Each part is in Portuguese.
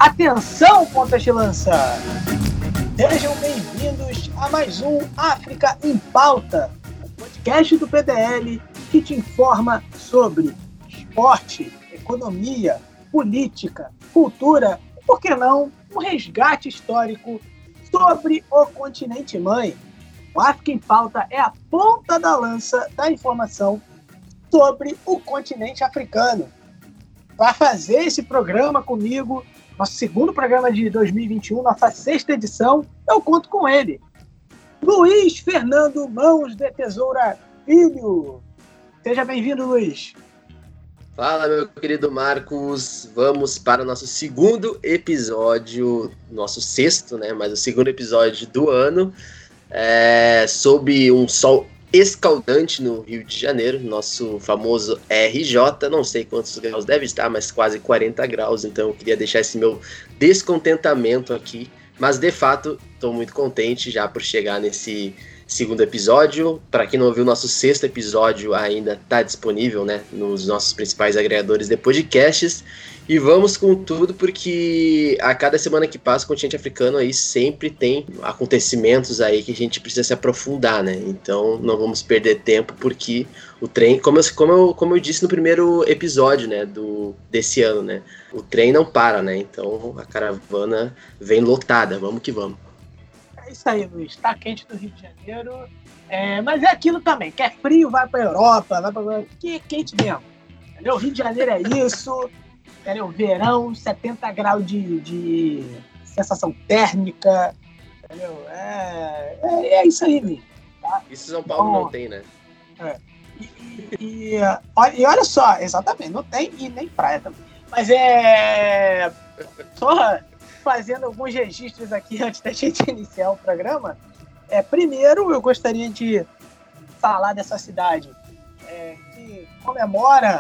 Atenção, pontas de lança! Sejam bem-vindos a mais um África em Pauta, o podcast do PDL que te informa sobre esporte, economia, política, cultura e, por que não, um resgate histórico sobre o continente mãe. O África em Pauta é a ponta da lança da informação sobre o continente africano. Para fazer esse programa comigo, nosso segundo programa de 2021, nossa sexta edição, eu conto com ele, Luiz Fernando Mãos de Tesoura Filho. Seja bem-vindo, Luiz. Fala, meu querido Marcos. Vamos para o nosso segundo episódio, nosso sexto, né? Mas o segundo episódio do ano, sob um sol escaldante no Rio de Janeiro, nosso famoso RJ, não sei quantos graus deve estar, mas quase 40 graus, então eu queria deixar esse meu descontentamento aqui, mas de fato estou muito contente já por chegar nesse segundo episódio. Para quem não ouviu, nosso sexto episódio ainda está disponível, né, nos nossos principais agregadores de podcasts. E vamos com tudo, porque a cada semana que passa o continente africano aí sempre tem acontecimentos aí que a gente precisa se aprofundar, né? Então não vamos perder tempo, porque o trem, como eu disse no primeiro episódio, né, desse ano, né? O trem não para, né? Então a caravana vem lotada, vamos que vamos. É isso aí, Luiz. Tá quente do Rio de Janeiro, mas é aquilo também. Quer frio, vai pra Europa, vai pra... Que é quente mesmo. Entendeu? Rio de Janeiro é isso. Entendeu? Verão, 70 graus de sensação térmica. Entendeu? É isso aí, Luiz. Tá? Isso São Paulo não tem, né? E olha só, exatamente, não tem e nem praia também. Mas só fazendo alguns registros aqui antes da gente iniciar o programa. Primeiro, eu gostaria de falar dessa cidade que comemora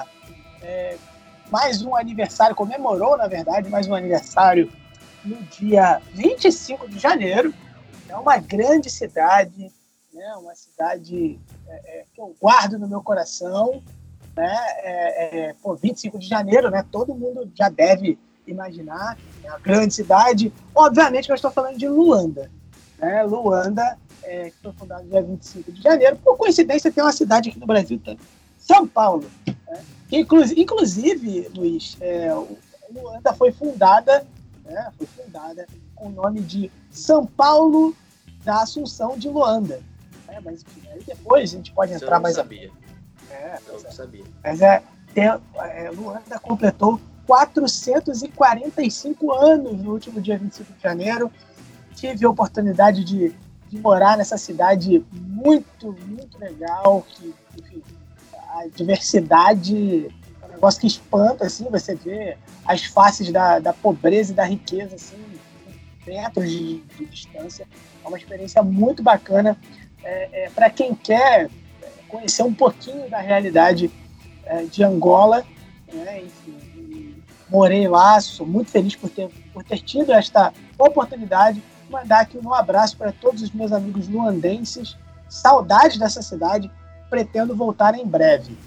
comemorou, na verdade, mais um aniversário no dia 25 de janeiro. É uma grande cidade, né? Uma cidade que eu guardo no meu coração, né? 25 de janeiro, né? Todo mundo já deve imaginar, é uma grande cidade. Obviamente que eu estou falando de Luanda, né? Luanda, que foi fundada no dia 25 de janeiro. Por coincidência, tem uma cidade aqui no Brasil, São Paulo, né? Inclusive, Luiz, Luanda foi fundada com o nome de São Paulo da Assunção de Luanda. Mas aí depois a gente pode entrar mais... Eu não sabia. Mas Luanda completou 445 anos no último dia 25 de janeiro. Tive a oportunidade de morar nessa cidade muito, muito legal, que, enfim, a diversidade é um negócio que espanta, assim, você vê as faces da pobreza e da riqueza, assim, metros de distância. É uma experiência muito bacana para quem quer conhecer um pouquinho da realidade de Angola, né? Enfim, morei lá, sou muito feliz por ter tido esta oportunidade. Mandar aqui um abraço para todos os meus amigos luandenses, saudades dessa cidade, pretendo voltar em breve.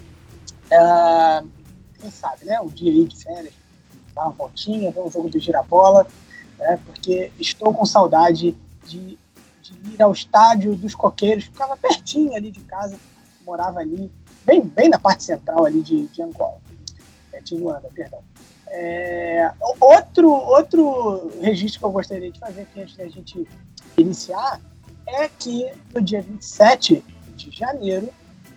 Quem sabe, né? Um dia aí de férias, dar uma voltinha, ver um jogo do Girabola, porque estou com saudade de ir ao estádio dos Coqueiros, ficava pertinho ali de casa, morava ali, bem na parte central ali de Angola, de Luanda, perdão. Outro registro que eu gostaria de fazer aqui antes da gente iniciar é que no dia 27 de janeiro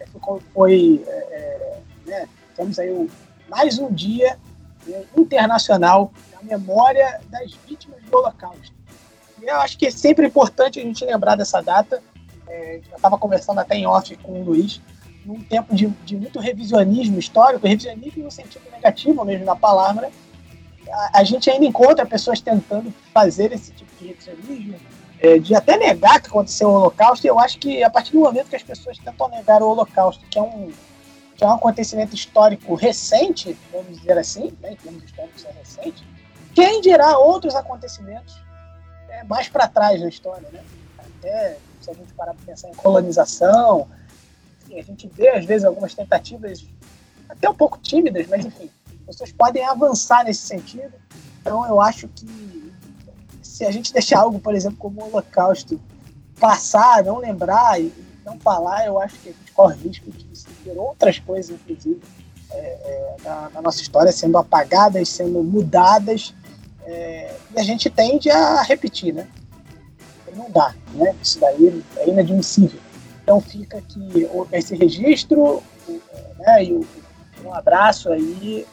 temos aí mais um dia internacional da memória das vítimas do Holocausto. E eu acho que é sempre importante a gente lembrar dessa data. Eu estava conversando até em off com o Luiz, num tempo de muito revisionismo histórico, revisionismo no sentido negativo mesmo da palavra. A gente ainda encontra pessoas tentando fazer esse tipo de revisionismo, de até negar que aconteceu o Holocausto. E eu acho que a partir do momento que as pessoas tentam negar o Holocausto, que é um acontecimento histórico recente, vamos dizer assim, né, em termos históricos é recente, quem dirá outros acontecimentos mais para trás na história, né? Até se a gente parar para pensar em colonização, enfim, a gente vê às vezes algumas tentativas até um pouco tímidas, mas enfim, pessoas podem avançar nesse sentido. Então, eu acho que se a gente deixar algo, por exemplo, como o Holocausto passar, não lembrar e não falar, eu acho que a gente corre risco de se ter outras coisas, inclusive, na nossa história, sendo apagadas, sendo mudadas, e a gente tende a repetir, né? Não dá, né? Isso daí é inadmissível. Então fica aqui esse registro, né, e um abraço aí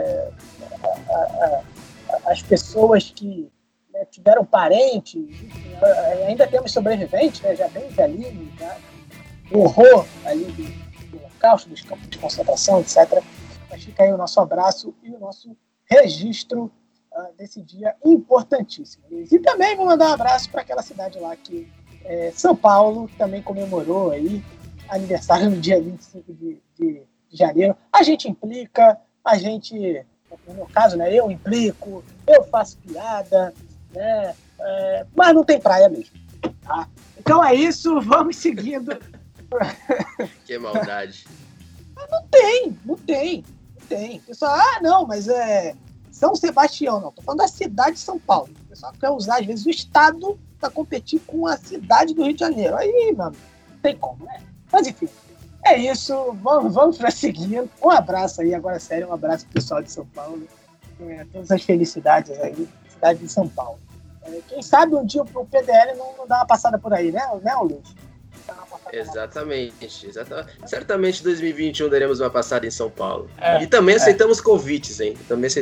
às pessoas que, né, tiveram parentes, enfim, ainda temos sobreviventes, né, já bem velhinhos, né, do horror ali do Holocausto, dos campos de concentração, etc. Mas fica aí o nosso abraço e o nosso registro desse dia importantíssimo. E também vou mandar um abraço para aquela cidade lá que São Paulo também comemorou aí aniversário no dia 25 de janeiro. A gente implica, no meu caso, né, eu implico, eu faço piada, né, mas não tem praia mesmo. Tá? Então é isso, vamos seguindo. Que maldade. Não tem. Pessoal, não, mas São Sebastião, não. Tô falando da cidade de São Paulo. O pessoal quer usar, às vezes, o estado para competir com a cidade do Rio de Janeiro. Aí, mano, não tem como, né? Mas, enfim, é isso. Vamos prosseguindo. Um abraço aí, agora sério, um abraço pro pessoal de São Paulo. Todas as felicidades aí, cidade de São Paulo. Quem sabe um dia o PDL não dá uma passada por aí, né, Luiz? Exatamente. Certamente em 2021 daremos uma passada em São Paulo. E também aceitamos convites, hein?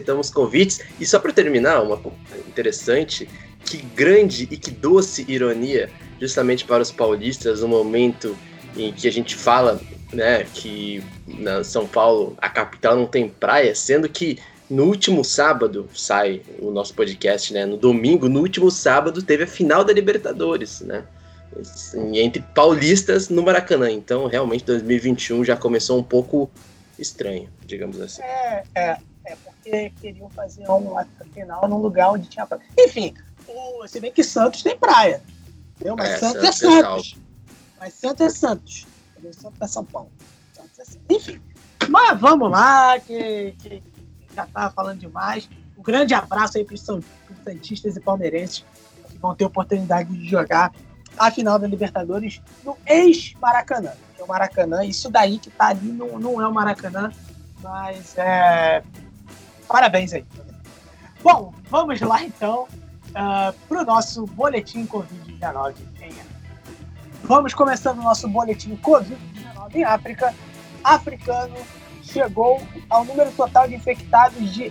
E só para terminar, uma interessante, que grande e que doce ironia, justamente para os paulistas, no momento em que a gente fala, né, que na São Paulo, a capital, não tem praia, sendo que no último sábado sai o nosso podcast, né? No domingo, no último sábado, teve a final da Libertadores, né? Entre paulistas no Maracanã. Então, realmente, 2021 já começou um pouco estranho, digamos assim. Porque queriam fazer uma final num lugar onde tinha praia. Enfim, você vê que Santos tem praia. Entendeu? Mas Santos é Santos. Mas Santos é Santos. Santos é São Paulo. Santos é Santos. Enfim, mas vamos lá, que já estava falando demais. Um grande abraço aí para os santistas e palmeirenses que vão ter oportunidade de jogar a final da Libertadores no ex-Maracanã. Que é o Maracanã, isso daí que tá ali não é o Maracanã, mas parabéns aí. Bom, vamos lá então para o nosso boletim Covid-19 em África. Vamos começando o nosso boletim Covid-19 em África. Africano chegou ao número total de infectados de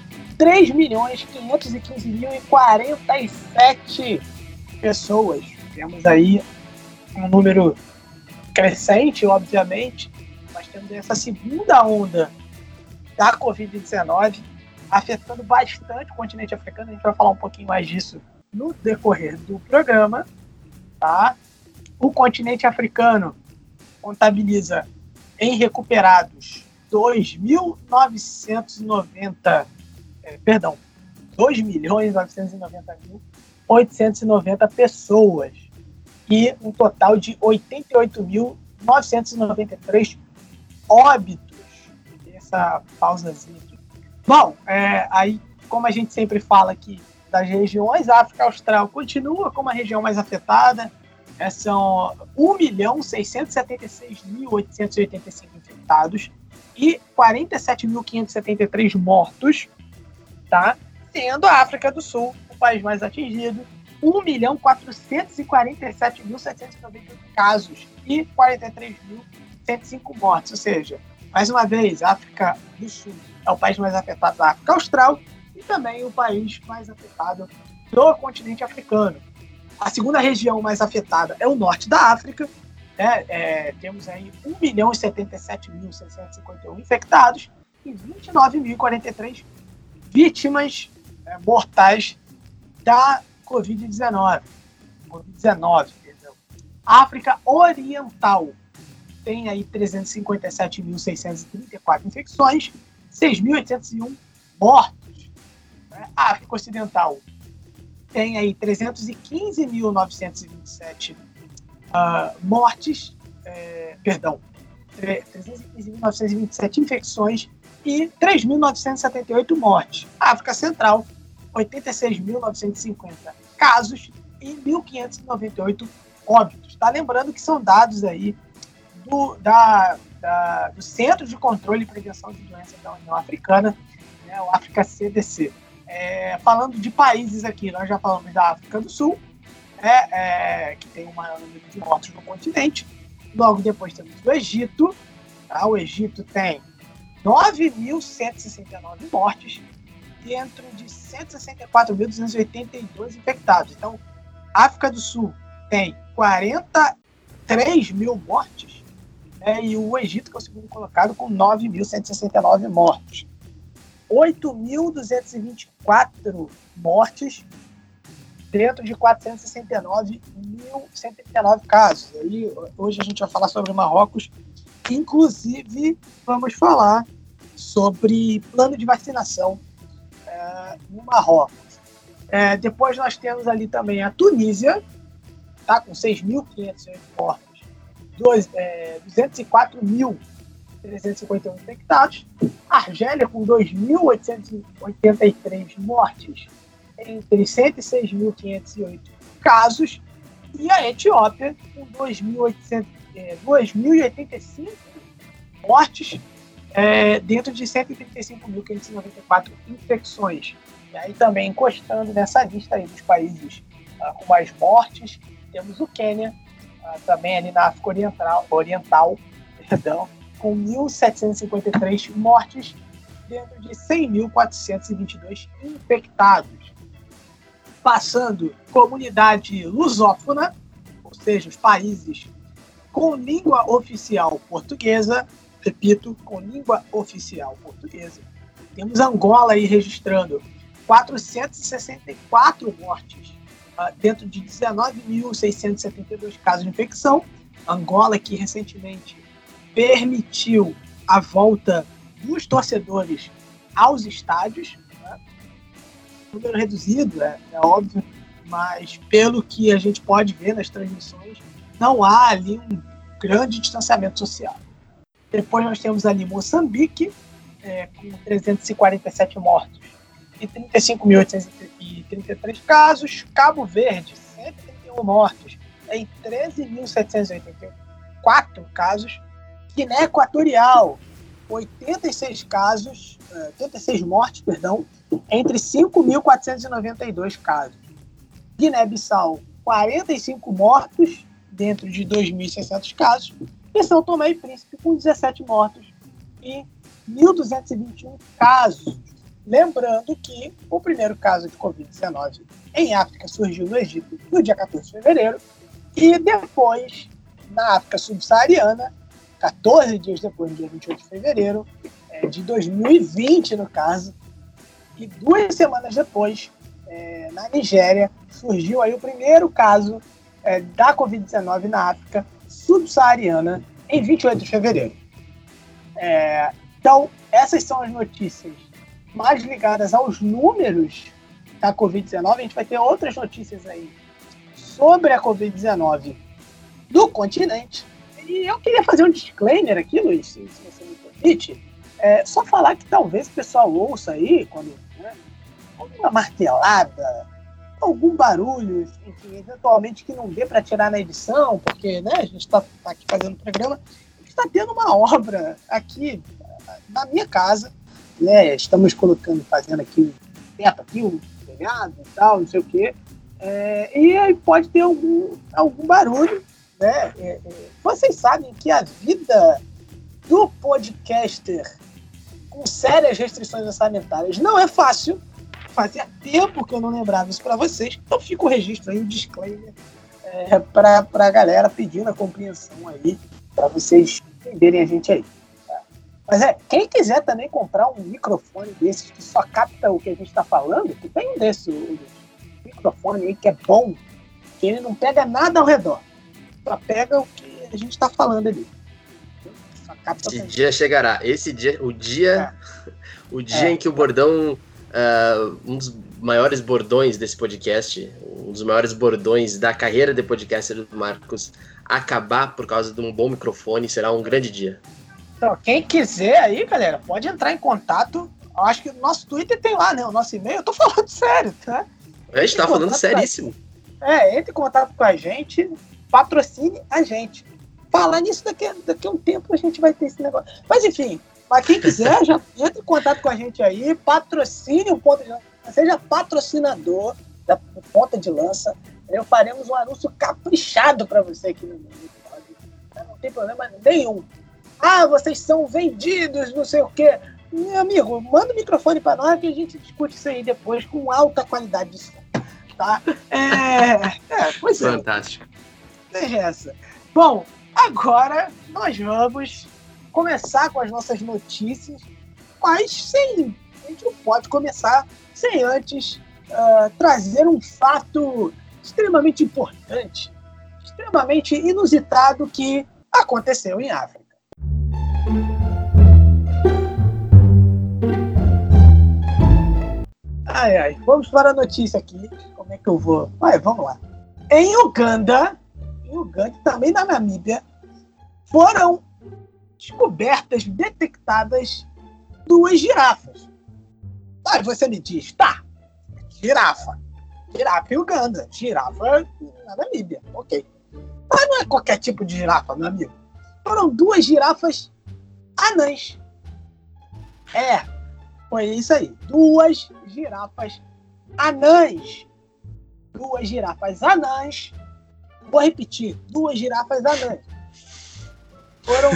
3.515.047 pessoas. Temos aí um número crescente, obviamente, mas temos essa segunda onda da Covid-19 afetando bastante o continente africano. A gente vai falar um pouquinho mais disso no decorrer do programa, tá? O continente africano contabiliza em recuperados 2.990.890 pessoas e um total de 88.993 óbitos. Essa pausazinha aqui. Bom, aí, como a gente sempre fala aqui das regiões, a África Austral continua como a região mais afetada. São 1.676.885 infectados e 47.573 mortos, tá? Sendo a África do Sul o país mais atingido, 1.447.798 casos e 43.105 mortes. Ou seja, mais uma vez, a África do Sul é o país mais afetado da África Austral e também o país mais afetado do continente africano. A segunda região mais afetada é o norte da África, né? Temos aí 1.077.651 infectados e 29.043 vítimas mortais da Covid-19. A África Oriental tem aí 357.634 infecções, 6.801 mortos. A África Ocidental tem aí 315.927 mortes, 315.927 infecções e 3.978 mortes. A África Central 86.950 casos e 1.598 óbitos. Tá? Lembrando que são dados aí do Centro de Controle e Prevenção de Doenças da União Africana, né, o África CDC. Falando de países aqui, nós já falamos da África do Sul, que tem o maior número de mortos no continente. Logo depois temos o Egito. Tá? O Egito tem 9.169 mortes dentro de 164.282 infectados. Então, a África do Sul tem 43 mil mortes, e o Egito, que é o segundo colocado, com 9.169 mortos. 8.224 mortes dentro de 469.139 casos. Aí, hoje a gente vai falar sobre Marrocos. Inclusive, vamos falar sobre plano de vacinação no Marrocos. Depois nós temos ali também a Tunísia, tá, com 6.508 mortos, 204.351 infectados. A Argélia com 2.883 mortes entre 106.508 casos. E a Etiópia com 2.085 mortes dentro de 135.594 infecções. E aí também encostando nessa lista aí dos países com mais mortes, temos o Quênia, também ali na África Oriental, com 1.753 mortes dentro de 100.422 infectados. Passando, comunidade lusófona, ou seja, os países com língua oficial portuguesa, repito, com língua oficial portuguesa. Temos Angola aí registrando 464 mortes dentro de 19.672 casos de infecção. Angola, que recentemente permitiu a volta dos torcedores aos estádios, né? Número reduzido, é óbvio, mas pelo que a gente pode ver nas transmissões, não há ali um grande distanciamento social. Depois nós temos ali Moçambique, com 347 mortos e 35.833 casos. Cabo Verde, 131 mortos em 13.784 casos. Guiné Equatorial, 86 mortes, entre 5.492 casos. Guiné-Bissau, 45 mortos dentro de 2.600 casos. E São Tomé e Príncipe, com 17 mortos e 1.221 casos. Lembrando que o primeiro caso de Covid-19 em África surgiu no Egito no dia 14 de fevereiro e depois, na África subsaariana, 14 dias depois, no dia 28 de fevereiro de 2020, no caso, e 2 semanas depois, na Nigéria, surgiu aí o primeiro caso da Covid-19 na África subsaariana em 28 de fevereiro. Então, essas são as notícias mais ligadas aos números da Covid-19. A gente vai ter outras notícias aí sobre a Covid-19 do continente. E eu queria fazer um disclaimer aqui, Luiz, se você me permite. Só falar que talvez o pessoal ouça aí, quando alguma martelada, algum barulho, enfim, eventualmente que não dê para tirar na edição, porque a gente está aqui fazendo o programa, a gente está tendo uma obra aqui na minha casa, estamos fazendo aqui um teto aqui, um telhado e tal, não sei o quê, e aí pode ter algum barulho, né? Vocês sabem que a vida do podcaster com sérias restrições orçamentárias não é fácil. Fazia tempo que eu não lembrava isso para vocês, então fica o registro aí, o disclaimer para a galera pedindo a compreensão aí, para vocês entenderem a gente aí. Tá? Mas quem quiser também comprar um microfone desses que só capta o que a gente está falando, que tem um desse, um microfone aí que é bom, que ele não pega nada ao redor, só pega o que a gente está falando ali. Só capta. Esse dia chegará, o dia em que o bordão... um dos maiores bordões desse podcast, um dos maiores bordões da carreira de podcaster do Marcos, acabar por causa de um bom microfone, será um grande dia. Então, quem quiser aí, galera, pode entrar em contato Eu acho que o nosso Twitter tem lá, né? O nosso e-mail. Eu tô falando sério, tá? A gente tá falando seríssimo. Entre em contato com a gente, patrocine a gente. Falar nisso daqui a um tempo a gente vai ter esse negócio. Mas enfim, para quem quiser, já entre em contato com a gente aí, patrocine o Ponta de Lança, seja patrocinador do Ponta de Lança. Faremos um anúncio caprichado para você aqui no episódio. Não tem problema nenhum. Vocês são vendidos, não sei o quê. Meu amigo, manda o microfone para nós que a gente discute isso aí depois com alta qualidade de som. Tá? Pois é. Fantástico. Deixa essa. Bom, agora nós vamos começar com as nossas notícias, mas a gente não pode começar sem antes trazer um fato extremamente importante, extremamente inusitado que aconteceu em África. Vamos para a notícia aqui. Como é que eu vou? Vamos lá. Em Uganda e também na Namíbia, foram descobertas, detectadas 2 girafas. Aí você me diz, tá, girafa em Uganda, girafa na Namíbia, ok. Mas não é qualquer tipo de girafa, meu amigo. Foram 2 girafas anãs. Foi isso aí. 2 girafas anãs. 2 girafas anãs. Vou repetir. 2 girafas anãs. Foram...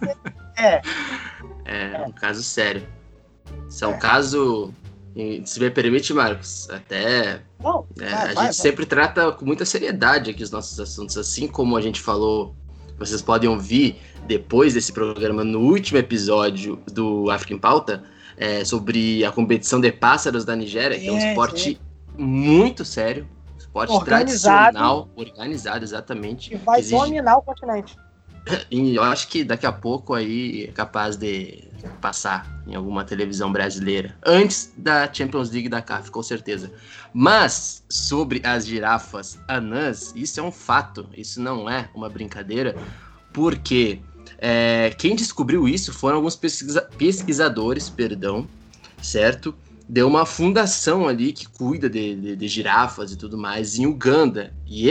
É um caso sério. Isso é um caso... Se me permite, Marcos, até... a gente sempre trata com muita seriedade aqui os nossos assuntos. Assim como a gente falou, vocês podem ouvir depois desse programa, no último episódio do África em Pauta, sobre a competição de pássaros da Nigéria, que é um esporte muito sério, esporte tradicional, organizado, exatamente. E vai dominar o continente. E eu acho que daqui a pouco aí é capaz de passar em alguma televisão brasileira, antes da Champions League da CAF, com certeza. Mas, sobre as girafas anãs, isso é um fato, isso não é uma brincadeira, porque... quem descobriu isso foram alguns pesquisadores, certo? Deu uma fundação ali que cuida de girafas e tudo mais em Uganda. E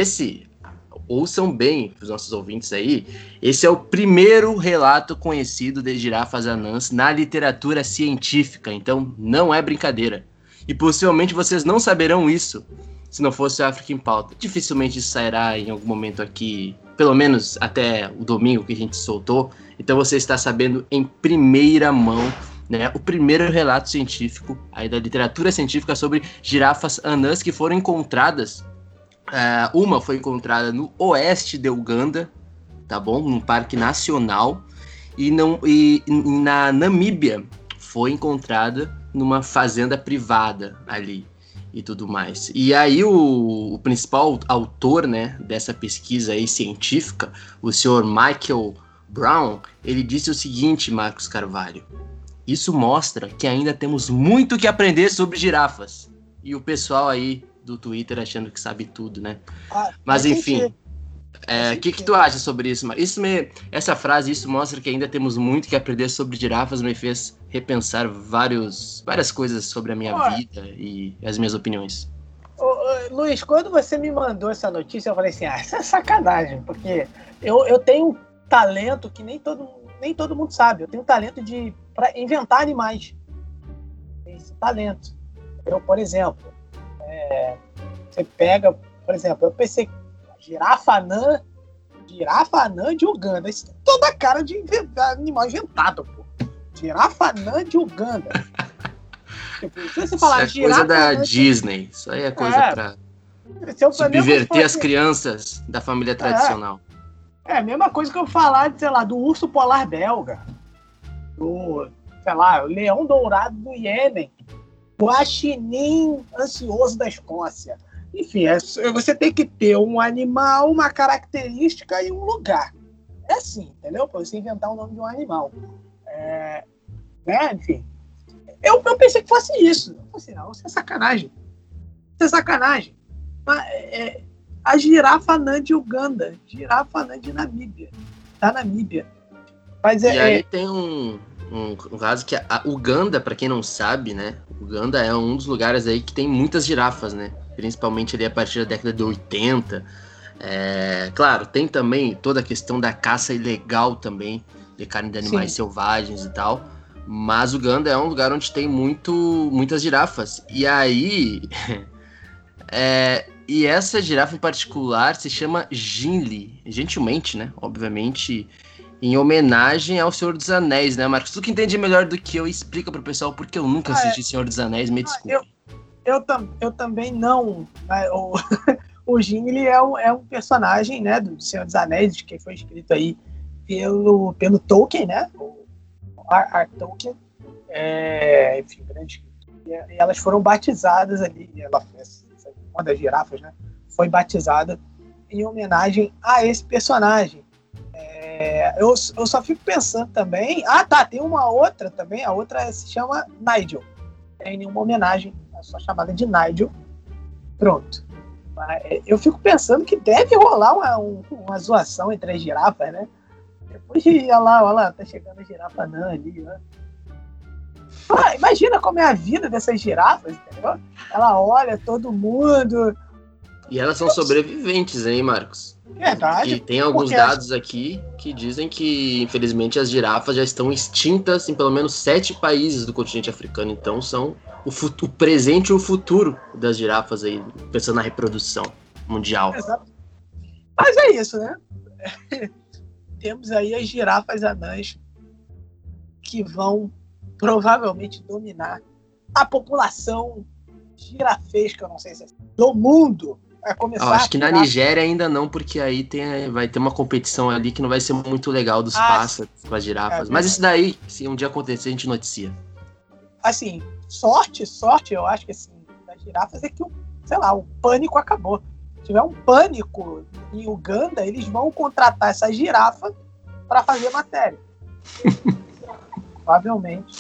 ouçam bem os nossos ouvintes aí, esse é o primeiro relato conhecido de girafas anãs na literatura científica, então não é brincadeira. E possivelmente vocês não saberão isso se não fosse o África em Pauta. Dificilmente isso sairá em algum momento aqui, pelo menos até o domingo que a gente soltou. Então você está sabendo em primeira mão, né, o primeiro relato científico aí da literatura científica sobre girafas anãs que foram encontradas. Uma foi encontrada no oeste de Uganda, tá bom? Num parque nacional. E na Namíbia foi encontrada numa fazenda privada ali. E tudo mais. E aí o principal autor, né, dessa pesquisa aí científica, o senhor Michael Brown, ele disse o seguinte, Marcos Carvalho: isso mostra que ainda temos muito que aprender sobre girafas. E o pessoal aí do Twitter achando que sabe tudo, né? Mas enfim, o que tu acha sobre isso? Essa frase, isso mostra que ainda temos muito que aprender sobre girafas, me fez repensar várias coisas sobre a minha vida e as minhas opiniões. Luiz, quando você me mandou essa notícia, eu falei assim, isso é sacanagem, porque eu tenho um talento que nem todo mundo sabe. Eu tenho um talento para inventar animais. Esse talento. Por exemplo, você pega, por exemplo, eu pensei, girafa anã de Uganda. Isso tem toda a cara de animal inventado, pô. Girafa anã de Uganda. Tipo, se você falar isso é coisa da Disney. Isso aí é coisa pra subverter as crianças da família tradicional. É a mesma coisa que eu falar, sei lá, do urso polar belga. Do, sei lá, o leão dourado do Iêmen. O guaxinim ansioso da Escócia. Enfim, você tem que ter um animal, uma característica e um lugar. É assim, entendeu? Para você inventar o nome de um animal. Enfim. Eu pensei que fosse isso. Eu falei assim, não, isso é sacanagem. Isso é sacanagem. Mas, a girafa anã de Uganda. Girafa anã de Namíbia. Da Namíbia. Mas aí tem um Um caso que a Uganda, para quem não sabe, né? Uganda é um dos lugares aí que tem muitas girafas, né? Principalmente ali a partir da década de 80. Claro, tem também toda a questão da caça ilegal também, de carne de animais selvagens e tal. Mas Uganda é um lugar onde tem muitas girafas. E aí... E essa girafa em particular se chama Gimli. Gentilmente, né? Obviamente... em homenagem ao Senhor dos Anéis, né, Marcos? Tu que entende melhor do que eu, explica pro pessoal porque eu nunca assisti Senhor dos Anéis, me desculpe. Eu também não. O Gimli é um personagem, né, do Senhor dos Anéis, que foi escrito aí pelo Tolkien, né? O R. Tolkien. Enfim, grande escritor. E elas foram batizadas ali. Uma das girafas, né? Foi batizada em homenagem a esse personagem. Eu só fico pensando também... tem uma outra também. A outra se chama Nigel. Tem uma homenagem, é só chamada de Nigel. Pronto. Eu fico pensando que deve rolar uma zoação entre as girafas, né? Depois olha lá, tá chegando a girafa anã ali, né? Imagina como é a vida dessas girafas, entendeu? Ela olha todo mundo... E elas são sobreviventes, hein, Marcos? Verdade. E tem alguns dados aqui que dizem que, infelizmente, as girafas já estão extintas em pelo menos 7 países do continente africano. Então, são o presente e o futuro das girafas aí, pensando na reprodução mundial. Exato. Mas é isso, né? Temos aí as girafas anãs que vão provavelmente dominar a população girafesca, eu não sei se é do mundo. Vai começar acho que na Nigéria ainda não, porque aí vai ter uma competição ali que não vai ser muito legal dos pássaros com as girafas. Mas isso daí, se um dia acontecer, a gente noticia. Assim, sorte, eu acho que assim, das girafas é que o pânico acabou. Se tiver um pânico em Uganda, eles vão contratar essa girafa para fazer matéria. Provavelmente.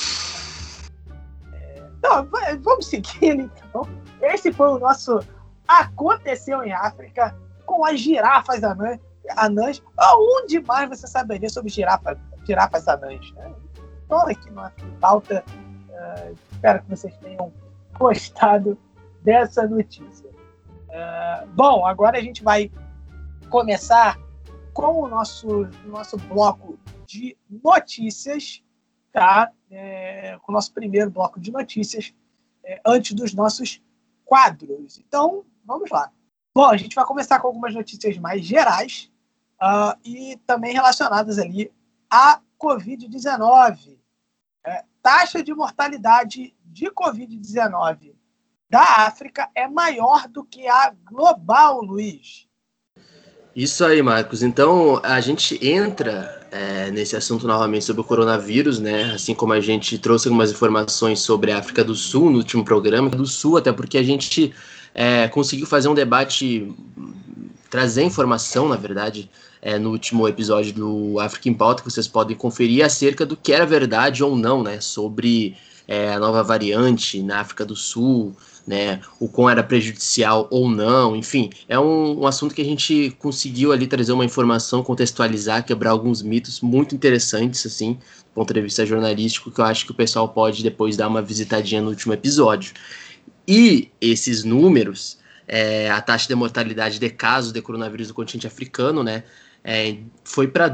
Vamos seguir, então. Esse foi o nosso Aconteceu em África com as girafas anãs. Onde mais você saberia sobre girafas anãs? Estou aqui no Pauta. Espero que vocês tenham gostado dessa notícia. Bom, agora a gente vai começar com o nosso bloco de notícias, tá? Com o nosso primeiro bloco de notícias, antes dos nossos quadros. Então, vamos lá. Bom, a gente vai começar com algumas notícias mais gerais e também relacionadas ali à Covid-19. Taxa de mortalidade de Covid-19 da África é maior do que a global, Luiz. Isso aí, Marcos. Então, a gente entra nesse assunto novamente sobre o coronavírus, né? Assim como a gente trouxe algumas informações sobre a África do Sul no último programa, do Sul, até porque a gente conseguiu fazer um debate, trazer informação, na verdade, no último episódio do África em Pauta, que vocês podem conferir acerca do que era verdade ou não, né? Sobre a nova variante na África do Sul, né, o quão era prejudicial ou não, enfim, é um assunto que a gente conseguiu ali trazer uma informação, contextualizar, quebrar alguns mitos muito interessantes, assim, do ponto de vista jornalístico, que eu acho que o pessoal pode depois dar uma visitadinha no último episódio. E esses números, a taxa de mortalidade de casos de coronavírus no continente africano, né, foi para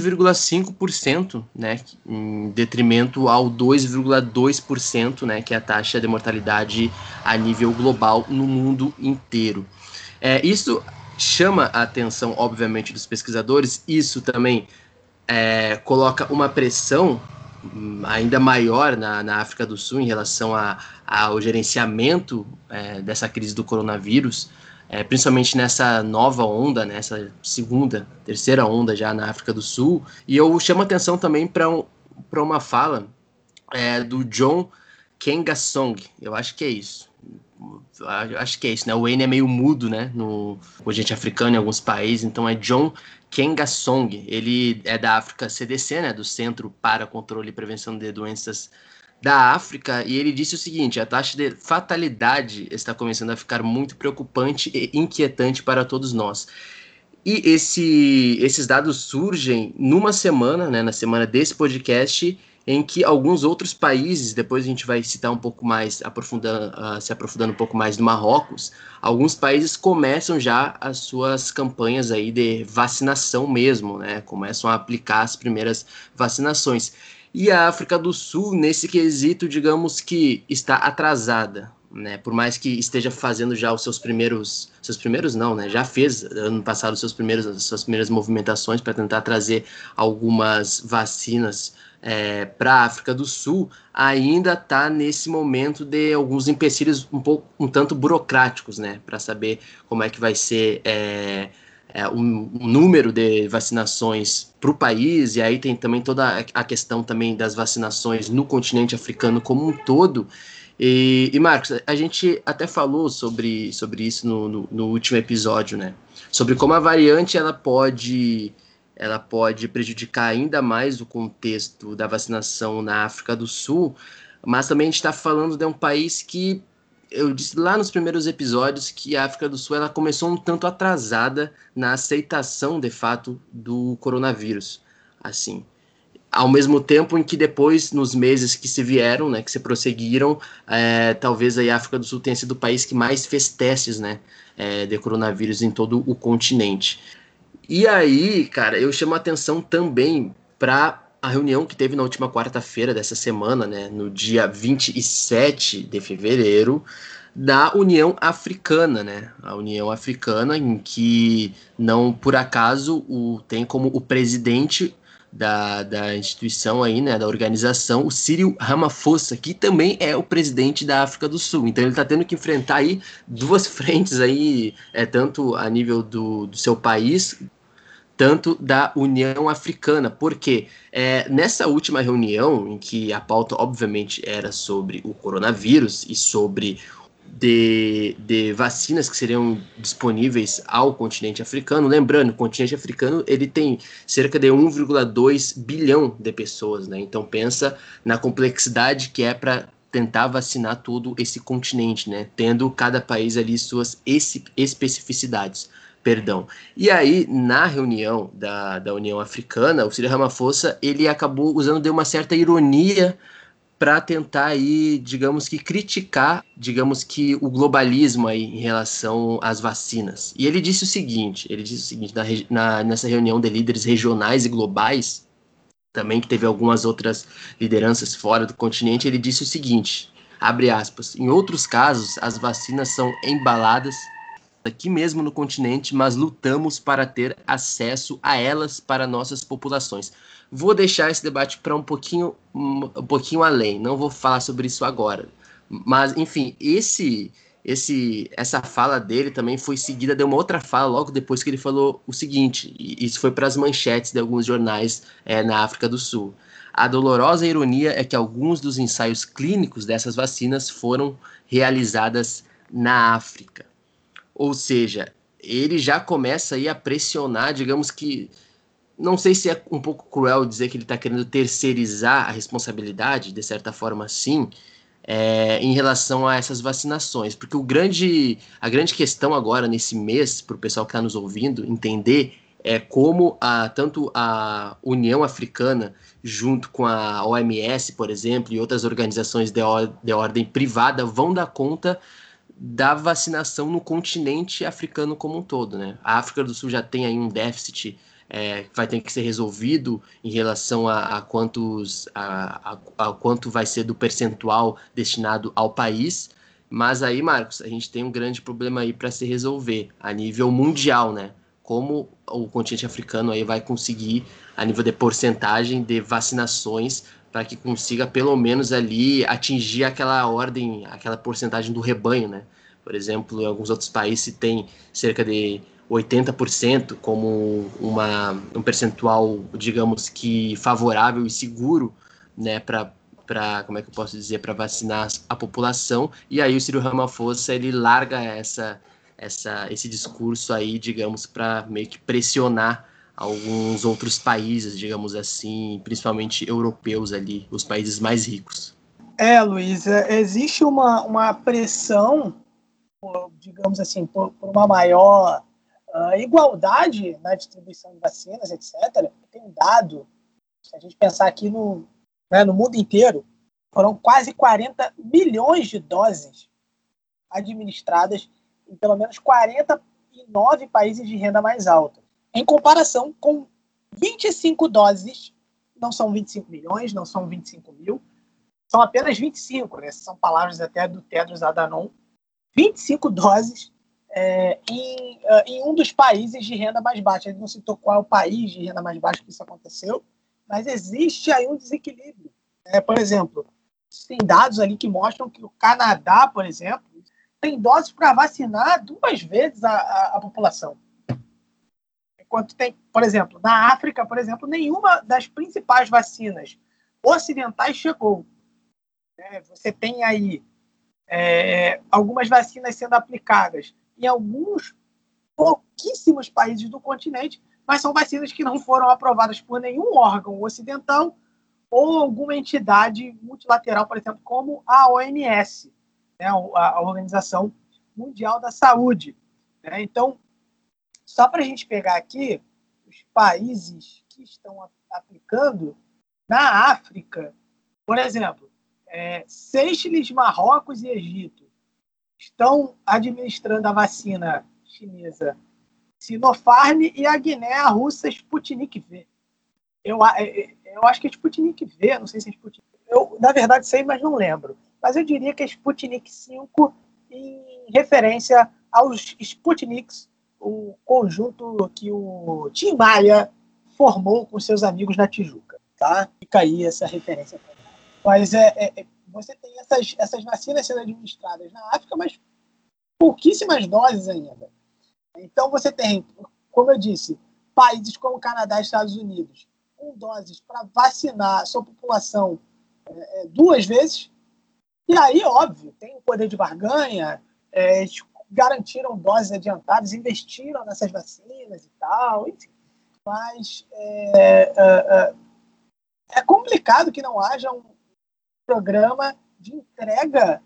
2,5%, né, em detrimento ao 2,2%, né, que é a taxa de mortalidade a nível global no mundo inteiro. Isso chama a atenção, obviamente, dos pesquisadores. Isso também coloca uma pressão ainda maior na África do Sul em relação ao gerenciamento dessa crise do coronavírus, principalmente nessa nova onda, nessa terceira onda já na África do Sul. E eu chamo atenção também para uma fala do John Nkengasong, eu acho que é isso. Acho que é isso, né? O N é meio mudo, né? No continente africano em alguns países, então é John Nkengasong. Ele é da África CDC, né? Do Centro para Controle e Prevenção de Doenças da África, e ele disse o seguinte: a taxa de fatalidade está começando a ficar muito preocupante e inquietante para todos nós. E esses dados surgem numa semana, né, na semana desse podcast, em que alguns outros países, depois a gente vai citar um pouco mais, se aprofundando um pouco mais no Marrocos, alguns países começam já as suas campanhas aí de vacinação mesmo, né? Começam a aplicar as primeiras vacinações. E a África do Sul, nesse quesito, digamos que está atrasada, né? Por mais que esteja fazendo já os seus primeiros não, né? Já fez ano passado suas primeiras movimentações para tentar trazer algumas vacinas para a África do Sul, ainda está nesse momento de alguns empecilhos um tanto burocráticos, né? Para saber como é que vai ser o número de vacinações para o país, e aí tem também toda a questão também das vacinações no continente africano como um todo. E Marcos, a gente até falou sobre isso no último episódio, né? Sobre como a variante ela pode prejudicar ainda mais o contexto da vacinação na África do Sul, mas também a gente está falando de um país que eu disse lá nos primeiros episódios que a África do Sul ela começou um tanto atrasada na aceitação, de fato, do coronavírus. Assim, ao mesmo tempo em que depois, nos meses que se vieram, né, que se prosseguiram, talvez a África do Sul tenha sido o país que mais fez testes, né, de coronavírus em todo o continente. E aí, cara, eu chamo a atenção também para a reunião que teve na última quarta-feira dessa semana, né, no dia 27 de fevereiro, da União Africana, né? A União Africana, em que não por acaso tem como o presidente da instituição aí, né, da organização, o Cyril Ramaphosa, que também é o presidente da África do Sul. Então ele está tendo que enfrentar aí duas frentes aí, tanto a nível do seu país, tanto da União Africana, porque nessa última reunião, em que a pauta obviamente era sobre o coronavírus e sobre de vacinas que seriam disponíveis ao continente africano, lembrando, o continente africano ele tem cerca de 1,2 bilhão de pessoas, né? Então pensa na complexidade que é para tentar vacinar todo esse continente, né? Tendo cada país ali suas especificidades. Perdão. E aí, na reunião da União Africana, o Cyril Ramaphosa, ele acabou usando de uma certa ironia para tentar aí, digamos que criticar, digamos que o globalismo aí em relação às vacinas. E ele disse o seguinte, nessa reunião de líderes regionais e globais, também que teve algumas outras lideranças fora do continente, ele disse o seguinte, abre aspas, em outros casos, as vacinas são embaladas aqui mesmo no continente, mas lutamos para ter acesso a elas para nossas populações. Vou deixar esse debate para um pouquinho além, não vou falar sobre isso agora. Mas, enfim, essa fala dele também foi seguida de uma outra fala logo depois que ele falou o seguinte, e isso foi para as manchetes de alguns jornais na África do Sul. A dolorosa ironia é que alguns dos ensaios clínicos dessas vacinas foram realizadas na África. Ou seja, ele já começa aí a pressionar, digamos que, não sei se é um pouco cruel dizer que ele está querendo terceirizar a responsabilidade, de certa forma sim, em relação a essas vacinações. Porque a grande questão agora, nesse mês, para o pessoal que está nos ouvindo entender, é como tanto a União Africana, junto com a OMS, por exemplo, e outras organizações de ordem privada, vão dar conta da vacinação no continente africano como um todo, né? A África do Sul já tem aí um déficit que vai ter que ser resolvido em relação a quanto vai ser do percentual destinado ao país, mas aí, Marcos, a gente tem um grande problema aí para se resolver a nível mundial, né? Como o continente africano aí vai conseguir, a nível de porcentagem de vacinações, para que consiga pelo menos ali atingir aquela ordem, aquela porcentagem do rebanho, né? Por exemplo, em alguns outros países se tem cerca de 80% como um percentual, digamos que favorável e seguro, né, para como é que eu posso dizer, para vacinar a população, e aí o Cyril Ramaphosa, ele larga esse discurso aí, digamos, para meio que pressionar alguns outros países, digamos assim, principalmente europeus ali, os países mais ricos. Luiz, existe uma pressão, digamos assim, por uma maior igualdade na distribuição de vacinas, etc. Tem um dado, se a gente pensar aqui no né, no mundo inteiro, foram quase 40 milhões de doses administradas em pelo menos 49 países de renda mais alta. Em comparação com 25 doses, não são 25 milhões, não são 25 mil, são apenas 25, né? São palavras até do Tedros Adhanom, 25 doses em um dos países de renda mais baixa. Ele não citou qual é o país de renda mais baixa que isso aconteceu, mas existe aí um desequilíbrio. Por exemplo, tem dados ali que mostram que o Canadá, por exemplo, tem doses para vacinar 2 vezes a população. Enquanto tem, por exemplo, na África, por exemplo, nenhuma das principais vacinas ocidentais chegou. Você tem aí algumas vacinas sendo aplicadas em alguns pouquíssimos países do continente, mas são vacinas que não foram aprovadas por nenhum órgão ocidental ou alguma entidade multilateral, por exemplo, como a OMS, né, a Organização Mundial da Saúde. Então, só para a gente pegar aqui os países que estão aplicando, na África, por exemplo, Seychelles, Marrocos e Egito estão administrando a vacina chinesa Sinopharm e a Guiné russa Sputnik V. Eu acho que é Sputnik V, não sei se é Sputnik. Eu, na verdade, sei, mas não lembro. Mas eu diria que é Sputnik 5 em referência aos Sputniks, o conjunto que o Tim Maia formou com seus amigos na Tijuca. Tá? Fica aí essa referência. Mas você tem essas vacinas sendo administradas na África, mas pouquíssimas doses ainda. Então você tem, como eu disse, países como Canadá e Estados Unidos com doses para vacinar a sua população 2 vezes, e aí, óbvio, tem o poder de barganha, eles garantiram doses adiantadas, investiram nessas vacinas e tal, enfim. Mas é complicado que não haja um programa de entrega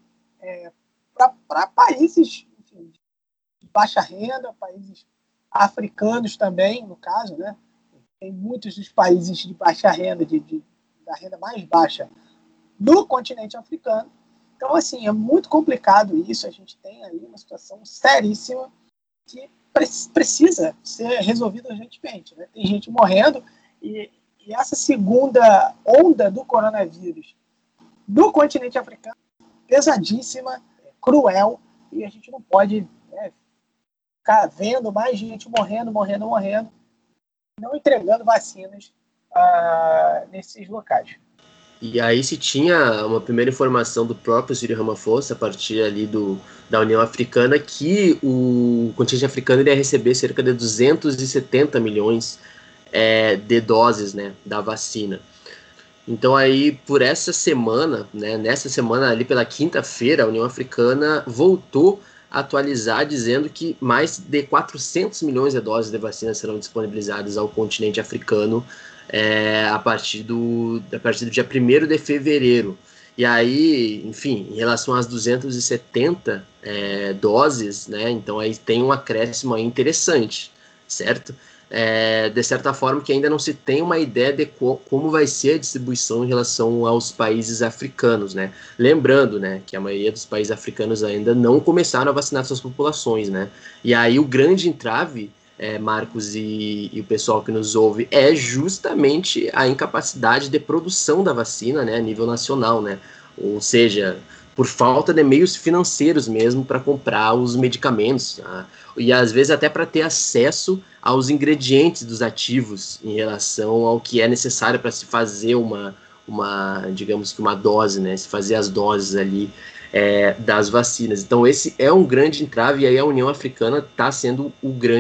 para países, enfim, de baixa renda, países africanos também, no caso, né? Tem muitos dos países de baixa renda, da renda mais baixa, no continente africano. Então, assim, é muito complicado isso. A gente tem aí uma situação seríssima que precisa ser resolvida urgentemente, né? Tem gente morrendo e essa segunda onda do coronavírus no continente africano, pesadíssima, cruel, e a gente não pode ficar vendo mais gente morrendo, não entregando vacinas nesses locais. E aí se tinha uma primeira informação do próprio Cyril Ramaphosa, a partir ali da União Africana, que o continente africano iria receber cerca de 270 milhões de doses, né, da vacina. Então aí, por essa semana, né, nessa semana ali pela quinta-feira, a União Africana voltou a atualizar, dizendo que mais de 400 milhões de doses de vacina serão disponibilizadas ao continente africano a partir do dia 1º de fevereiro. E aí, enfim, em relação às 270 doses, né, então aí tem um acréscimo aí interessante, certo? De certa forma que ainda não se tem uma ideia de como vai ser a distribuição em relação aos países africanos, né? Lembrando, né, que a maioria dos países africanos ainda não começaram a vacinar suas populações, né? E aí o grande entrave, Marcos e o pessoal que nos ouve, é justamente a incapacidade de produção da vacina, né, a nível nacional, né? Ou seja, por falta de meios financeiros mesmo para comprar os medicamentos, tá? E às vezes até para ter acesso aos ingredientes dos ativos em relação ao que é necessário para se fazer digamos que uma dose, né? Se fazer as doses ali das vacinas. Então esse é um grande entrave, e aí a União Africana está sendo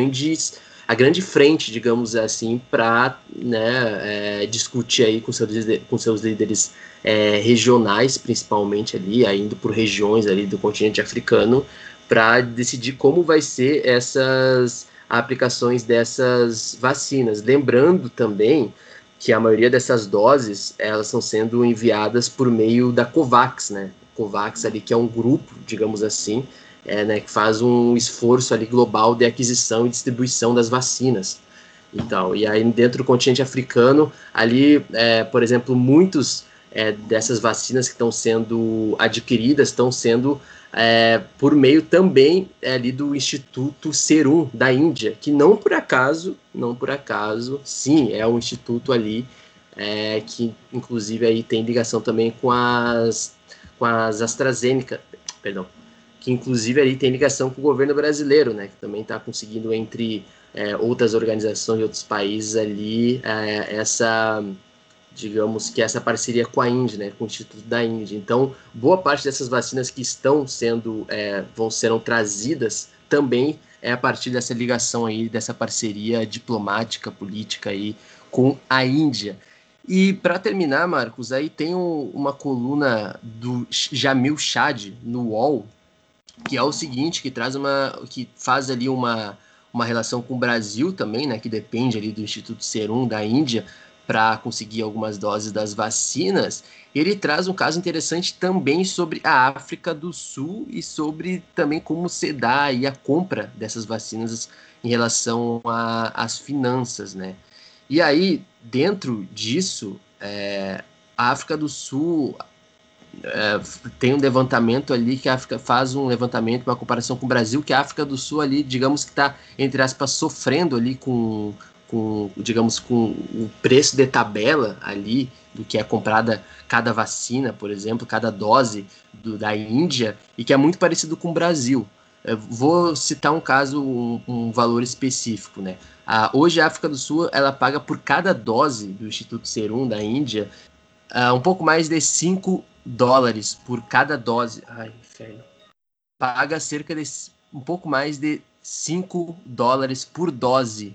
a grande frente, digamos assim, para, né, discutir aí com seus líderes regionais, principalmente ali, indo por regiões ali do continente africano, para decidir como vai ser essas aplicações dessas vacinas. Lembrando também que a maioria dessas doses, elas estão sendo enviadas por meio da COVAX, né? COVAX ali, que é um grupo, digamos assim, né, que faz um esforço ali global de aquisição e distribuição das vacinas. Então, e aí dentro do continente africano, ali, por exemplo, muitos dessas vacinas que estão sendo adquiridas, estão sendo por meio também ali do Instituto Serum da Índia, que não por acaso, sim, é um instituto ali que inclusive aí tem ligação também com as AstraZeneca, perdão, que inclusive ali tem ligação com o governo brasileiro, né, que também está conseguindo entre outras organizações e outros países ali digamos que essa parceria com a Índia, né, com o Instituto da Índia. Então, boa parte dessas vacinas que estão serão trazidas também a partir dessa ligação aí, dessa parceria diplomática, política aí com a Índia. E para terminar, Marcos, aí tem uma coluna do Jamil Chad no UOL, que é o seguinte, que faz ali uma relação com o Brasil também, né, que depende ali do Instituto Serum da Índia, para conseguir algumas doses das vacinas. Ele traz um caso interessante também sobre a África do Sul e sobre também como se dá aí a compra dessas vacinas em relação às finanças, né? E aí, dentro disso, a África do Sul tem um levantamento ali, que a África faz um levantamento, uma comparação com o Brasil, que a África do Sul ali, digamos que está, entre aspas, sofrendo ali com o preço de tabela ali do que é comprada cada vacina, por exemplo, cada dose da Índia, e que é muito parecido com o Brasil. Eu vou citar um caso, um valor específico, né? Hoje a África do Sul, ela paga por cada dose do Instituto Serum da Índia um pouco mais de $5 por cada dose. Ai, inferno. Paga cerca de um pouco mais de $5 por dose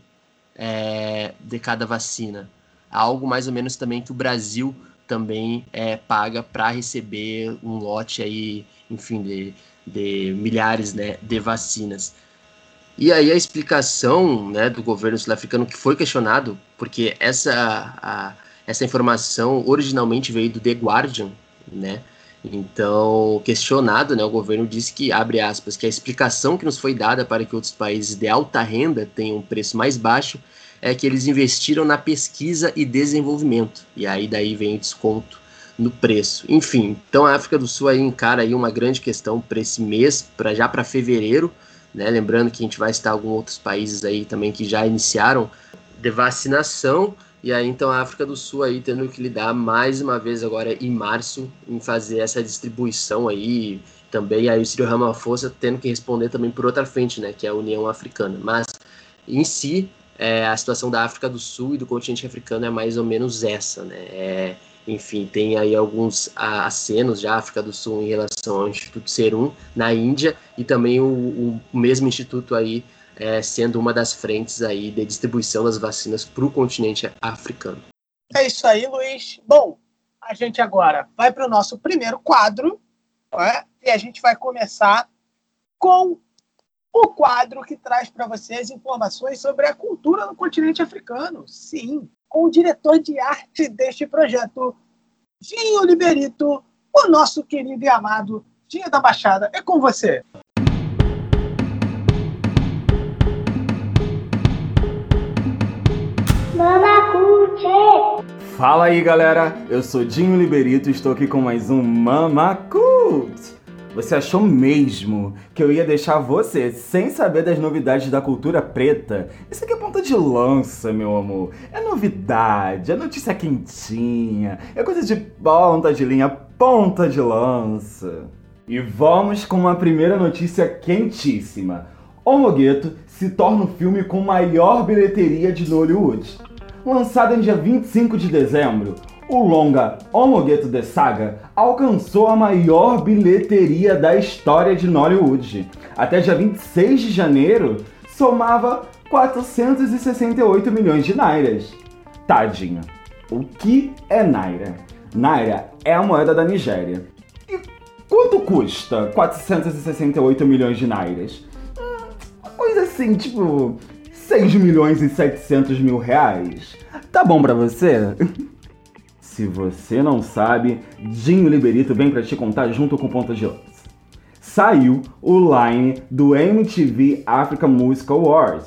de cada vacina. Algo mais ou menos também que o Brasil também paga para receber um lote aí, enfim, de milhares, né, de vacinas. E aí a explicação, né, do governo sul-africano, que foi questionado, porque essa informação originalmente veio do The Guardian, né? Então, questionado, né, o governo disse que, abre aspas, que a explicação que nos foi dada para que outros países de alta renda tenham um preço mais baixo é que eles investiram na pesquisa e desenvolvimento, e aí daí vem o desconto no preço. Enfim, então a África do Sul aí encara aí uma grande questão para esse mês, já para fevereiro, né? Lembrando que a gente vai citar alguns outros países aí também que já iniciaram de vacinação. E aí, então, a África do Sul aí tendo que lidar mais uma vez agora em março em fazer essa distribuição aí, também aí o Cyril Ramaphosa tendo que responder também por outra frente, né, que é a União Africana. Mas, em si, a situação da África do Sul e do continente africano é mais ou menos essa, né. Enfim, tem aí alguns acenos já, África do Sul em relação ao Instituto Serum na Índia e também o mesmo instituto aí sendo uma das frentes aí de distribuição das vacinas para o continente africano. É isso aí, Luiz. Bom, a gente agora vai para o nosso primeiro quadro, e a gente vai começar com o quadro que traz para vocês informações sobre a cultura no continente africano. Sim, com o diretor de arte deste projeto, Ginho Liberito, o nosso querido e amado Ginho da Baixada. É com você. Fala aí, galera, eu sou Ginho Liberito e estou aqui com mais um Mama Cult. Você achou mesmo que eu ia deixar você sem saber das novidades da cultura preta? Isso aqui é ponta de lança, meu amor. É novidade, é notícia quentinha, é coisa de ponta de linha, ponta de lança. E vamos com uma primeira notícia quentíssima. Homo Ghetto se torna o filme com maior bilheteria de Nollywood. Lançado em dia 25 de dezembro, o longa Homo Ghetto The Saga alcançou a maior bilheteria da história de Nollywood. Até dia 26 de janeiro, somava 468 milhões de nairas. Tadinha. O que é naira? Naira é a moeda da Nigéria. E quanto custa 468 milhões de nairas? Uma coisa assim, tipo 6 milhões e 700 mil reais. Tá bom pra você? Se você não sabe, Ginho Liberito vem pra te contar junto com Ponta de Lança. Saiu o line do MTV Africa Music Awards.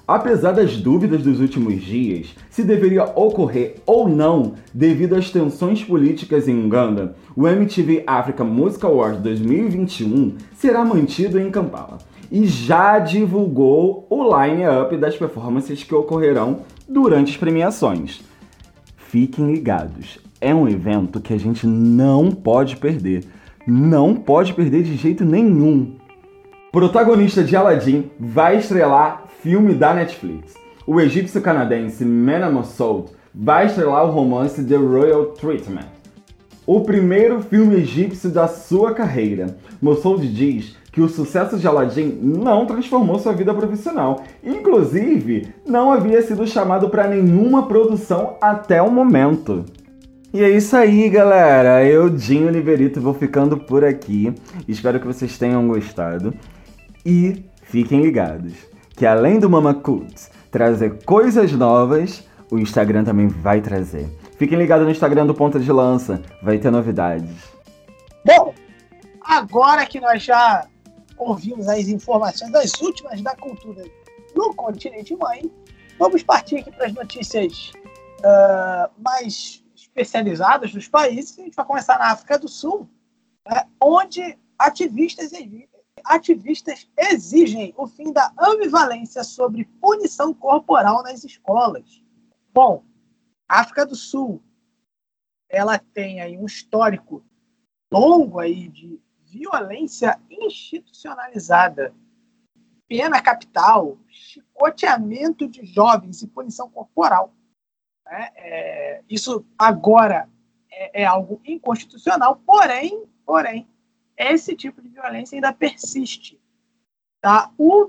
Apesar das dúvidas dos últimos dias, se deveria ocorrer ou não devido às tensões políticas em Uganda, o MTV Africa Music Awards 2021 será mantido em Kampala e já divulgou o line-up das performances que ocorrerão durante as premiações. Fiquem ligados, é um evento que a gente não pode perder. Não pode perder de jeito nenhum. Protagonista de Aladdin vai estrelar filme da Netflix. O egípcio-canadense Mena Massoud vai estrelar o romance The Royal Treatment, o primeiro filme egípcio da sua carreira. Massoud diz que o sucesso de Aladdin não transformou sua vida profissional. Inclusive, não havia sido chamado para nenhuma produção até o momento. E é isso aí, galera. Eu, Dinho Liberito, vou ficando por aqui. Espero que vocês tenham gostado. E fiquem ligados, que além do Mama Cult trazer coisas novas, o Instagram também vai trazer. Fiquem ligados no Instagram do Ponta de Lança, vai ter novidades. Bom, agora que nós já ouvimos as informações das últimas da cultura no continente mãe, vamos partir aqui para as notícias mais especializadas dos países. A gente vai começar na África do Sul, onde ativistas exigem o fim da ambivalência sobre punição corporal nas escolas. Bom, a África do Sul, ela tem aí um histórico longo aí de violência institucionalizada, pena capital, chicoteamento de jovens e punição corporal. Isso agora é algo inconstitucional, porém, esse tipo de violência ainda persiste. Tá? Um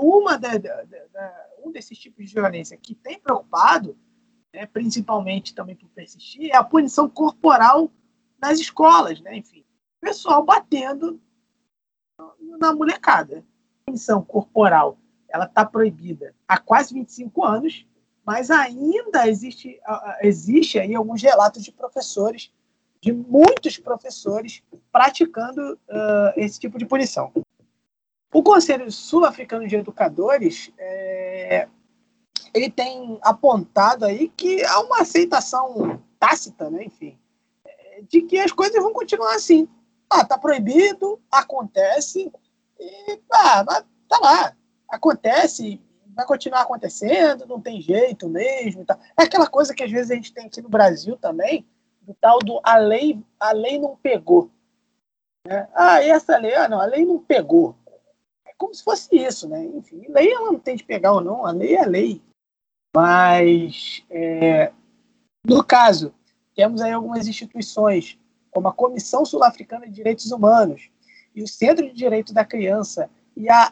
desses tipos de violência que tem preocupado, principalmente também por persistir, é a punição corporal nas escolas. Enfim, o pessoal batendo na molecada. A punição corporal está proibida há quase 25 anos, mas ainda existe aí alguns relatos de professores, de muitos professores, praticando esse tipo de punição. O Conselho Sul-Africano de Educadores ele tem apontado aí que há uma aceitação tácita, enfim, de que as coisas vão continuar assim. Tá proibido, acontece, e tá lá, acontece, vai continuar acontecendo, não tem jeito mesmo. Tá. É aquela coisa que às vezes a gente tem aqui no Brasil também, do tal do a lei não pegou. Essa lei, não, a lei não pegou. É como se fosse isso, Enfim, lei ela não tem de pegar ou não, a lei é lei. Mas, no caso, temos aí algumas instituições, como a Comissão Sul-Africana de Direitos Humanos e o Centro de Direito da Criança e a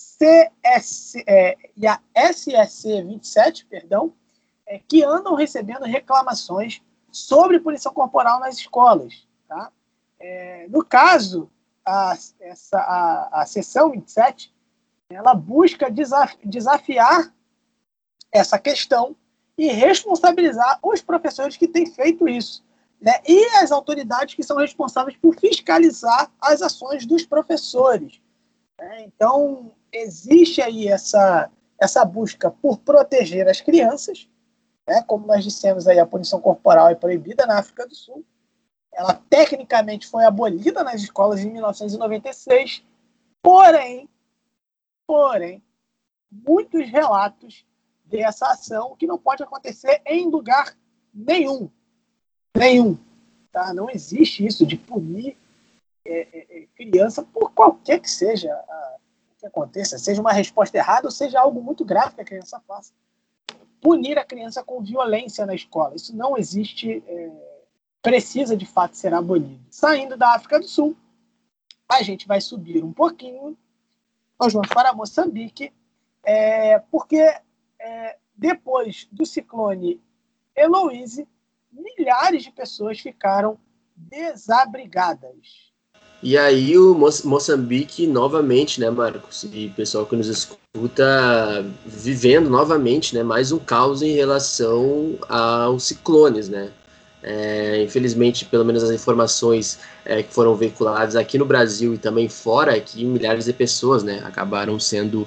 SSC 27, que andam recebendo reclamações sobre punição corporal nas escolas. Tá? No caso, a seção 27, ela busca desafiar essa questão e responsabilizar os professores que têm feito isso, e as autoridades que são responsáveis por fiscalizar as ações dos professores. Então, existe aí essa busca por proteger as crianças. Como nós dissemos, aí, a punição corporal é proibida na África do Sul. Ela tecnicamente foi abolida nas escolas em 1996, porém, muitos relatos dessa ação que não pode acontecer em lugar nenhum. Tá? Não existe isso de punir criança por qualquer que seja o que aconteça, seja uma resposta errada ou seja algo muito grave que a criança faça. Punir a criança com violência na escola, isso não existe, precisa de fato ser abolido. Saindo da África do Sul, a gente vai subir um pouquinho, nós vamos para Moçambique, porque depois do ciclone Heloise, milhares de pessoas ficaram desabrigadas. E aí o Moçambique novamente, Marcos, e pessoal que nos escuta, vivendo novamente, mais um caos em relação aos ciclones, Infelizmente, pelo menos as informações que foram veiculadas aqui no Brasil e também fora aqui, milhares de pessoas, acabaram sendo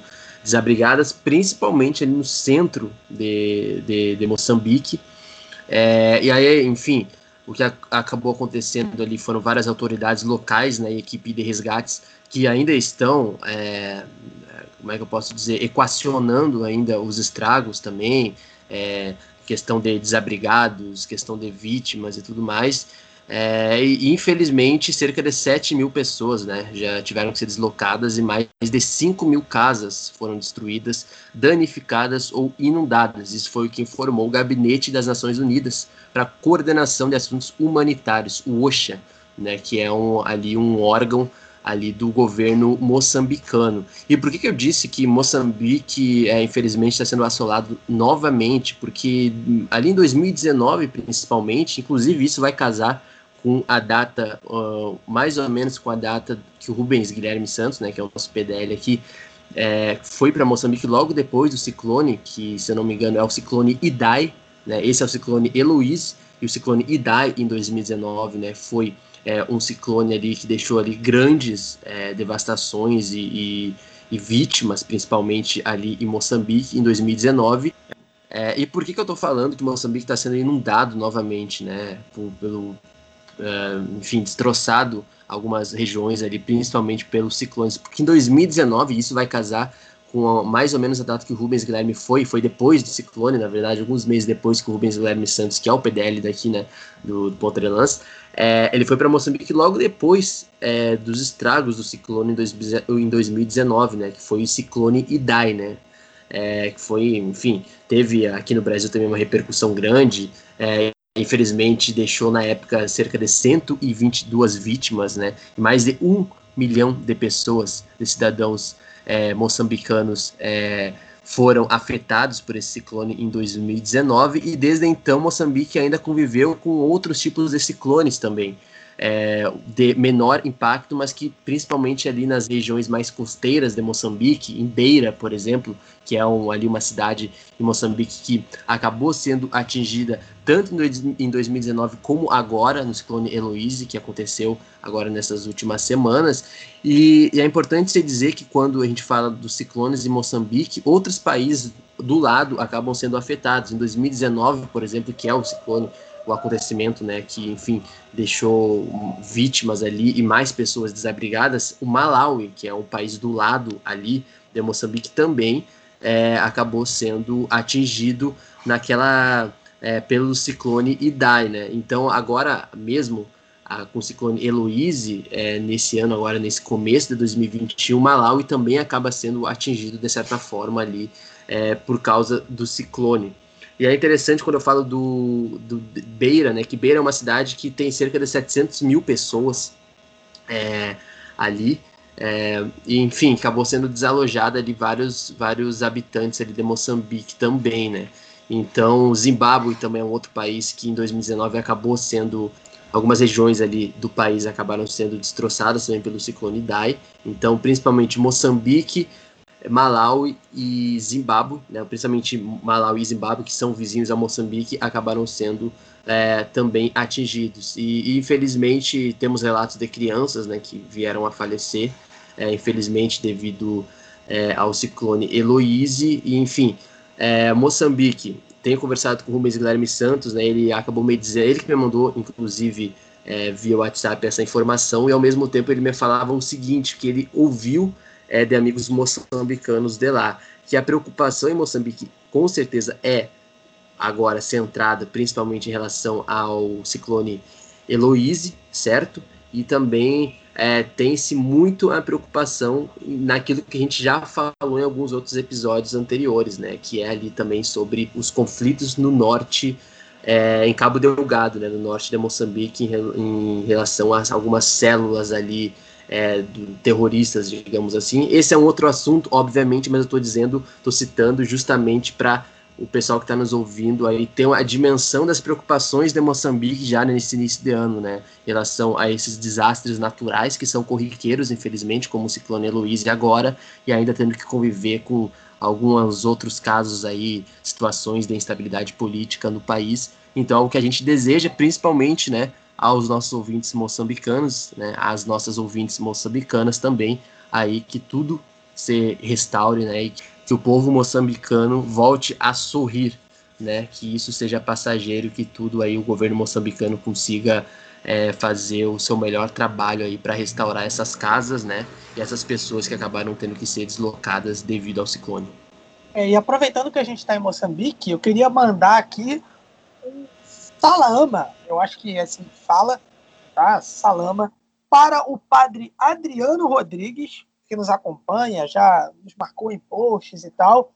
desabrigadas, principalmente ali no centro de Moçambique. E aí, enfim, o que acabou acontecendo ali foram várias autoridades locais, né, e equipe de resgates que ainda estão, como é que eu posso dizer, equacionando ainda os estragos também, questão de desabrigados, questão de vítimas e tudo mais. E infelizmente cerca de 7 mil pessoas, né, já tiveram que ser deslocadas e mais de 5 mil casas foram destruídas, danificadas ou inundadas. Isso foi o que informou o Gabinete das Nações Unidas para a Coordenação de Assuntos Humanitários, o OCHA, né, que é um órgão ali do governo moçambicano. E por que eu disse que Moçambique, infelizmente, está sendo assolado novamente? Porque ali em 2019, principalmente, inclusive isso vai casar com a data, mais ou menos com a data que o Rubens Guilherme Santos, né, que é o nosso PDL aqui, foi para Moçambique logo depois do ciclone, que, se eu não me engano, é o ciclone Idai, né, esse é o ciclone Heloise, e o ciclone Idai, em 2019, né, foi um ciclone ali que deixou ali grandes devastações e vítimas, principalmente ali em Moçambique, em 2019. E por que eu estou falando que Moçambique está sendo inundado novamente, né, enfim, destroçado algumas regiões ali, principalmente pelos ciclones? Porque em 2019, isso vai casar com mais ou menos a data que o Rubens Guilherme foi depois do ciclone, na verdade, alguns meses depois que o Rubens Guilherme Santos, que é o PDL daqui, né, do Ponta de Lança, ele foi para Moçambique logo depois dos estragos do ciclone em 2019, né, que foi o ciclone Idai, né, que foi, enfim, teve aqui no Brasil também uma repercussão grande, infelizmente deixou na época cerca de 122 vítimas, né, e mais de 1 milhão de pessoas, de cidadãos moçambicanos foram afetados por esse ciclone em 2019, e desde então Moçambique ainda conviveu com outros tipos de ciclones também, de menor impacto, mas que principalmente ali nas regiões mais costeiras de Moçambique, em Beira, por exemplo, que é ali uma cidade em Moçambique que acabou sendo atingida tanto em 2019 como agora no ciclone Heloise, que aconteceu agora nessas últimas semanas. E é importante se dizer que quando a gente fala dos ciclones em Moçambique, outros países do lado acabam sendo afetados. Em 2019, por exemplo, que é o ciclone, o acontecimento, né, que, enfim, deixou vítimas ali e mais pessoas desabrigadas, o Malawi, que é um país do lado ali de Moçambique, também acabou sendo atingido pelo ciclone Idai, né? Então, agora mesmo, com o ciclone Heloise, nesse ano, agora nesse começo de 2021, Malawi também acaba sendo atingido, de certa forma, ali, por causa do ciclone. E é interessante quando eu falo do Beira, né, que Beira é uma cidade que tem cerca de 700 mil pessoas ali, e, enfim, acabou sendo desalojada ali vários habitantes ali de Moçambique também, né. Então, Zimbábue também é um outro país que em 2019 acabou sendo, algumas regiões ali do país acabaram sendo destroçadas também pelo ciclone Idai. Então, principalmente Moçambique, Malawi e Zimbábue, né, principalmente Malawi e Zimbábue, que são vizinhos a Moçambique, acabaram sendo também atingidos. E infelizmente temos relatos de crianças, né, que vieram a falecer, infelizmente devido ao ciclone Heloise. E, enfim, Moçambique, tenho conversado com o Rubens Guilherme Santos, né, ele acabou me dizendo, ele que me mandou, inclusive, via WhatsApp essa informação, e ao mesmo tempo ele me falava o seguinte, que ele ouviu de amigos moçambicanos de lá, que a preocupação em Moçambique com certeza agora centrada principalmente em relação ao ciclone Heloise, certo? E também tem-se muito a preocupação naquilo que a gente já falou em alguns outros episódios anteriores, né? Que é ali também sobre os conflitos no norte, em Cabo Delgado, né? No norte de Moçambique, em relação a algumas células ali terroristas, digamos assim. Esse é um outro assunto, obviamente, mas eu estou citando justamente para o pessoal que está nos ouvindo aí ter a dimensão das preocupações de Moçambique já nesse início de ano, né, em relação a esses desastres naturais que são corriqueiros, infelizmente, como o ciclone Heloise agora, e ainda tendo que conviver com alguns outros casos aí, situações de instabilidade política no país. Então, o que a gente deseja, principalmente, né, aos nossos ouvintes moçambicanos, né, às nossas ouvintes moçambicanas também, aí que tudo se restaure, né, e que o povo moçambicano volte a sorrir, né? Que isso seja passageiro, que tudo aí o governo moçambicano consiga fazer o seu melhor trabalho aí para restaurar essas casas, né? E essas pessoas que acabaram tendo que ser deslocadas devido ao ciclone. E aproveitando que a gente está em Moçambique, eu queria mandar aqui um salama, eu acho que é assim que fala, tá? Salama, para o padre Adriano Rodrigues, que nos acompanha, já nos marcou em posts e tal,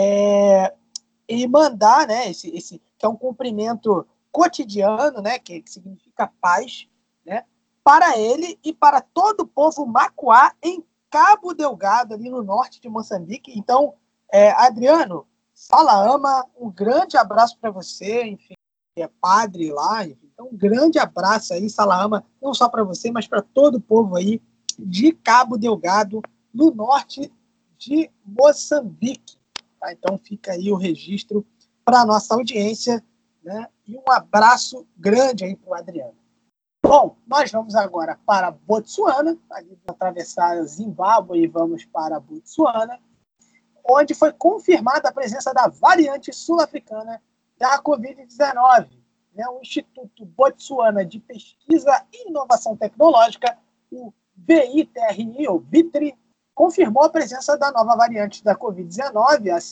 e mandar, né, esse que é um cumprimento cotidiano, né, que significa paz, né, para ele e para todo o povo macuá em Cabo Delgado, ali no norte de Moçambique. Então, Adriano, Salaama, um grande abraço para você, enfim, é padre lá, enfim, então um grande abraço aí, Salaama, não só para você, mas para todo o povo aí de Cabo Delgado, no norte de Moçambique. Tá? Então fica aí o registro para a nossa audiência, né? E um abraço grande aí para o Adriano. Bom, nós vamos agora para Botsuana, ali atravessar Zimbábue e vamos para Botsuana, onde foi confirmada a presença da variante sul-africana da Covid-19. Né? O Instituto Botsuana de Pesquisa e Inovação Tecnológica, o VITRI, ou VITRI, confirmou a presença da nova variante da Covid-19, a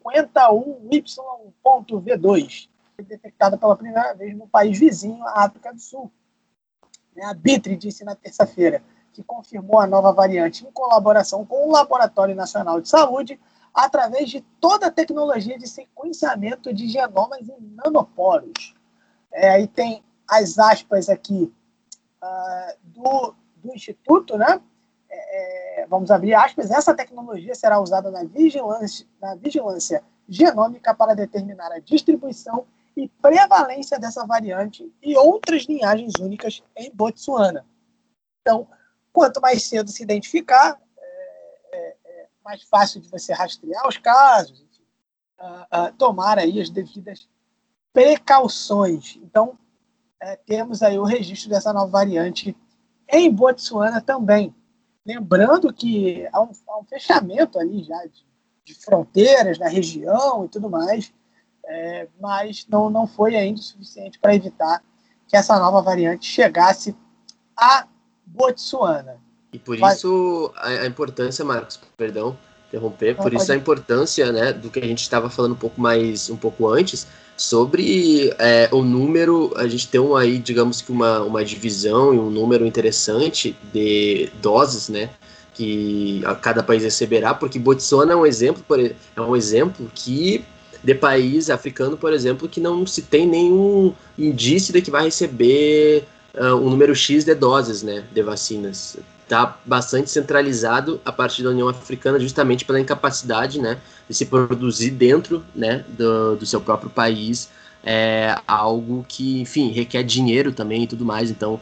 51Y.V2, detectada pela primeira vez no país vizinho, a África do Sul. A VITRI disse na terça-feira que confirmou a nova variante em colaboração com o Laboratório Nacional de Saúde, através de toda a tecnologia de sequenciamento de genomas em nanoporos. Aí tem as aspas aqui do Instituto, né? Vamos abrir aspas. Essa tecnologia será usada na vigilância genômica para determinar a distribuição e prevalência dessa variante e outras linhagens únicas em Botsuana. Então, quanto mais cedo se identificar, mais fácil de você rastrear os casos, enfim, tomar aí as devidas precauções. Então, temos aí o registro dessa nova variante em Botsuana também. Lembrando que há um fechamento ali já de fronteiras na região e tudo mais, mas não foi ainda o suficiente para evitar que essa nova variante chegasse a Botsuana. E por isso a importância, Marcos, perdão interromper, por isso a importância, né, do que a gente estava falando um pouco antes, sobre o número, a gente tem aí, digamos que uma divisão e um número interessante de doses, né, que cada país receberá, porque Botsuana é um exemplo que de país africano, por exemplo, que não se tem nenhum indício de que vai receber um número X de doses, né, de vacinas. Está bastante centralizado a partir da União Africana, justamente pela incapacidade, né, de se produzir dentro, né, do seu próprio país, algo que, enfim, requer dinheiro também e tudo mais. Então,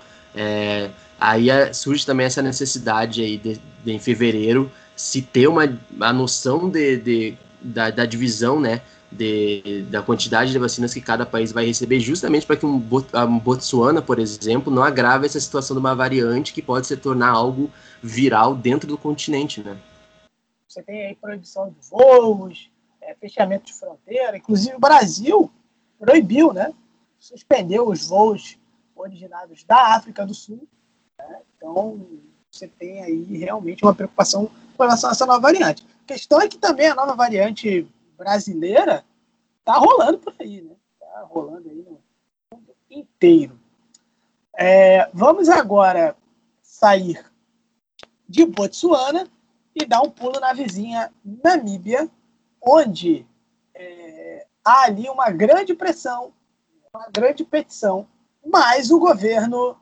aí surge também essa necessidade aí de em fevereiro se ter a noção da divisão, né, da quantidade de vacinas que cada país vai receber, justamente para que um Botsuana, por exemplo, não agrave essa situação de uma variante que pode se tornar algo viral dentro do continente, né? Você tem aí proibição de voos, fechamento de fronteira, inclusive o Brasil proibiu, né? Suspendeu os voos originados da África do Sul, né? Então você tem aí realmente uma preocupação com relação a essa nova variante. A questão é que também a nova variante brasileira tá rolando por aí, né? Tá rolando aí no mundo inteiro. Vamos agora sair de Botsuana e dar um pulo na vizinha Namíbia, onde há ali uma grande pressão, uma grande petição, mas o governo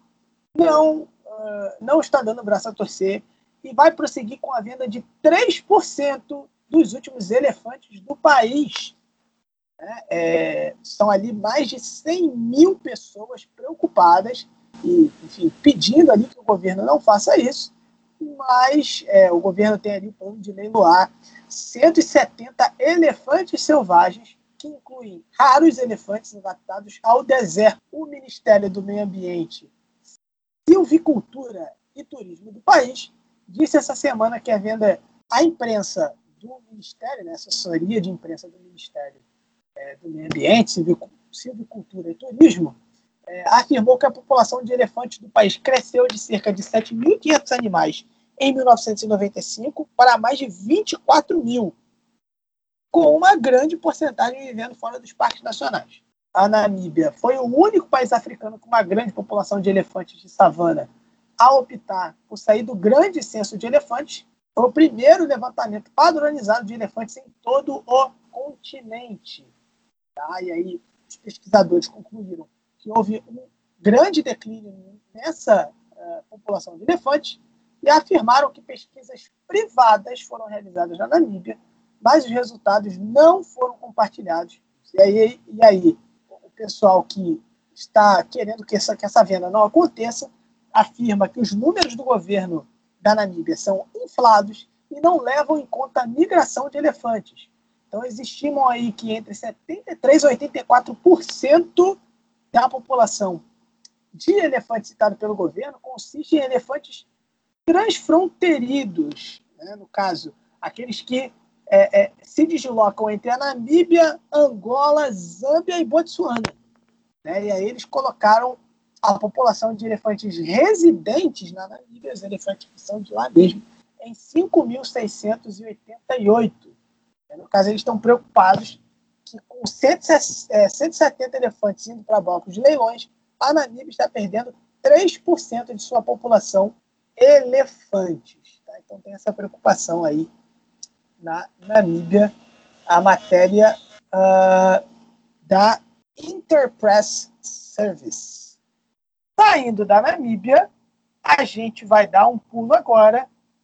não está dando o braço a torcer e vai prosseguir com a venda de 3% dos últimos elefantes do país. São ali mais de 100 mil pessoas preocupadas e, enfim, pedindo ali que o governo não faça isso, mas o governo tem ali o plano de leiloar 170 elefantes selvagens, que incluem raros elefantes adaptados ao deserto. O Ministério do Meio Ambiente, Silvicultura e Turismo do país disse essa semana que a venda à imprensa do Ministério, né, assessoria de imprensa do Ministério do Meio Ambiente, Silvicultura e Turismo, afirmou que a população de elefantes do país cresceu de cerca de 7.500 animais em 1995 para mais de 24 mil, com uma grande porcentagem vivendo fora dos parques nacionais. A Namíbia foi o único país africano com uma grande população de elefantes de savana a optar por sair do grande censo de elefantes. Foi o primeiro levantamento padronizado de elefantes em todo o continente. Tá? E aí os pesquisadores concluíram que houve um grande declínio nessa população de elefantes e afirmaram que pesquisas privadas foram realizadas na Namíbia, mas os resultados não foram compartilhados. E aí o pessoal que está querendo que essa venda não aconteça afirma que os números do governo da Namíbia são inflados e não levam em conta a migração de elefantes. Então, eles estimam aí que entre 73% e 84% da população de elefantes citada pelo governo consiste em elefantes transfronteiriços, né? No caso, aqueles que se deslocam entre a Namíbia, Angola, Zâmbia e Botsuana. Né? E aí eles colocaram a população de elefantes residentes na Namíbia, os elefantes que são de lá mesmo, em 5.688. No caso, eles estão preocupados que com 170 elefantes indo para blocos de leilões, a Namíbia está perdendo 3% de sua população elefantes. Tá? Então tem essa preocupação aí na Namíbia. A matéria da Interpress Service. Saindo da Namíbia, a gente vai dar um pulo agora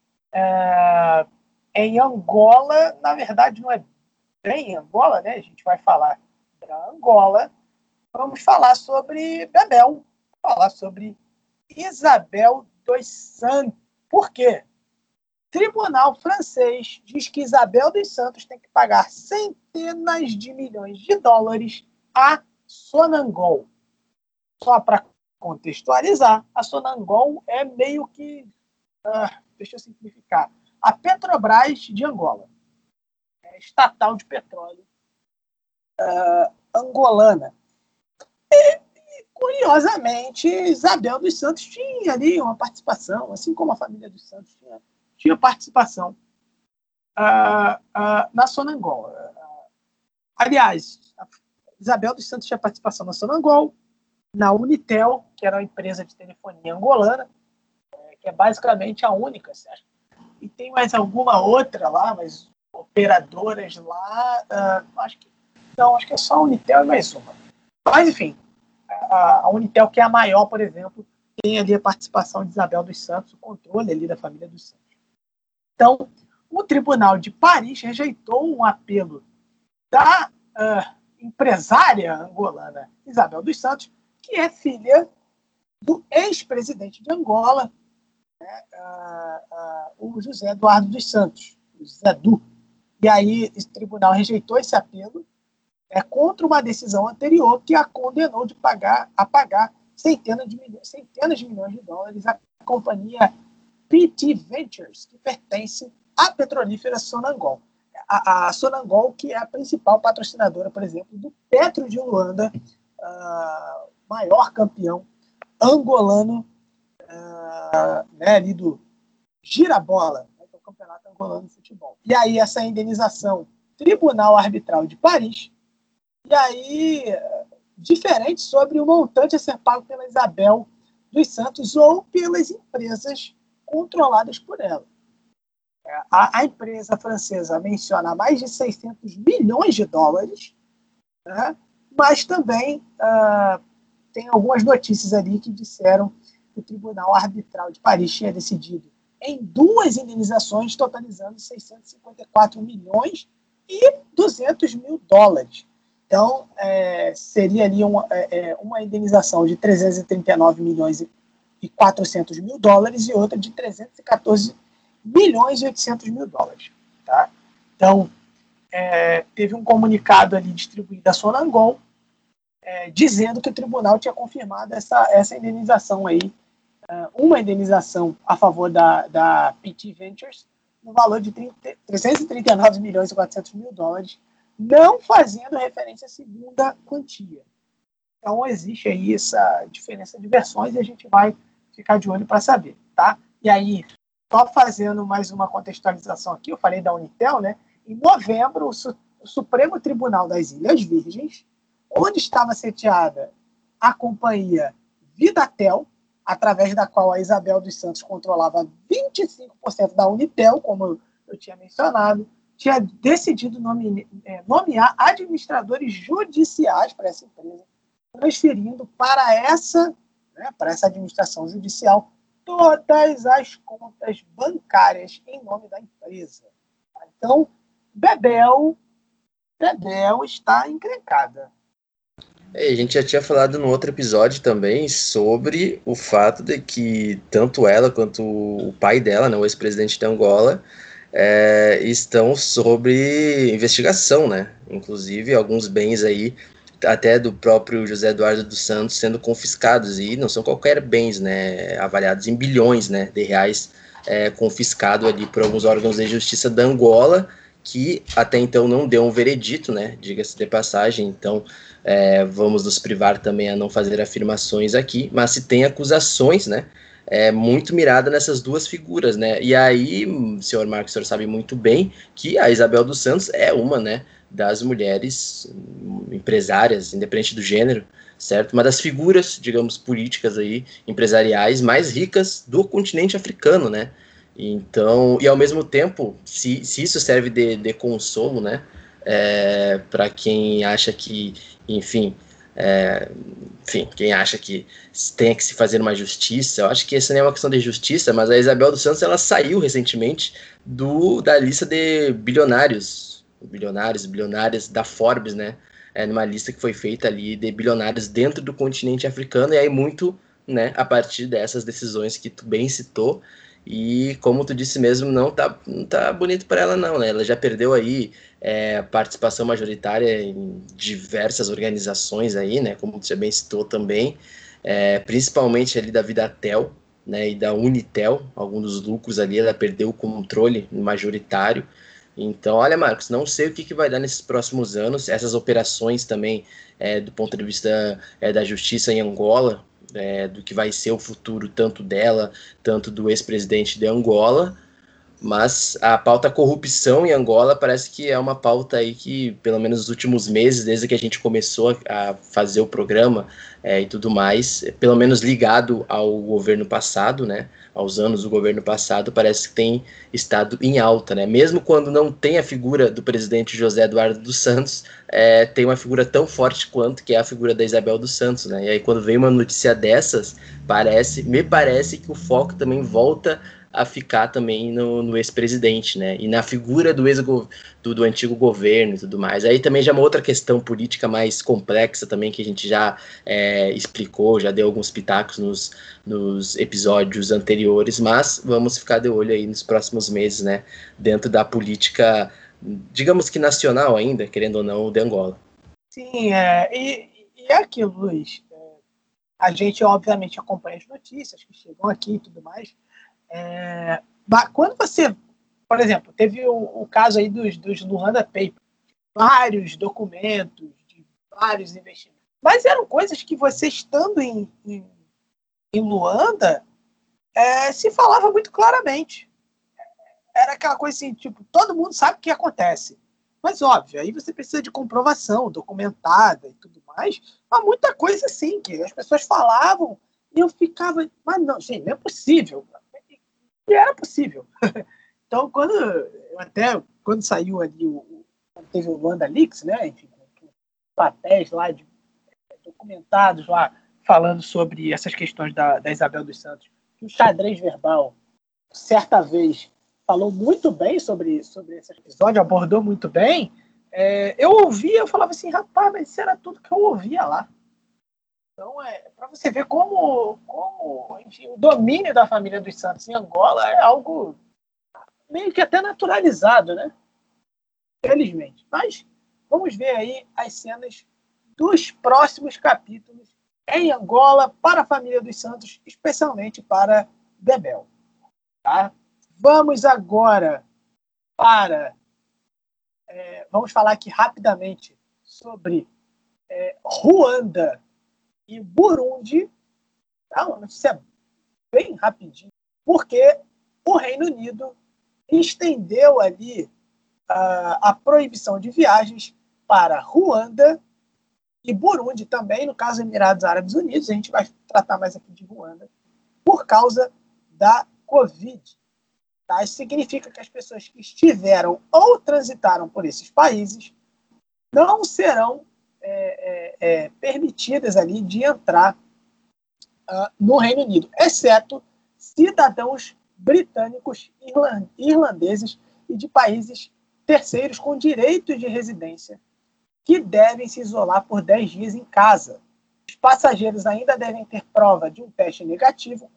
em Angola. Na verdade, não é bem Angola, né? A gente vai falar da Angola. Vamos falar sobre Bebel, falar sobre Isabel dos Santos. Por quê? Tribunal francês diz que Isabel dos Santos tem que pagar centenas de milhões de dólares a Sonangol. Só para contextualizar, a Sonangol é meio que, deixa eu simplificar, a Petrobras de Angola, estatal de petróleo angolana. E, curiosamente, Isabel dos Santos tinha ali uma participação, assim como a família dos Santos tinha participação na Sonangol. Aliás, Isabel dos Santos tinha participação na Sonangol, na Unitel, que era uma empresa de telefonia angolana, que é basicamente a única, certo? E tem mais alguma outra lá, mas operadoras lá, acho que é só a Unitel e mais uma. Mas, enfim, a Unitel, que é a maior, por exemplo, tem ali a participação de Isabel dos Santos, o controle ali da família dos Santos. Então, o Tribunal de Paris rejeitou um apelo da empresária angolana Isabel dos Santos, que é filha do ex-presidente de Angola, né, o José Eduardo dos Santos, o Zé Du. E aí o tribunal rejeitou esse apelo contra uma decisão anterior que a condenou a pagar centenas de milhões de dólares à companhia PT Ventures, que pertence à petrolífera Sonangol. A Sonangol, que é a principal patrocinadora, por exemplo, do Petro de Luanda, maior campeão angolano, ali do Girabola, que é o campeonato angolano de futebol. E aí essa indenização, Tribunal Arbitral de Paris, e aí diferente sobre o montante a ser pago pela Isabel dos Santos ou pelas empresas controladas por ela. A empresa francesa menciona mais de 600 milhões de dólares, né? Mas também tem algumas notícias ali que disseram que o Tribunal Arbitral de Paris tinha decidido em 2 indenizações, totalizando 654 milhões e 200 mil dólares. Então, seria ali uma indenização de 339 milhões e 400 mil dólares e outra de 314 milhões e 800 mil dólares. Tá? Então, teve um comunicado ali distribuído da Sonangol, dizendo que o tribunal tinha confirmado essa indenização aí, uma indenização a favor da PT Ventures no valor de 339 milhões e 400 mil dólares, não fazendo referência à segunda quantia. Então, existe aí essa diferença de versões e a gente vai ficar de olho para saber, tá? E aí, só fazendo mais uma contextualização aqui, eu falei da Unitel, né? Em novembro, o Supremo Tribunal das Ilhas Virgens, onde estava sediada a companhia Vidatel, através da qual a Isabel dos Santos controlava 25% da Unitel, como eu tinha mencionado, tinha decidido nomear administradores judiciais para essa empresa, transferindo para essa administração judicial todas as contas bancárias em nome da empresa. Então, Bebel está encrencada. A gente já tinha falado no outro episódio também sobre o fato de que tanto ela quanto o pai dela, né, o ex-presidente de Angola, estão sob investigação, né? Inclusive alguns bens aí, até do próprio José Eduardo dos Santos, sendo confiscados, e não são qualquer bens, né? Avaliados em bilhões, né, de reais, confiscado ali por alguns órgãos de justiça da Angola, que até então não deu um veredito, né? Diga-se de passagem, então vamos nos privar também a não fazer afirmações aqui, mas se tem acusações, né? Muito mirada nessas duas figuras, né? E aí, senhor Marcos, o senhor sabe muito bem que a Isabel dos Santos é uma, né, das mulheres empresárias, independente do gênero, certo? Uma das figuras, digamos, políticas aí, empresariais mais ricas do continente africano, né? Então, e ao mesmo tempo, se isso serve de consolo, né, para quem acha que, enfim, quem acha que tem que se fazer uma justiça, eu acho que essa não é uma questão de justiça, mas a Isabel dos Santos, ela saiu recentemente da lista de bilionárias da Forbes, né, numa lista que foi feita ali de bilionários dentro do continente africano, e aí muito, né, a partir dessas decisões que tu bem citou. E como tu disse mesmo, não tá bonito para ela não, né? Ela já perdeu aí participação majoritária em diversas organizações aí, né? Como tu já bem citou também, principalmente ali da Vidatel, né? E da Unitel, alguns dos lucros ali, ela perdeu o controle majoritário. Então, olha, Marcos, não sei o que vai dar nesses próximos anos, essas operações também, do ponto de vista da justiça em Angola, do que vai ser o futuro tanto dela, tanto do ex-presidente de Angola, mas a pauta corrupção em Angola parece que é uma pauta aí que, pelo menos nos últimos meses, desde que a gente começou a fazer o programa e tudo mais, pelo menos ligado ao governo passado, né, aos anos do governo passado, parece que tem estado em alta, né, mesmo quando não tem a figura do presidente José Eduardo dos Santos, tem uma figura tão forte quanto que é a figura da Isabel dos Santos, né, e aí quando vem uma notícia dessas, me parece que o foco também volta a ficar também no ex-presidente, né? E na figura do antigo governo e tudo mais. Aí também já é uma outra questão política mais complexa também, que a gente já explicou, já deu alguns pitacos nos episódios anteriores, mas vamos ficar de olho aí nos próximos meses, né? Dentro da política, digamos que nacional ainda, querendo ou não, de Angola. Sim, e é aquilo, Luiz. A gente, obviamente, acompanha as notícias que chegam aqui e tudo mais. Quando você, por exemplo, teve o caso aí dos Luanda Papers, vários documentos de vários investimentos, mas eram coisas que você, estando em Luanda, se falava muito claramente. Era aquela coisa assim, tipo, todo mundo sabe o que acontece. Mas, óbvio, aí você precisa de comprovação documentada e tudo mais, mas muita coisa assim, que as pessoas falavam e eu ficava, mas não, gente, não é possível. E era possível. Então, quando saiu ali, teve o Luanda Leaks, né? Enfim, papéis lá, documentados lá, falando sobre essas questões da Isabel dos Santos, que o Xadrez Verbal, certa vez, falou muito bem sobre esse episódio, abordou muito bem. Eu ouvia, eu falava assim, rapaz, mas isso era tudo que eu ouvia lá. Então, para você ver como enfim, o domínio da família dos Santos em Angola é algo meio que até naturalizado, né? Felizmente. Mas vamos ver aí as cenas dos próximos capítulos em Angola para a família dos Santos, especialmente para Bebel. Tá? Vamos agora para... vamos falar aqui rapidamente sobre Ruanda e Burundi. Tá? Uma notícia bem rapidinho, porque o Reino Unido estendeu ali a proibição de viagens para Ruanda e Burundi também, no caso Emirados Árabes Unidos. A gente vai tratar mais aqui de Ruanda, por causa da Covid. Tá? Isso significa que as pessoas que estiveram ou transitaram por esses países não serão permitidas ali de entrar no Reino Unido, exceto cidadãos britânicos, irlandeses e de países terceiros com direito de residência, que devem se isolar por 10 dias em casa. Os passageiros ainda devem ter prova de um teste negativo,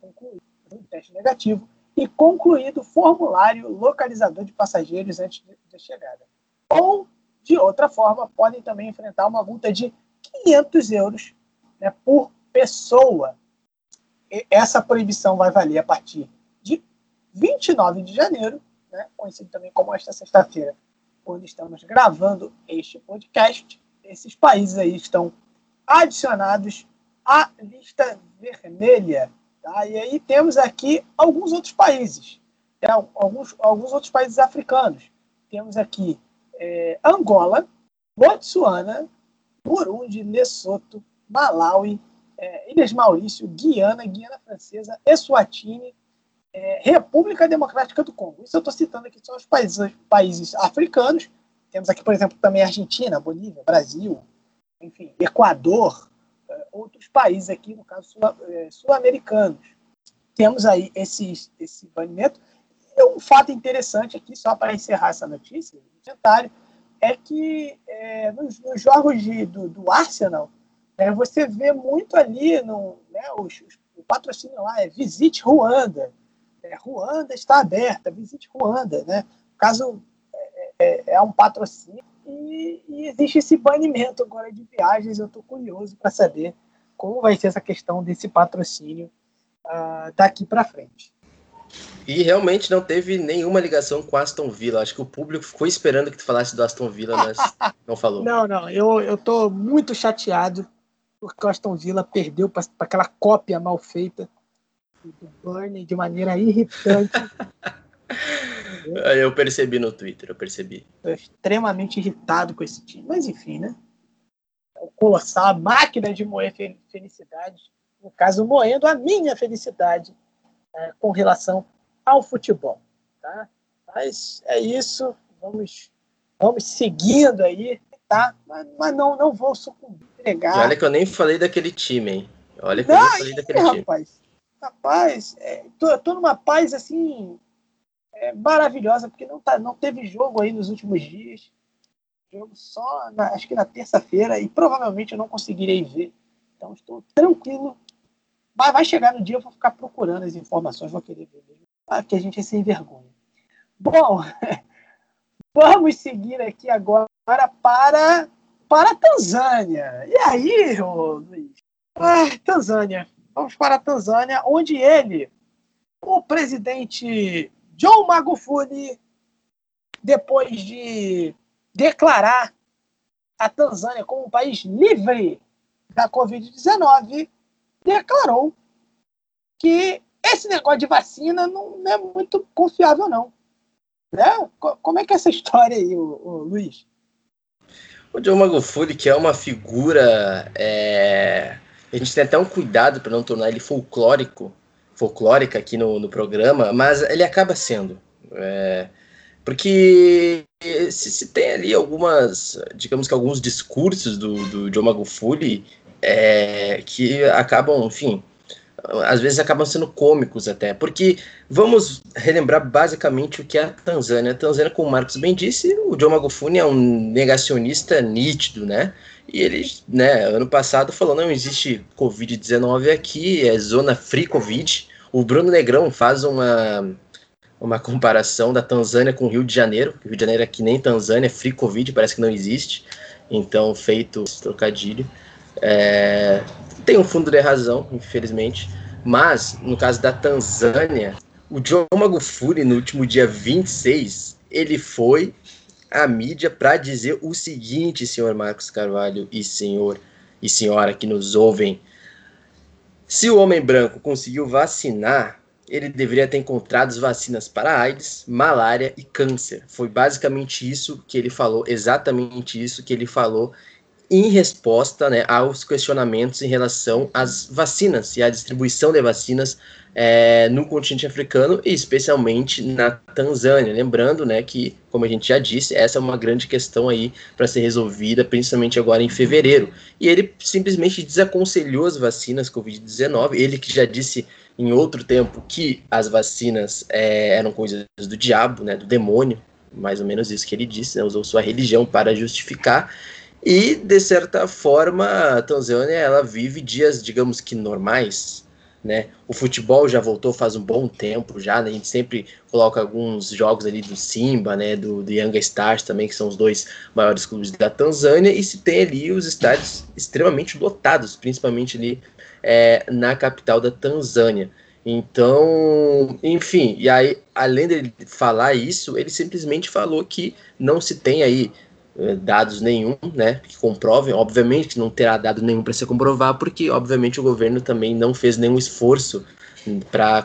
e concluído o formulário localizador de passageiros antes da chegada. Ou, de outra forma, podem também enfrentar uma multa de 500 euros, né, por pessoa. Essa proibição vai valer a partir de 29 de janeiro, né, conhecido também como esta sexta-feira, quando estamos gravando este podcast. Esses países aí estão adicionados à lista vermelha. Tá? E aí temos aqui alguns outros países, alguns outros países africanos. Temos aqui Angola, Botsuana, Burundi, Lesoto, Malawi, Ilhas Maurício, Guiana Francesa, Eswatini, República Democrática do Congo. Isso eu estou citando aqui, são os países africanos. Temos aqui, por exemplo, também Argentina, Bolívia, Brasil, enfim, Equador, outros países aqui, no caso sul-americanos. Temos aí esse banimento. E um fato interessante aqui, só para encerrar essa notícia, o comentário, é que nos jogos do Arsenal, você vê muito ali, o patrocínio lá é Visite Ruanda. Ruanda está aberta, Visite Ruanda. Né? No caso, é um patrocínio e existe esse banimento agora de viagens. Eu estou curioso para saber como vai ser essa questão desse patrocínio daqui para frente. E realmente não teve nenhuma ligação com Aston Villa. Acho que o público ficou esperando que tu falasse do Aston Villa, mas não falou. Não, eu estou muito chateado porque o Aston Villa perdeu para aquela cópia mal feita do Burnley de maneira irritante. Eu percebi no Twitter, Estou extremamente irritado com esse time, mas enfim, né? O colossal, a máquina de moer felicidade, no caso, moendo a minha felicidade com relação ao futebol. Tá? Mas é isso, vamos seguindo aí, tá? Mas não vou sucumbir, entregar. E olha que eu nem falei daquele time, hein? Time. Rapaz, tô numa paz assim maravilhosa, porque não teve jogo aí nos últimos dias. Jogo só, acho que na terça-feira, e provavelmente eu não conseguirei ver. Então estou tranquilo. Mas vai chegar no dia, eu vou ficar procurando as informações, vou querer ver mesmo. Porque a gente é sem vergonha. Bom, vamos seguir aqui agora para a Tanzânia. E aí, Luiz? Tanzânia. Vamos para a Tanzânia, onde o presidente John Magufuli, depois de declarar a Tanzânia como um país livre da Covid-19, declarou que esse negócio de vacina não é muito confiável, não. Né? Como é que é essa história aí, Luiz? O John Magufuli, que é uma figura... A gente tem até um cuidado para não tornar ele folclórica aqui no programa, mas ele acaba sendo. Porque se tem ali alguns discursos do John Magufuli que acabam, enfim, às vezes acabam sendo cômicos até, porque vamos relembrar basicamente o que é a Tanzânia. A Tanzânia, como o Marcos bem disse, o John Magufuli é um negacionista nítido, né? E ele, ano passado falou, não existe Covid-19 aqui, é zona free Covid. O Bruno Negrão faz uma comparação da Tanzânia com o Rio de Janeiro. O Rio de Janeiro é que nem Tanzânia, é free Covid, parece que não existe. Então, feito esse trocadilho. Tem um fundo de razão, infelizmente. Mas, no caso da Tanzânia, o John Magufuli, no último dia 26, ele foi à mídia para dizer o seguinte, senhor Marcos Carvalho e senhora que nos ouvem. Se o homem branco conseguiu vacinar, ele deveria ter encontrado as vacinas para AIDS, malária e câncer. Foi basicamente isso que ele falou, exatamente isso que ele falou em resposta, né, aos questionamentos em relação às vacinas e à distribuição de vacinas no continente africano e especialmente na Tanzânia. Lembrando, né, que, como a gente já disse, essa é uma grande questão aí para ser resolvida, principalmente agora em fevereiro. E ele simplesmente desaconselhou as vacinas Covid-19, ele que já disse em outro tempo que as vacinas eram coisas do diabo, né, do demônio, mais ou menos isso que ele disse, né, usou sua religião para justificar. E, de certa forma, a Tanzânia, ela vive dias, digamos que normais, né? O futebol já voltou faz um bom tempo já, né? A gente sempre coloca alguns jogos ali do Simba, né? Do Yanga Stars também, que são os dois maiores clubes da Tanzânia, e se tem ali os estádios extremamente lotados, principalmente ali na capital da Tanzânia. Então, enfim, e aí, além dele falar isso, ele simplesmente falou que não se tem aí dados nenhum, né, que comprovem, obviamente que não terá dado nenhum para se comprovar, porque obviamente o governo também não fez nenhum esforço para,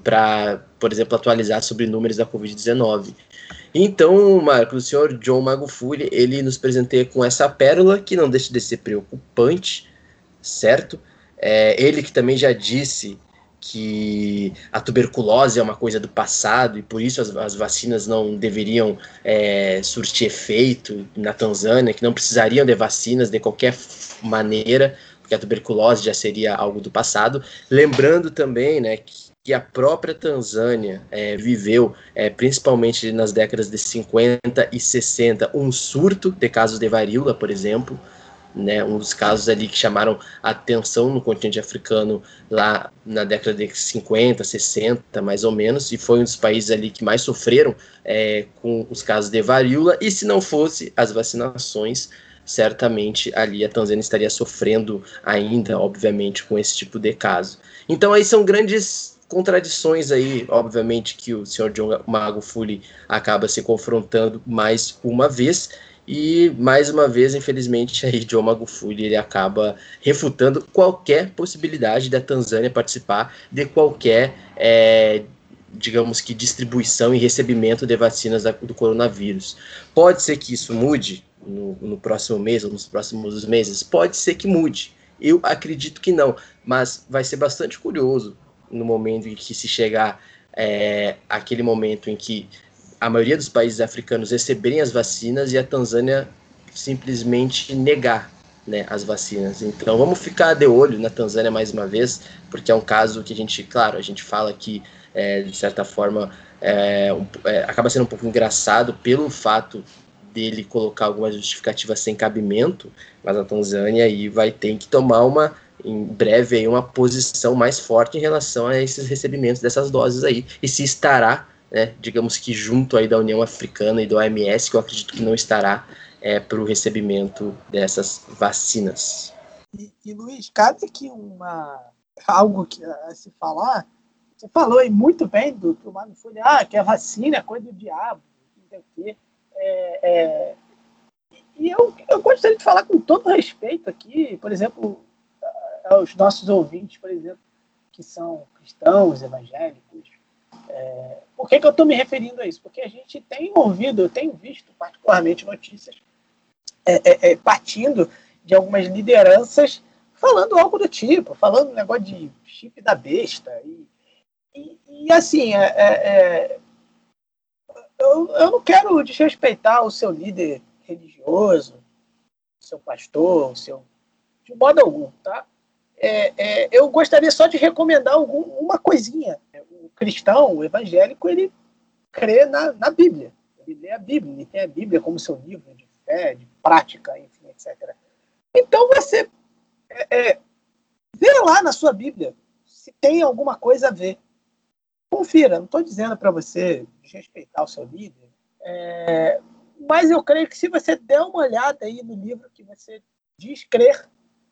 por exemplo, atualizar sobre números da Covid-19. Então, Marcos, o senhor John Magufuli, ele nos presenteia com essa pérola que não deixa de ser preocupante, certo? Ele que também já disse que a tuberculose é uma coisa do passado e por isso as vacinas não deveriam surtir efeito na Tanzânia, que não precisariam de vacinas de qualquer maneira, porque a tuberculose já seria algo do passado. Lembrando também, né, que a própria Tanzânia viveu, principalmente nas décadas de 50 e 60, um surto de casos de varíola, por exemplo, né, um dos casos ali que chamaram a atenção no continente africano lá na década de 50, 60, mais ou menos, e foi um dos países ali que mais sofreram com os casos de varíola, e se não fosse as vacinações, certamente ali a Tanzânia estaria sofrendo ainda, obviamente, com esse tipo de caso. Então aí são grandes contradições aí, obviamente, que o senhor John Magufuli acaba se confrontando mais uma vez. E, mais uma vez, infelizmente, aí John Magufuli ele acaba refutando qualquer possibilidade da Tanzânia participar de qualquer, digamos que, distribuição e recebimento de vacinas do coronavírus. Pode ser que isso mude no próximo mês ou nos próximos meses? Pode ser que mude. Eu acredito que não, mas vai ser bastante curioso no momento em que se chegar aquele momento em que a maioria dos países africanos receberem as vacinas e a Tanzânia simplesmente negar, né, as vacinas. Então vamos ficar de olho na Tanzânia mais uma vez, porque é um caso que a gente fala que, de certa forma, acaba sendo um pouco engraçado pelo fato dele colocar algumas justificativas sem cabimento, mas a Tanzânia aí vai ter que tomar em breve aí, uma posição mais forte em relação a esses recebimentos dessas doses aí, e se estará, digamos que junto aí da União Africana e do OMS, que eu acredito que não estará para o recebimento dessas vacinas. E Luiz, cabe aqui algo que a se falar. Você falou aí muito bem do Magufuli, que a vacina é coisa do diabo, não sei o quê. E eu gostaria de falar com todo respeito aqui, por exemplo, aos nossos ouvintes, por exemplo, que são cristãos, evangélicos. Por que eu estou me referindo a isso? Porque a gente tem ouvido, eu tenho visto particularmente notícias partindo de algumas lideranças falando algo do tipo, falando um negócio de chip da besta. E assim, eu não quero desrespeitar o seu líder religioso, o seu pastor, de modo algum, tá? Eu gostaria só de recomendar uma coisinha. O cristão, o evangélico, ele crê na Bíblia. Ele lê a Bíblia, ele tem a Bíblia como seu livro de fé, de prática, enfim, etc. Então você vê lá na sua Bíblia se tem alguma coisa a ver. Confira, não estou dizendo para você desrespeitar o seu líder, mas eu creio que se você der uma olhada aí no livro que você diz crer,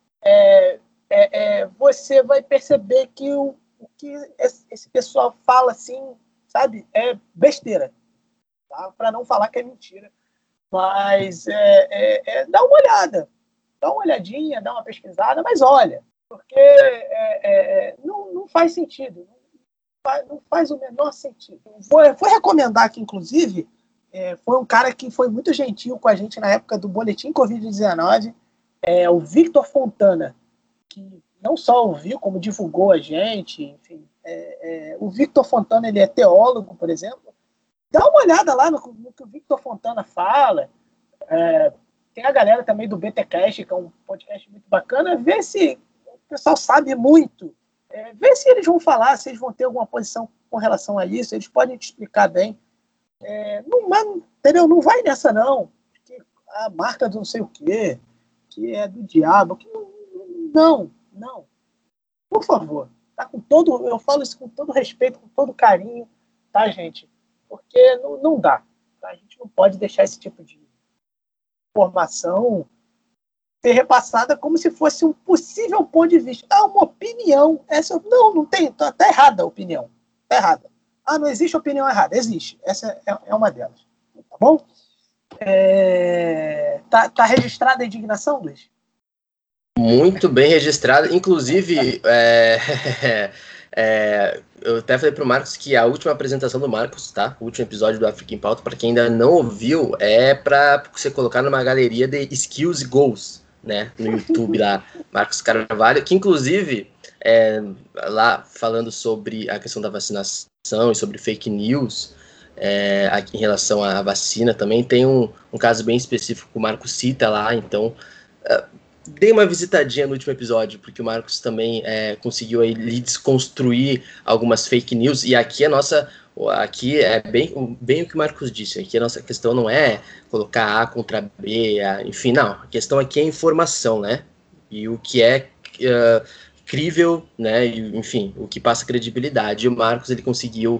você vai perceber que o que esse pessoal fala assim, sabe, é besteira. tá? Para não falar que é mentira. Mas dá uma olhada, dá uma olhadinha, dá uma pesquisada, mas olha, porque não faz sentido, não faz o menor sentido. Vou recomendar aqui, inclusive, foi um cara que foi muito gentil com a gente na época do Boletim Covid-19, o Victor Fontana, que não só ouviu, como divulgou a gente, enfim. O Victor Fontana, ele é teólogo, por exemplo. Dá uma olhada lá no que o Victor Fontana fala. Tem a galera também do BTcast, que é um podcast muito bacana. Vê se o pessoal sabe muito. Vê se eles vão falar, se eles vão ter alguma posição com relação a isso. Eles podem te explicar bem. Entendeu? Não vai nessa, não. Porque a marca do não sei o quê, que é do diabo. Que não. Por favor. Tá? Eu falo isso com todo respeito, com todo carinho, tá, gente? Porque não dá. Tá? A gente não pode deixar esse tipo de informação ser repassada como se fosse um possível ponto de vista. Uma opinião. Não tem. Tá errada a opinião. Tá errada. Não existe opinião errada. Existe. Essa é uma delas. Tá bom? Tá registrada a indignação, Luiz? Muito bem registrado. Inclusive, eu até falei pro Marcos que a última apresentação do Marcos, tá? O último episódio do África em Pauta, para quem ainda não ouviu, é para você colocar numa galeria de skills e goals, né? No YouTube lá, Marcos Carvalho, que inclusive, lá falando sobre a questão da vacinação e sobre fake news, aqui em relação à vacina também, tem um caso bem específico que o Marcos cita lá, então... Dei uma visitadinha no último episódio, porque o Marcos também conseguiu aí desconstruir algumas fake news, e aqui aqui é bem o que o Marcos disse, aqui a nossa questão não é colocar A contra B, enfim, não, a questão aqui é informação, né, e o que é crível, né, e, enfim, o que passa credibilidade, e o Marcos, ele conseguiu,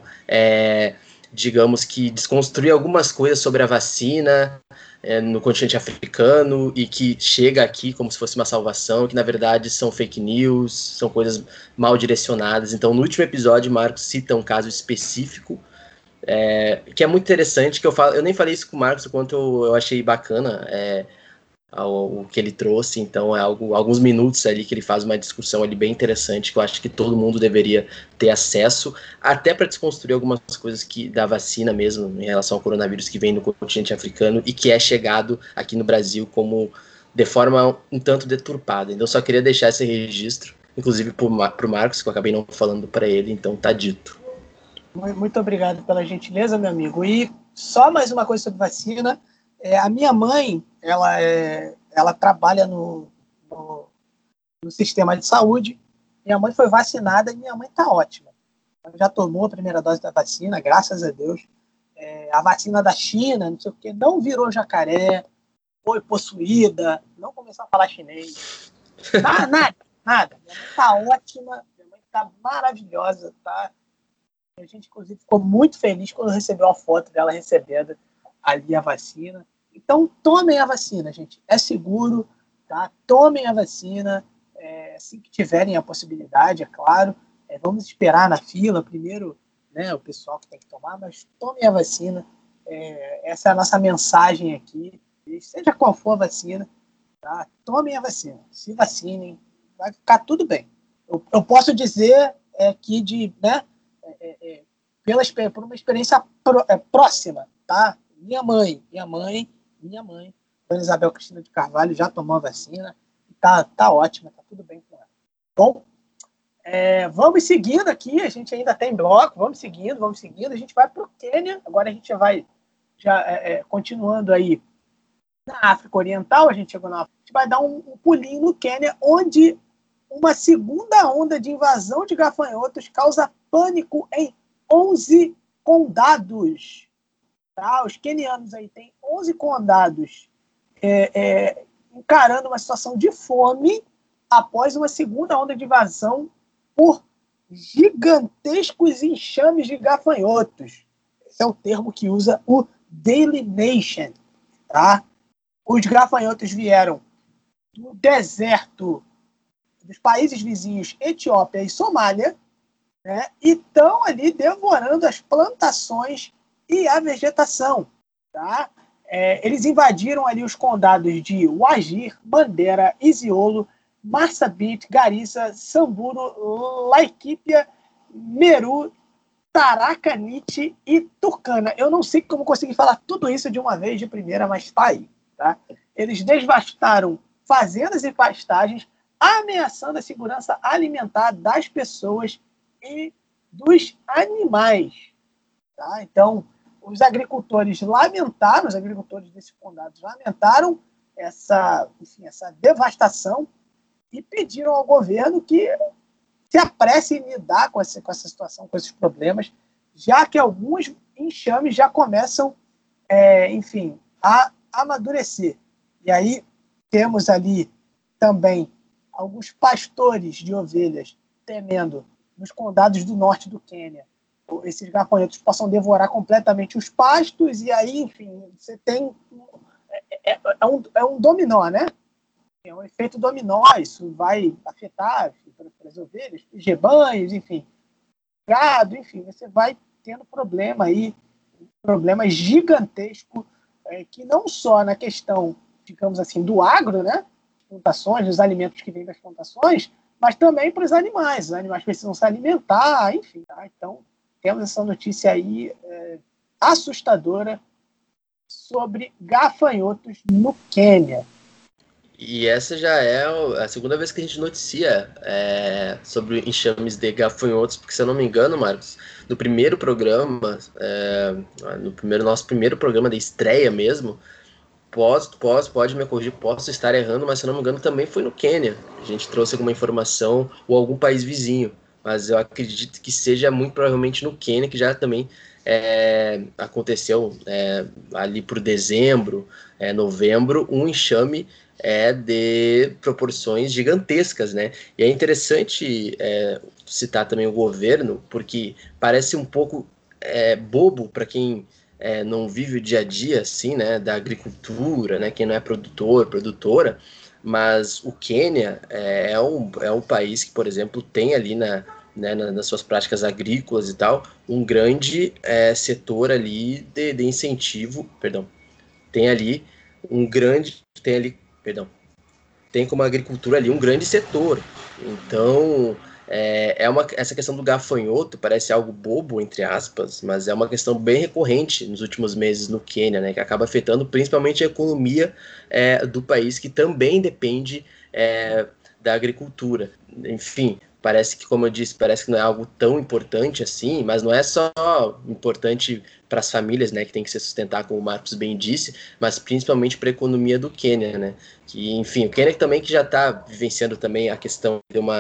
digamos que desconstruir algumas coisas sobre a vacina, no continente africano, e que chega aqui como se fosse uma salvação, que na verdade são fake news, são coisas mal direcionadas. Então, no último episódio, Marcos cita um caso específico, que é muito interessante, que eu nem falei isso com o Marcos, o quanto eu achei bacana o que ele trouxe. Então, alguns minutos ali que ele faz uma discussão ali bem interessante, que eu acho que todo mundo deveria ter acesso, até para desconstruir algumas coisas da vacina mesmo, em relação ao coronavírus que vem no continente africano e que é chegado aqui no Brasil como de forma um tanto deturpada. Então, eu só queria deixar esse registro, inclusive pro Marcos, que eu acabei não falando para ele, então tá dito. Muito obrigado pela gentileza, meu amigo. E só mais uma coisa sobre vacina. A minha mãe, ela trabalha no sistema de saúde. Minha mãe foi vacinada e minha mãe está ótima. Ela já tomou a primeira dose da vacina, graças a Deus. A vacina da China, não sei o quê, não virou jacaré, foi possuída, não começou a falar chinês. Nada. Minha mãe está ótima, minha mãe está maravilhosa, tá? A gente, inclusive, ficou muito feliz quando recebeu a foto dela recebendo ali a vacina. Então, tomem a vacina, gente. É seguro, tá? Tomem a vacina, assim que tiverem a possibilidade, é claro. Vamos esperar na fila primeiro, né, o pessoal que tem que tomar, mas tomem a vacina. Essa é a nossa mensagem aqui. Seja qual for a vacina, tá? Tomem a vacina. Se vacinem, vai ficar tudo bem. Eu posso dizer que por uma experiência próxima, tá? Minha mãe, Dona Isabel Cristina de Carvalho, já tomou a vacina, tá ótima, tá tudo bem com ela. Bom, vamos seguindo aqui, a gente ainda tem bloco, vamos seguindo, a gente vai para o Quênia, agora a gente vai continuando aí na África Oriental, a gente vai dar um pulinho no Quênia, onde uma segunda onda de invasão de gafanhotos causa pânico em 11 condados. Tá? Os quenianos aí têm 11 condados encarando uma situação de fome após uma segunda onda de invasão por gigantescos enxames de gafanhotos. Esse é o termo que usa o Daily Nation. Tá? Os gafanhotos vieram do deserto dos países vizinhos Etiópia e Somália, né, e estão ali devorando as plantações e a vegetação. Tá? Eles invadiram ali os condados de Wajir, Mandera, Isiolo, Marsabit, Garissa, Samburu, Laikipia, Meru, Tarakanite e Turkana. Eu não sei como consegui falar tudo isso de uma vez de primeira, mas está aí. Tá? Eles devastaram fazendas e pastagens, ameaçando a segurança alimentar das pessoas e dos animais. Tá? Então, os agricultores desses condados lamentaram essa devastação e pediram ao governo que se apresse em lidar com essa situação, com esses problemas, já que alguns enxames já começam, a amadurecer. E aí temos ali também alguns pastores de ovelhas temendo, nos condados do norte do Quênia, esses gafanhotos possam devorar completamente os pastos, e aí, enfim, você tem... É um dominó, né? É um efeito dominó, isso vai afetar, enfim, as ovelhas, os rebanhos, enfim, gado, enfim, você vai tendo problemas gigantescos, que não só na questão, digamos assim, do agro, né? Plantações, dos alimentos que vêm das plantações, mas também para os animais. Os animais precisam se alimentar, enfim. Tá? Então, temos essa notícia aí assustadora sobre gafanhotos no Quênia. E essa já é a segunda vez que a gente noticia sobre enxames de gafanhotos, porque, se eu não me engano, Marcos, no primeiro programa, nosso primeiro programa de estreia mesmo, pode me corrigir, posso estar errando, mas, se eu não me engano, também foi no Quênia. A gente trouxe alguma informação, ou algum país vizinho, mas eu acredito que seja muito provavelmente no Quênia, que já também aconteceu ali por dezembro, novembro, um enxame de proporções gigantescas, né? E é interessante citar também o governo, porque parece um pouco bobo para quem não vive o dia a dia, assim, né, da agricultura, né, quem não é produtora, mas o Quênia é um país que, por exemplo, tem ali nas suas práticas agrícolas e tal, um grande setor ali de incentivo, tem como agricultura ali um grande setor. Então, essa questão do gafanhoto parece algo bobo, entre aspas, mas é uma questão bem recorrente nos últimos meses no Quênia, né, que acaba afetando principalmente a economia do país, que também depende da agricultura. Enfim, parece que, como eu disse, parece que não é algo tão importante assim, mas não é só importante para as famílias, né, que tem que se sustentar, como o Marcos bem disse, mas principalmente para a economia do Quênia, né, que, enfim, o Quênia também que já está vivenciando também a questão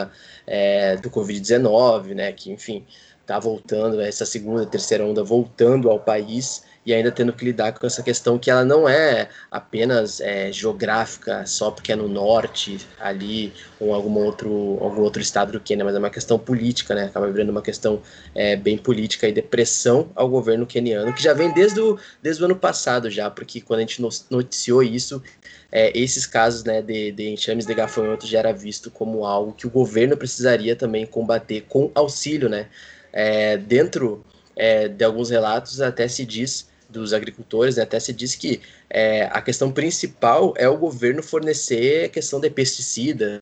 do Covid-19, né, que, enfim, está voltando, essa segunda, terceira onda voltando ao país, e ainda tendo que lidar com essa questão que ela não é apenas geográfica, só porque é no norte, ali, ou algum outro estado do Quênia, mas é uma questão política, né? Acaba virando uma questão bem política e de pressão ao governo queniano, que já vem desde o ano passado já, porque quando a gente noticiou isso, esses casos, né, de enxames de gafanhotos já era visto como algo que o governo precisaria também combater com auxílio, né? Dentro de alguns relatos até se diz dos agricultores, né, até se diz que a questão principal é o governo fornecer a questão de pesticidas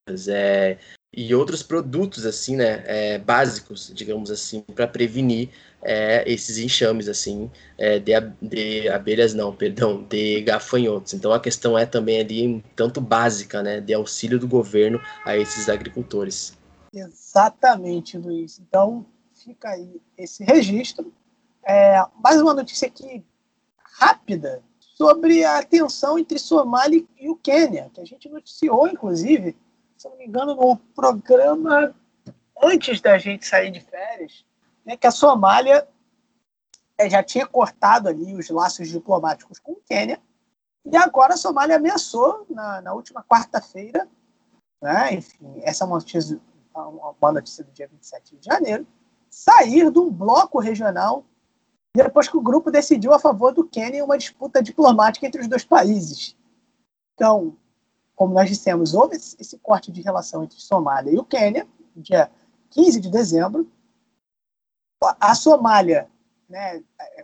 e outros produtos assim, né, básicos, digamos assim, para prevenir esses enxames assim, de abelhas, não, perdão, de gafanhotos. Então a questão é também ali um tanto básica, né, de auxílio do governo a esses agricultores. Exatamente, Luiz. Então fica aí esse registro. Mais uma notícia aqui rápida sobre a tensão entre Somália e o Quênia, que a gente noticiou, inclusive, se não me engano, no programa antes da gente sair de férias, né, que a Somália já tinha cortado ali os laços diplomáticos com o Quênia, e agora a Somália ameaçou, na última quarta-feira, né, enfim, essa é uma notícia do dia 27 de janeiro, sair de um bloco regional depois que o grupo decidiu a favor do Quênia em uma disputa diplomática entre os dois países. Então, como nós dissemos, houve esse corte de relação entre Somália e o Quênia, no dia 15 de dezembro. A Somália, né,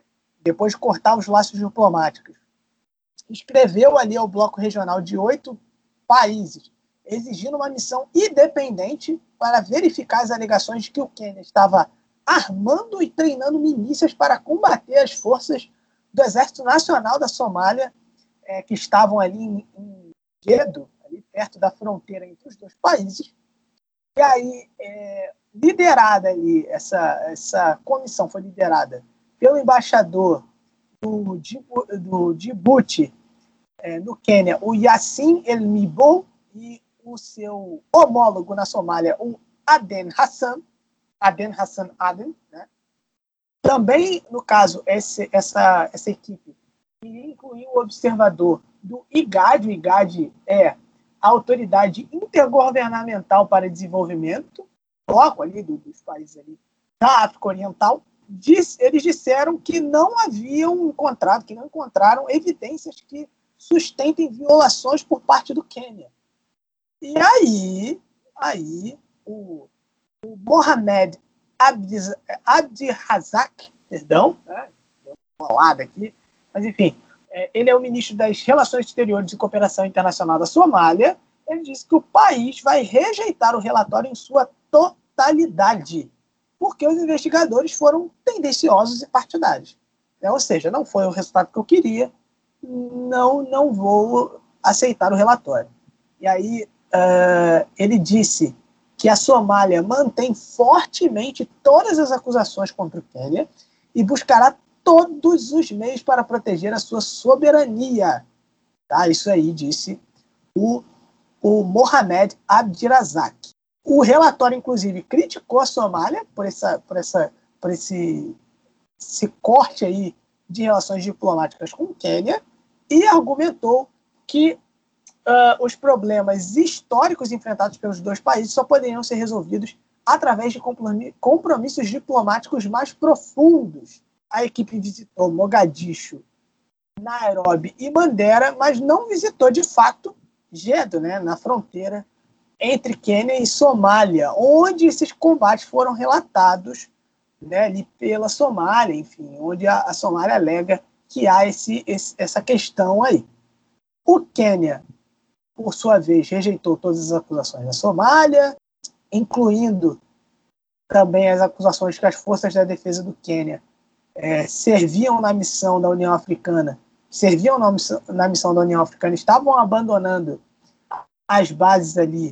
depois de cortar os laços diplomáticos, escreveu ali ao bloco regional de 8 países, exigindo uma missão independente para verificar as alegações de que o Quênia estava armando e treinando milícias para combater as forças do Exército Nacional da Somália, que estavam ali em Gedo, ali perto da fronteira entre os dois países. E aí, liderada ali, essa comissão foi liderada pelo embaixador do Djibouti, no Quênia, o Yassin El-Mibo, e o seu homólogo na Somália, o Aden Hassan Aden, né? Também, no caso, essa equipe iria incluir o observador do IGAD. O IGAD é a Autoridade Intergovernamental para Desenvolvimento, bloco ali dos países ali da África Oriental. Eles disseram que não encontraram evidências que sustentem violações por parte do Quênia. E aí o Mohamed Abdi Razak, perdão, bolada aqui, mas enfim, ele é o ministro das Relações Exteriores e Cooperação Internacional da Somália. Ele disse que o país vai rejeitar o relatório em sua totalidade, porque os investigadores foram tendenciosos e partidários. Ou seja, não foi o resultado que eu queria, não vou aceitar o relatório. E aí ele disse que a Somália mantém fortemente todas as acusações contra o Quênia e buscará todos os meios para proteger a sua soberania. Tá? Isso aí disse o Mohamed Abdi Razak. O relatório, inclusive, criticou a Somália por esse corte aí de relações diplomáticas com o Quênia e argumentou que os problemas históricos enfrentados pelos dois países só poderiam ser resolvidos através de compromissos diplomáticos mais profundos. A equipe visitou Mogadishu, Nairobi e Mandera, mas não visitou, de fato, Gedo, né, na fronteira entre Quênia e Somália, onde esses combates foram relatados, né, ali pela Somália, enfim, onde a Somália alega que há essa questão aí. O Quênia, por sua vez, rejeitou todas as acusações da Somália, incluindo também as acusações que as forças da defesa do Quênia serviam na missão da União Africana, estavam abandonando as bases ali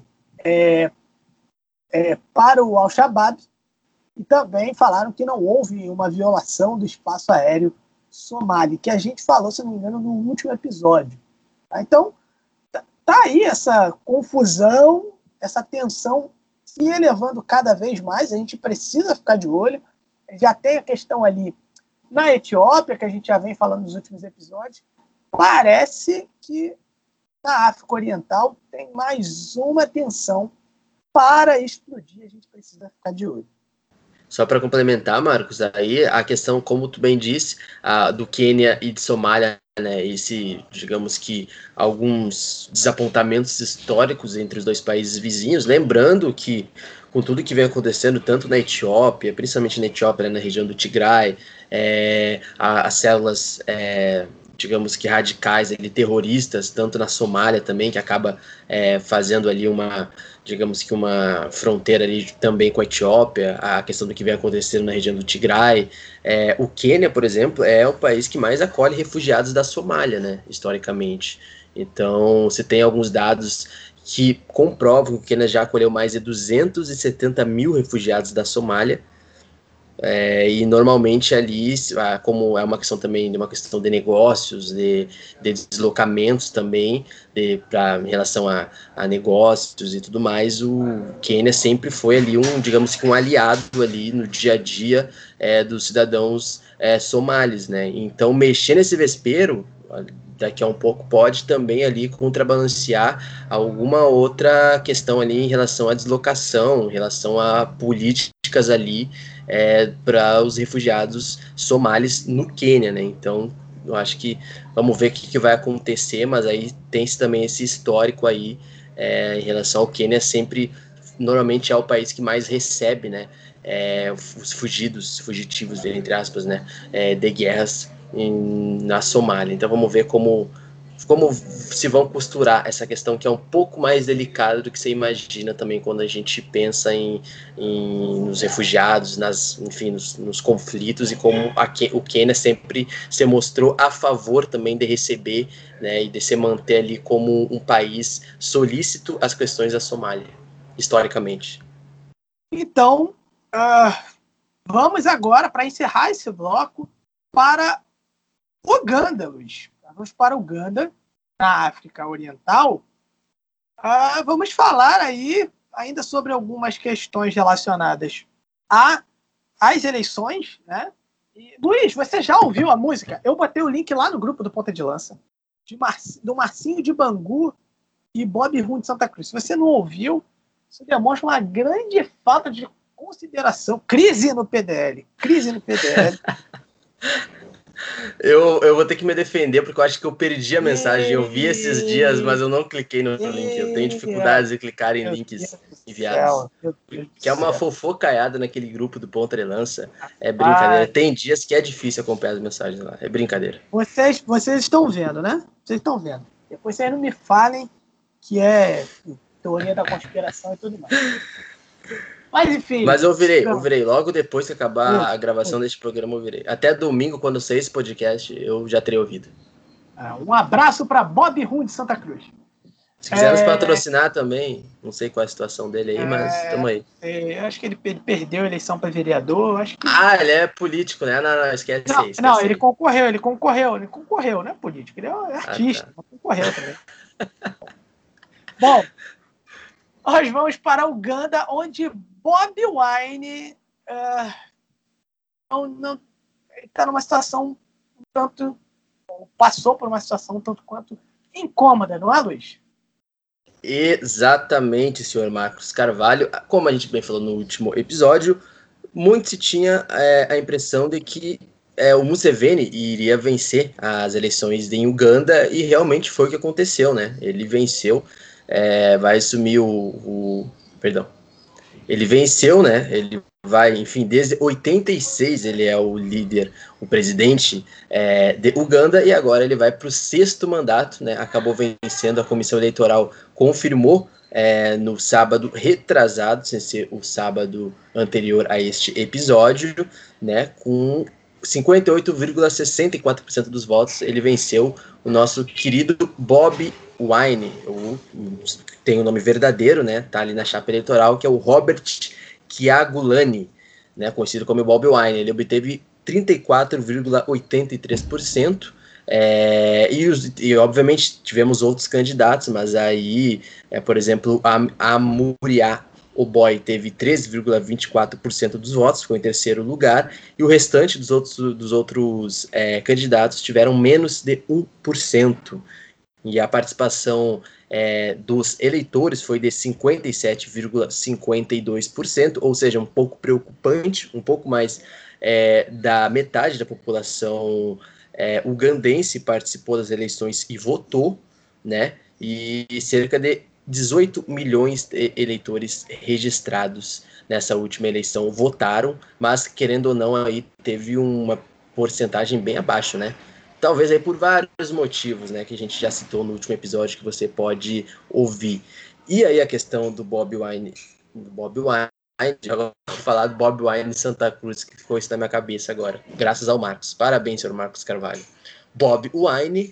para o Al-Shabaab, e também falaram que não houve uma violação do espaço aéreo somali, que a gente falou, se não me engano, no último episódio. Então, tá aí essa confusão, essa tensão se elevando cada vez mais. A gente precisa ficar de olho. Já tem a questão ali na Etiópia, que a gente já vem falando nos últimos episódios. Parece que na África Oriental tem mais uma tensão para explodir. A gente precisa ficar de olho. Só para complementar, Marcos, aí a questão, como tu bem disse, do Quênia e de Somália, né, digamos que alguns desapontamentos históricos entre os dois países vizinhos, lembrando que com tudo que vem acontecendo, tanto na Etiópia, principalmente na Etiópia, na região do Tigray, as células, digamos que radicais, ali, terroristas, tanto na Somália também, que acaba fazendo ali digamos que uma fronteira ali também com a Etiópia, a questão do que vem acontecendo na região do Tigray. O Quênia, por exemplo, é o país que mais acolhe refugiados da Somália, né, historicamente. Então, você tem alguns dados que comprovam que o Quênia já acolheu mais de 270 mil refugiados da Somália, e normalmente ali, como é uma questão também, uma questão de negócios, de deslocamentos também, em relação a negócios e tudo mais, o Quênia sempre foi ali digamos que um aliado ali no dia a dia dos cidadãos somalis, né? Então, mexer nesse vespeiro, daqui a um pouco, pode também ali contrabalancear alguma outra questão ali em relação à deslocação, em relação a políticas ali para os refugiados somalis no Quênia, né? Então, eu acho que vamos ver o que vai acontecer, mas aí tem-se também esse histórico aí em relação ao Quênia, normalmente é o país que mais recebe, né, os fugitivos, entre aspas, né, de guerras na Somália. Então vamos ver como se vão costurar essa questão, que é um pouco mais delicada do que você imagina também quando a gente pensa nos refugiados, nos conflitos, e como o Quênia sempre se mostrou a favor também de receber, né, e de se manter ali como um país solícito às questões da Somália, historicamente. Então, vamos agora, para encerrar esse bloco, para Uganda, Luiz. Vamos para Uganda, na África Oriental. Vamos falar aí ainda sobre algumas questões relacionadas às eleições, né? E, Luiz, você já ouviu a música? Eu botei o link lá no grupo do Ponta de Lança, do Marcinho de Bangu e Bob Rum de Santa Cruz. Se você não ouviu, isso demonstra uma grande falta de consideração. Crise no PDL. Eu vou ter que me defender, porque eu acho que eu perdi a mensagem. Eu vi esses dias, mas eu não cliquei no link. Eu tenho dificuldades de clicar em links enviados. Que é uma fofocaiada naquele grupo do Ponta de Lança. É brincadeira. Tem dias que é difícil acompanhar as mensagens lá. É brincadeira. Vocês estão vendo, né? Vocês estão vendo. Depois vocês não me falem que é teoria da conspiração e tudo mais. Mas enfim. Mas eu virei. Logo depois que acabar a gravação deste programa, eu virei. Até domingo, quando sair esse podcast, eu já terei ouvido. Um abraço para Bob Rum de Santa Cruz. Se quiser nos patrocinar também, não sei qual é a situação dele aí, mas estamos aí. Acho que ele perdeu a eleição para vereador. Acho que... ele é político, né? Não, esquece aí. Não, ele concorreu, não é político, ele é artista, mas concorreu também. Bom, nós vamos para Uganda, onde Bobi Wine está numa situação passou por uma situação tanto quanto incômoda, não é, Luiz? Exatamente, senhor Marcos Carvalho. Como a gente bem falou no último episódio, muito se tinha a impressão de que o Museveni iria vencer as eleições em Uganda, e realmente foi o que aconteceu, né? Ele venceu, vai assumir Perdão. Ele venceu, né? Ele vai, enfim, desde 86 ele é o líder, o presidente de Uganda, e agora ele vai para o 6º mandato, né? Acabou vencendo, a comissão eleitoral confirmou no sábado retrasado, sem ser o sábado anterior a este episódio, né? Com 58,64% dos votos, ele venceu o nosso querido Bobi Wine, tem o nome verdadeiro, né? Tá ali na chapa eleitoral, que é o Robert Kyagulanyi, né? Conhecido como Bobi Wine. Ele obteve 34,83%. E obviamente tivemos outros candidatos, mas aí, por exemplo, a Muriá Oboy teve 13,24% dos votos, ficou em 3º lugar, e o restante dos outros candidatos tiveram menos de 1%. E a participação dos eleitores foi de 57,52%, ou seja, um pouco preocupante, um pouco mais da metade da população ugandense participou das eleições e votou, né? E cerca de 18 milhões de eleitores registrados nessa última eleição votaram, mas, querendo ou não, aí teve uma porcentagem bem abaixo, né? Talvez aí por vários motivos, né, que a gente já citou no último episódio, que você pode ouvir. E aí a questão do Bobi Wine, já vou falar do Bobi Wine de Santa Cruz, que ficou isso na minha cabeça agora, graças ao Marcos. Parabéns, senhor Marcos Carvalho. Bobi Wine,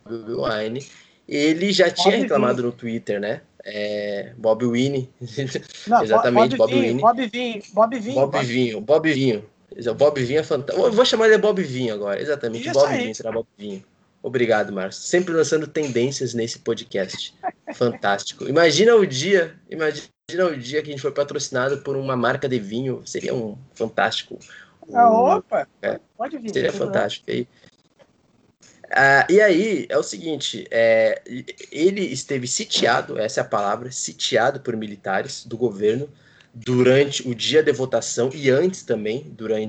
ele já tinha reclamado no Twitter, né? Bobi Wine. Exatamente, Bobi Wine. Bobi Vinho. O Bob Vinho é fantástico. Eu vou chamar ele de Bob Vinho agora. Exatamente. Bob Vinho será Bob Vinho. Obrigado, Márcio. Sempre lançando tendências nesse podcast. Fantástico. Imagina o dia que a gente foi patrocinado por uma marca de vinho. Seria um fantástico. Opa! Pode vir. Seria fantástico. E aí, é o seguinte, ele esteve sitiado, essa é a palavra, sitiado por militares do governo durante o dia de votação e antes também,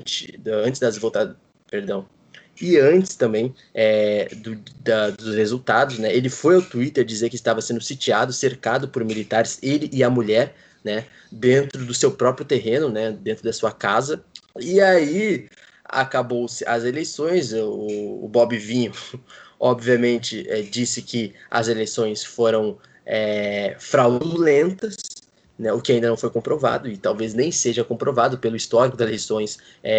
antes também dos resultados, né? Ele foi ao Twitter dizer que estava sendo sitiado, cercado por militares, ele e a mulher, né? Dentro do seu próprio terreno, né? Dentro da sua casa. E aí, acabou-se as eleições, o Bob Vinho, obviamente, disse que as eleições foram fraudulentas, né, o que ainda não foi comprovado, e talvez nem seja comprovado pelo histórico das eleições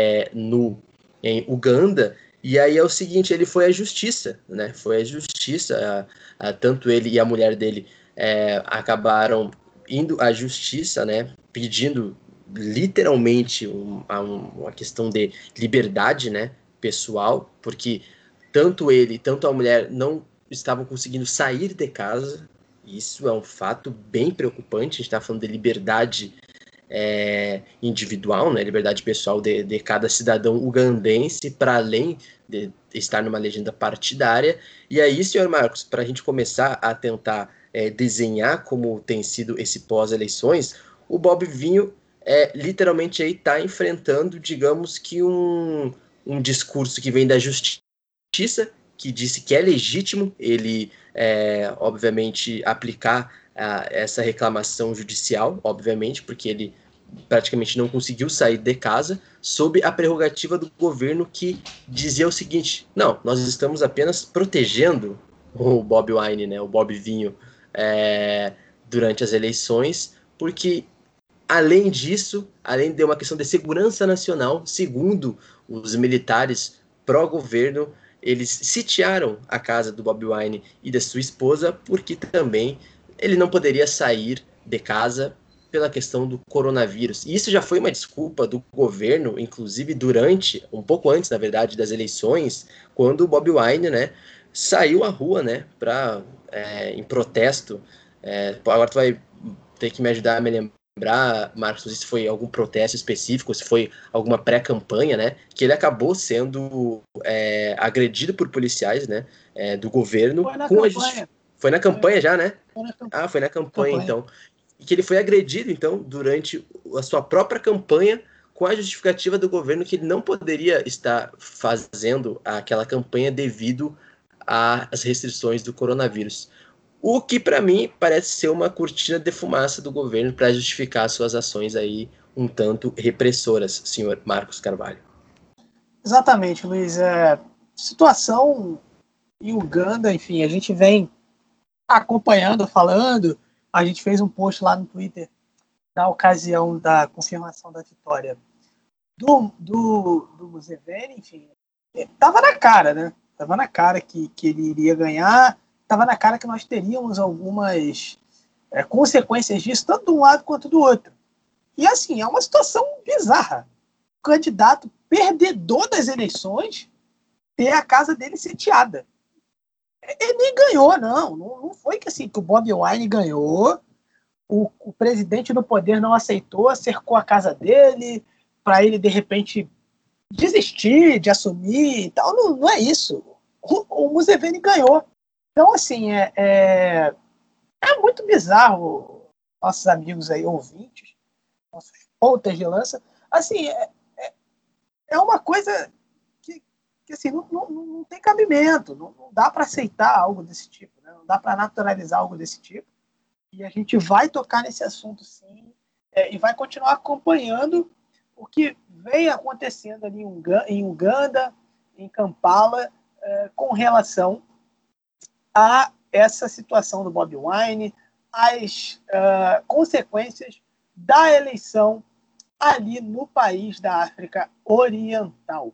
em Uganda. E aí é o seguinte, ele foi à justiça, né? Foi à justiça, tanto ele e a mulher dele acabaram indo à justiça, né? Pedindo literalmente uma questão de liberdade, né? Pessoal, porque tanto ele, tanto a mulher não estavam conseguindo sair de casa. Isso é um fato bem preocupante. A gente está falando de liberdade individual, né, liberdade pessoal de cada cidadão ugandense, para além de estar numa legenda partidária. E aí, senhor Marcos, para a gente começar a tentar desenhar como tem sido esse pós-eleições, o Bob Vinho literalmente aí está enfrentando, digamos que um discurso que vem da justiça, que disse que é legítimo ele, obviamente, aplicar essa reclamação judicial, obviamente, porque ele praticamente não conseguiu sair de casa, sob a prerrogativa do governo, que dizia o seguinte: não, nós estamos apenas protegendo o Bobi Wine, né, o Bob Vinho, durante as eleições, porque além disso, além de uma questão de segurança nacional, segundo os militares pró-governo, eles sitiaram a casa do Bobi Wine e da sua esposa, porque também ele não poderia sair de casa pela questão do coronavírus. E isso já foi uma desculpa do governo, inclusive um pouco antes, na verdade, das eleições, quando o Bobi Wine, né, saiu à rua, né, em protesto. Agora tu vai ter que me ajudar a me lembrar, Marcos, se foi algum protesto específico, se foi alguma pré-campanha, né, que ele acabou sendo agredido por policiais, né, do governo. Foi na campanha já, né? Foi na campanha, então. E que ele foi agredido, então, durante a sua própria campanha, com a justificativa do governo que ele não poderia estar fazendo aquela campanha devido às restrições do coronavírus. O que, para mim, parece ser uma cortina de fumaça do governo para justificar suas ações aí um tanto repressoras, senhor Marcos Carvalho. Exatamente, Luiz. Situação em Uganda, enfim, a gente vem acompanhando, falando. A gente fez um post lá no Twitter na ocasião da confirmação da vitória do Museveni, enfim. Tava na cara, né? Tava na cara que ele iria ganhar, tava na cara que nós teríamos algumas consequências disso, tanto de um lado quanto do outro. E assim, é uma situação bizarra. O candidato perdedor das eleições ter a casa dele sitiada. Ele nem ganhou, não foi que assim que o Bobi Wine ganhou, o presidente no poder não aceitou, cercou a casa dele para ele de repente desistir de assumir e tal. Não é isso. O Museveni ganhou. Então assim, é muito bizarro, nossos amigos aí, ouvintes, nossos pontas de lança, assim, é uma coisa que assim, não tem cabimento, não dá para aceitar algo desse tipo, né? Não dá para naturalizar algo desse tipo, e a gente vai tocar nesse assunto sim, e vai continuar acompanhando o que vem acontecendo ali em Uganda, em Kampala, com relação a essa situação do Bobi Wine, as consequências da eleição ali no país da África Oriental.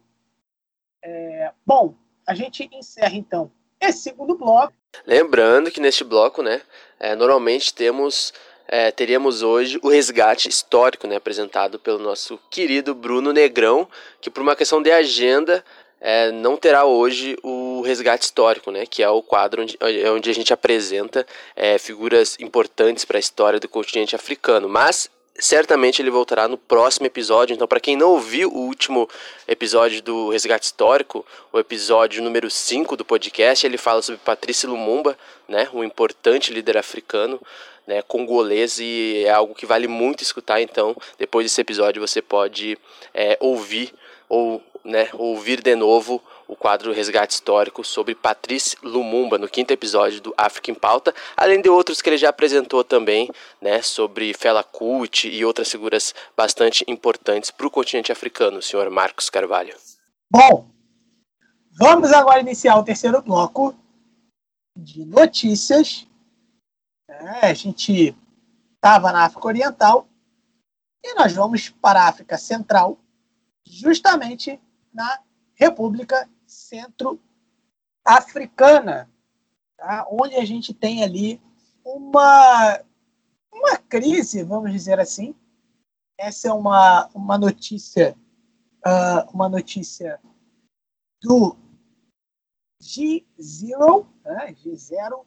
Bom, a gente encerra então esse segundo bloco. Lembrando que neste bloco, né, normalmente teríamos hoje o resgate histórico, né, apresentado pelo nosso querido Bruno Negrão, que por uma questão de agenda não terá hoje o resgate histórico, né, que é o quadro onde a gente apresenta figuras importantes para a história do continente africano, mas certamente ele voltará no próximo episódio. Então, para quem não ouviu o último episódio do Resgate Histórico, o episódio número 5 do podcast, ele fala sobre Patrice Lumumba, né, um importante líder africano, né, congolês, e é algo que vale muito escutar. Então, depois desse episódio, você pode ouvir de novo o quadro Resgate Histórico sobre Patrice Lumumba, no 5º episódio do África em Pauta, além de outros que ele já apresentou também, né, sobre Fela Kuti e outras figuras bastante importantes para o continente africano, senhor Marcos Carvalho. Bom, vamos agora iniciar o terceiro bloco de notícias. A gente estava na África Oriental e nós vamos para a África Central, justamente na República Centro-Africana, tá? Onde a gente tem ali uma crise, vamos dizer assim. Essa é uma notícia do G0, né? G0,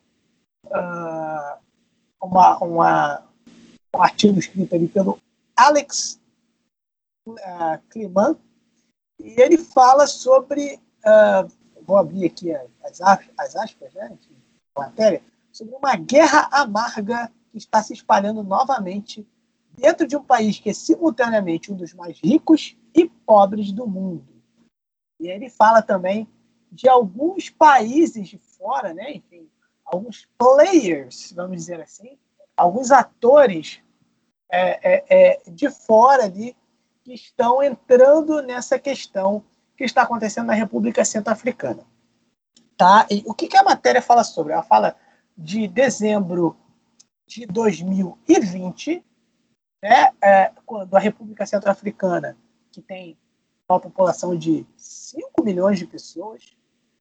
um artigo escrito ali pelo Alex Kliman, e ele fala sobre, vou abrir aqui as aspas, né, de matéria, sobre uma guerra amarga que está se espalhando novamente dentro de um país que é simultaneamente um dos mais ricos e pobres do mundo. E ele fala também de alguns países de fora, né, enfim, alguns players, vamos dizer assim, alguns atores de fora ali que estão entrando nessa questão que está acontecendo na República Centro-Africana. Tá? E o que a matéria fala sobre? Ela fala de dezembro de 2020, né, quando a República Centro-Africana, que tem uma população de 5 milhões de pessoas,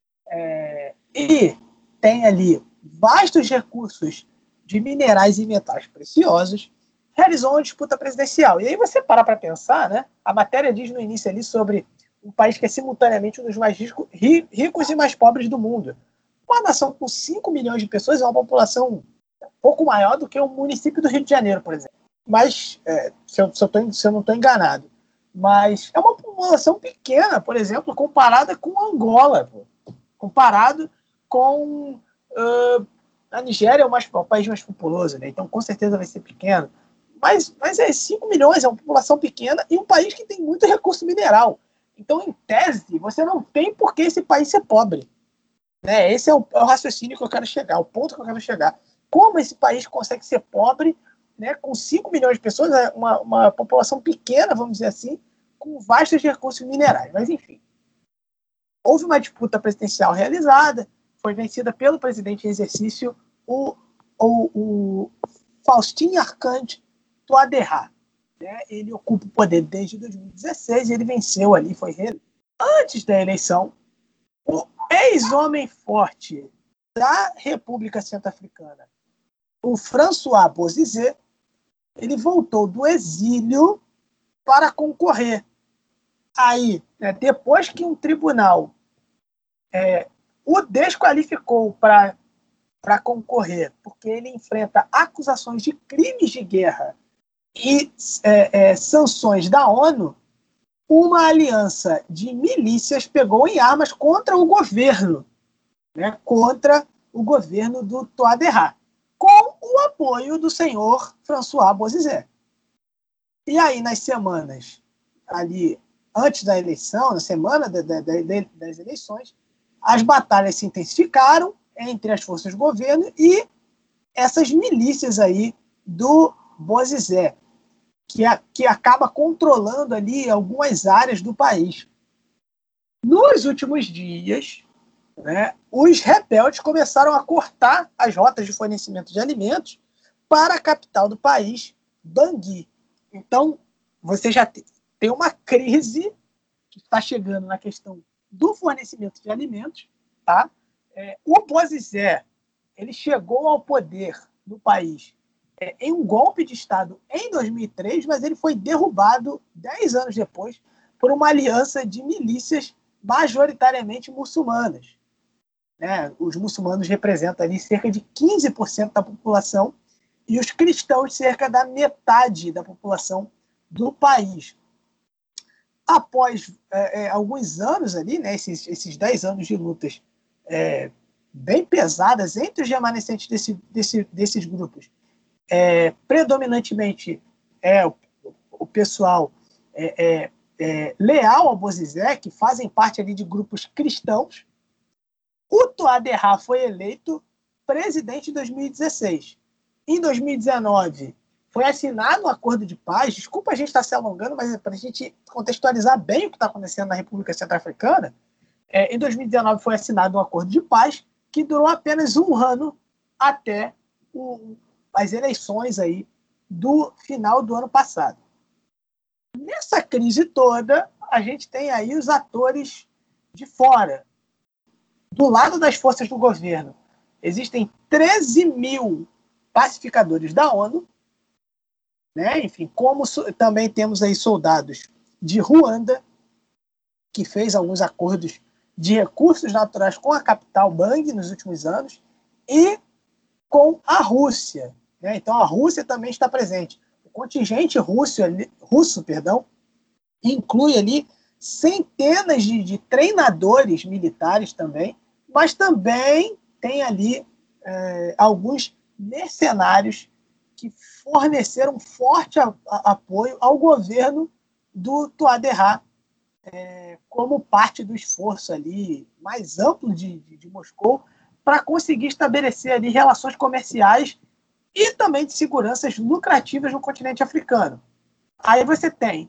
e tem ali vastos recursos de minerais e metais preciosos, realizou uma disputa presidencial. E aí você para pensar, né? A matéria diz no início ali sobre um país que é simultaneamente um dos mais ricos e mais pobres do mundo. Uma nação com 5 milhões de pessoas é uma população um pouco maior do que o município do Rio de Janeiro, por exemplo. Mas, se eu não estou enganado, mas é uma população pequena, por exemplo, comparada com Angola, comparado com a Nigéria, é o país mais populoso, né? Então com certeza vai ser pequeno. Mas 5 milhões, é uma população pequena e um país que tem muito recurso mineral. Então, em tese, você não tem por que esse país ser pobre. Né? Esse é o raciocínio que eu quero chegar, o ponto que eu quero chegar. Como esse país consegue ser pobre, né, com 5 milhões de pessoas, uma população pequena, vamos dizer assim, com vastos recursos minerais. Mas, enfim, houve uma disputa presidencial realizada, foi vencida pelo presidente em exercício, o Faustin Archange Touadéra. Né? Ele ocupa o poder desde 2016 e ele venceu ali, foi reeleito. Antes da eleição, o ex-homem forte da República Centro-Africana, o François Bozizé, ele voltou do exílio para concorrer. Aí, né, depois que um tribunal o desqualificou para concorrer, porque ele enfrenta acusações de crimes de guerra e sanções da ONU, uma aliança de milícias pegou em armas contra o governo, né, contra o governo do Touadéra, com o apoio do senhor François Bozizé. E aí, nas semanas ali antes da eleição, na semana das eleições, as batalhas se intensificaram entre as forças do governo e essas milícias aí do Bozizé, que acaba controlando ali algumas áreas do país. Nos últimos dias, né, os rebeldes começaram a cortar as rotas de fornecimento de alimentos para a capital do país, Bangui. Então, você já tem uma crise que está chegando na questão do fornecimento de alimentos. Tá? O Bozizé, ele chegou ao poder no país em um golpe de Estado em 2003, mas ele foi derrubado 10 anos depois por uma aliança de milícias majoritariamente muçulmanas. Né? Os muçulmanos representam ali cerca de 15% da população e os cristãos cerca da metade da população do país. Após alguns anos ali, né, esses 10 anos de lutas bem pesadas entre os remanescentes desses grupos, predominantemente o pessoal leal ao Bozizé, que fazem parte ali de grupos cristãos, o Touadéra foi eleito presidente em 2016. Em 2019, foi assinado um acordo de paz. Desculpa a gente estar se alongando, mas para a gente contextualizar bem o que está acontecendo na República Centro-Africana, em 2019 foi assinado um acordo de paz que durou apenas um ano até as eleições aí do final do ano passado. Nessa crise toda, a gente tem aí os atores de fora. Do lado das forças do governo, existem 13 mil pacificadores da ONU, né? Enfim, como também temos aí soldados de Ruanda, que fez alguns acordos de recursos naturais com a capital Bangui nos últimos anos, e com a Rússia, né? Então a Rússia também está presente. O contingente russo inclui ali centenas de treinadores militares também, mas também tem ali alguns mercenários que forneceram forte apoio ao governo do Touadéra, como parte do esforço ali mais amplo de Moscou para conseguir estabelecer ali relações comerciais e também de seguranças lucrativas no continente africano. Aí você tem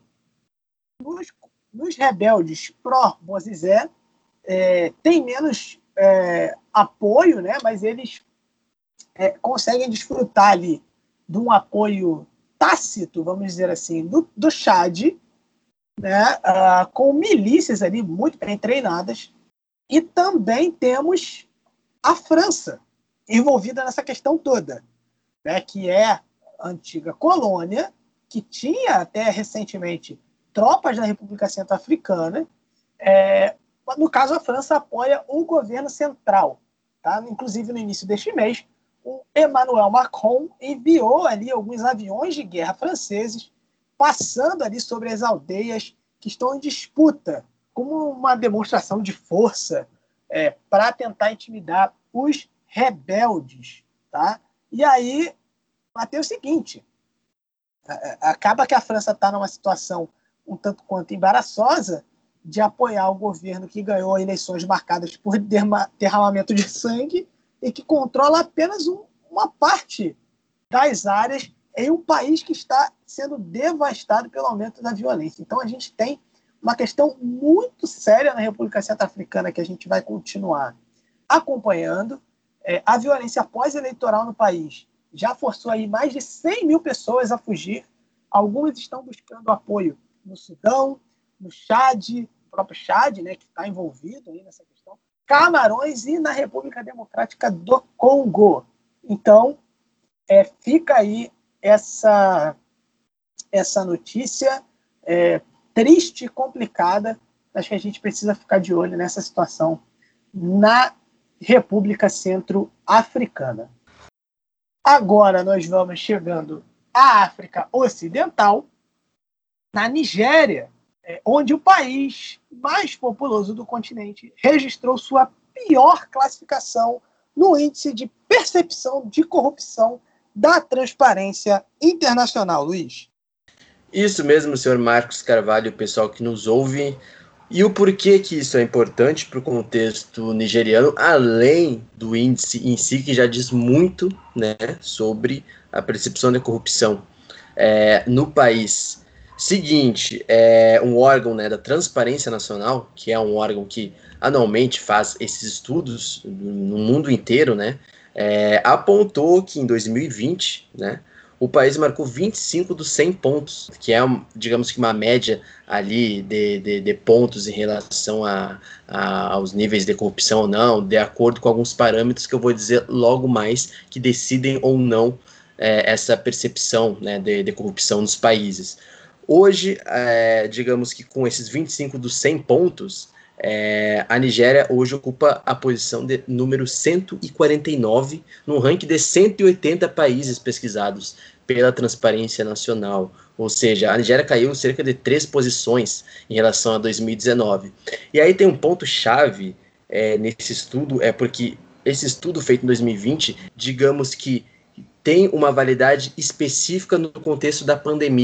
nos rebeldes pró-Bozizé, tem menos apoio, né, mas eles conseguem desfrutar ali de um apoio tácito, vamos dizer assim, do Chad, né, com milícias ali muito bem treinadas, e também temos a França envolvida nessa questão toda, né, que é a antiga colônia, que tinha até recentemente tropas da República Centro-Africana. No caso, a França apoia o governo central. Tá? Inclusive, no início deste mês, o Emmanuel Macron enviou ali alguns aviões de guerra franceses, passando ali sobre as aldeias que estão em disputa, como uma demonstração de força para tentar intimidar os rebeldes. Tá? E aí, até o seguinte, acaba que a França está numa situação um tanto quanto embaraçosa de apoiar o governo que ganhou eleições marcadas por derramamento de sangue e que controla apenas uma parte das áreas em um país que está sendo devastado pelo aumento da violência. Então a gente tem uma questão muito séria na República Centro-Africana que a gente vai continuar acompanhando. A violência pós-eleitoral no país já forçou aí mais de 100 mil pessoas a fugir. Algumas estão buscando apoio no Sudão, no Chad, o próprio Chad, né, que está envolvido aí nessa questão, Camarões e na República Democrática do Congo. Então, fica aí essa notícia triste e complicada, acho que a gente precisa ficar de olho nessa situação na República Centro-Africana. Agora nós vamos chegando à África Ocidental, na Nigéria, onde o país mais populoso do continente registrou sua pior classificação no índice de percepção de corrupção da Transparência Internacional. Luiz. Isso mesmo, senhor Marcos Carvalho, o pessoal que nos ouve. E o porquê que isso é importante para o contexto nigeriano, além do índice em si, que já diz muito, né, sobre a percepção da corrupção no país. Seguinte, um órgão, né, da Transparência Nacional, que é um órgão que anualmente faz esses estudos no mundo inteiro, né, apontou que em 2020, né, o país marcou 25 dos 100 pontos, que é, digamos que uma média ali de pontos em relação aos níveis de corrupção ou não, de acordo com alguns parâmetros que eu vou dizer logo mais, que decidem ou não essa percepção, né, de corrupção nos países. Hoje, digamos que com esses 25 dos 100 pontos, a Nigéria hoje ocupa a posição de número 149 no ranking de 180 países pesquisados pela Transparência Nacional. Ou seja, a Nigéria caiu cerca de 3 posições em relação a 2019. E aí tem um ponto-chave nesse estudo, porque esse estudo feito em 2020, digamos que tem uma validade específica no contexto da pandemia.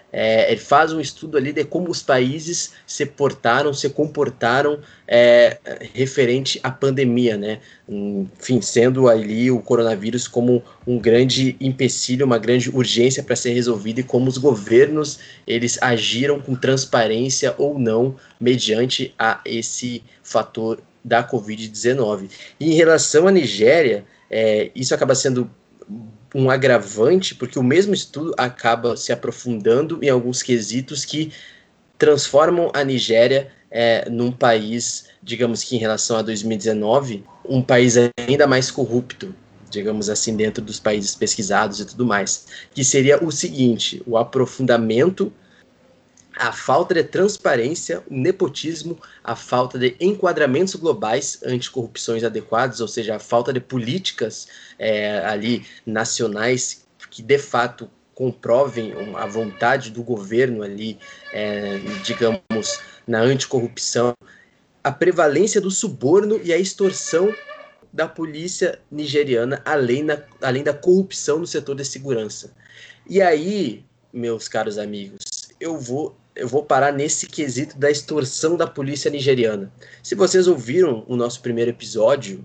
Ele faz um estudo ali de como os países se comportaram referente à pandemia, né? Enfim, sendo ali o coronavírus como um grande empecilho, uma grande urgência para ser resolvida, e como os governos eles agiram com transparência ou não mediante a esse fator da Covid-19. E em relação à Nigéria, isso acaba sendo um agravante, porque o mesmo estudo acaba se aprofundando em alguns quesitos que transformam a Nigéria num país, digamos que em relação a 2019, um país ainda mais corrupto, digamos assim, dentro dos países pesquisados e tudo mais, que seria o seguinte: o aprofundamento, a falta de transparência, o nepotismo, a falta de enquadramentos globais anticorrupções adequados, ou seja, a falta de políticas ali nacionais que de fato comprovem a vontade do governo ali, digamos, na anticorrupção, a prevalência do suborno e a extorsão da polícia nigeriana, além da corrupção no setor de segurança. E aí, meus caros amigos, eu vou parar nesse quesito da extorsão da polícia nigeriana. Se vocês ouviram o nosso primeiro episódio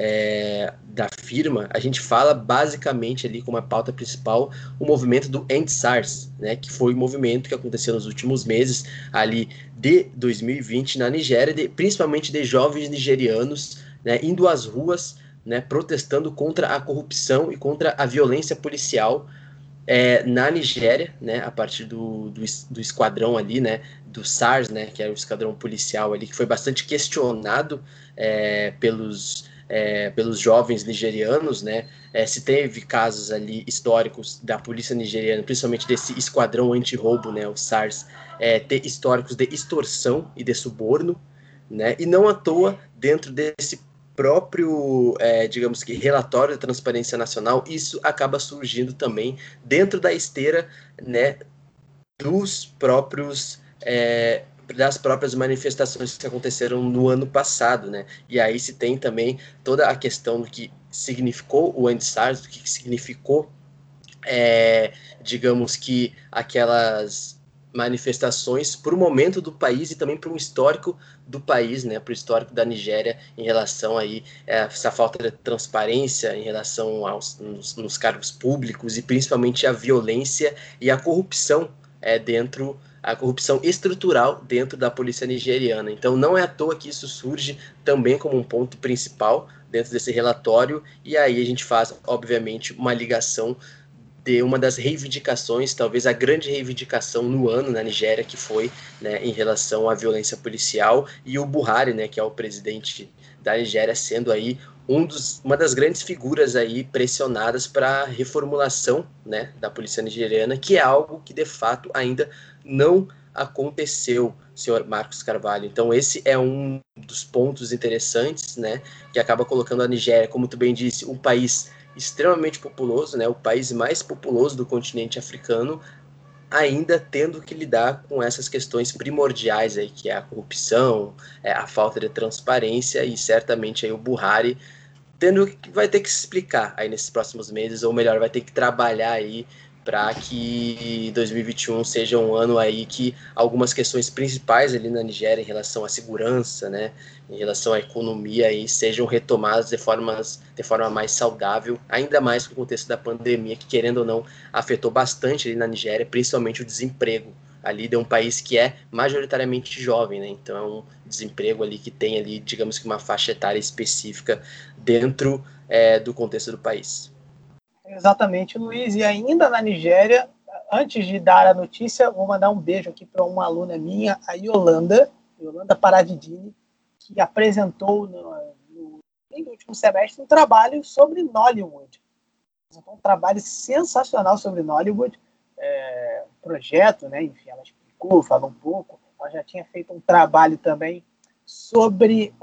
da firma, a gente fala basicamente ali como a pauta principal o movimento do End SARS, né, que foi o movimento que aconteceu nos últimos meses ali de 2020 na Nigéria, principalmente de jovens nigerianos, né, indo às ruas, né, protestando contra a corrupção e contra a violência policial na Nigéria, né, a partir do esquadrão ali, né, do SARS, né, que era o esquadrão policial ali, que foi bastante questionado pelos jovens nigerianos, né, se teve casos ali históricos da polícia nigeriana, principalmente desse esquadrão anti-roubo, né, o SARS, ter históricos de extorsão e de suborno, né, e não à toa, dentro desse próprio, digamos que, relatório da Transparência Nacional, isso acaba surgindo também dentro da esteira, né, das próprias manifestações que aconteceram no ano passado, né? E aí se tem também toda a questão do que significou o End SARS, do que significou, digamos que, aquelas manifestações para o momento do país e também para um histórico do país, né, para o histórico da Nigéria em relação aí essa falta de transparência em relação nos cargos públicos e principalmente a violência e a corrupção a corrupção estrutural dentro da polícia nigeriana. Então não é à toa que isso surge também como um ponto principal dentro desse relatório, e aí a gente faz, obviamente, uma ligação de uma das reivindicações, talvez a grande reivindicação no ano na Nigéria, que foi, né, em relação à violência policial, e o Buhari, né, que é o presidente da Nigéria, sendo aí uma das grandes figuras aí pressionadas para a reformulação, né, da polícia nigeriana, que é algo que de fato ainda não aconteceu, senhor Marcos Carvalho. Então esse é um dos pontos interessantes, né, que acaba colocando a Nigéria, como tu bem disse, um país extremamente populoso, né, o país mais populoso do continente africano, ainda tendo que lidar com essas questões primordiais aí, que é a corrupção, a falta de transparência, e certamente aí o Buhari vai ter que se explicar aí nesses próximos meses, ou melhor, vai ter que trabalhar aí para que 2021 seja um ano aí que algumas questões principais ali na Nigéria em relação à segurança, né, em relação à economia aí, sejam retomadas de forma mais saudável, ainda mais com o contexto da pandemia, que querendo ou não afetou bastante ali na Nigéria, principalmente o desemprego ali de um país que é majoritariamente jovem, né? Então é um desemprego ali que tem ali, digamos que uma faixa etária específica dentro do contexto do país. Exatamente, Luiz. E ainda na Nigéria, antes de dar a notícia, vou mandar um beijo aqui para uma aluna minha, a Yolanda Paravidini, que apresentou no último semestre um trabalho sobre Nollywood. Um trabalho sensacional sobre Nollywood, projeto, né? Enfim, ela explicou, falou um pouco. Ela já tinha feito um trabalho também sobre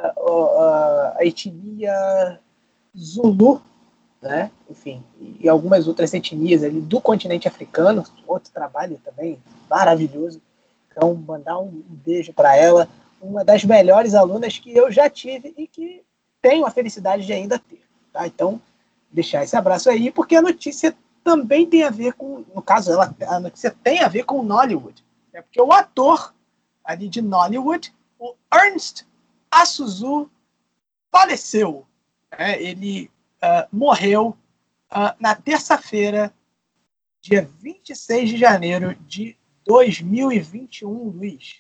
a etnia Zulu, né? Enfim, e algumas outras etnias ali do continente africano, outro trabalho também maravilhoso. Então, mandar um beijo para ela, uma das melhores alunas que eu já tive e que tenho a felicidade de ainda ter. Tá? Então, deixar esse abraço aí, porque a notícia também tem a ver com, no caso, a notícia tem a ver com Nollywood. Porque o ator ali de Nollywood, o Ernst Asuzu, faleceu. Ele morreu na terça-feira, dia 26 de janeiro de 2021, Luiz.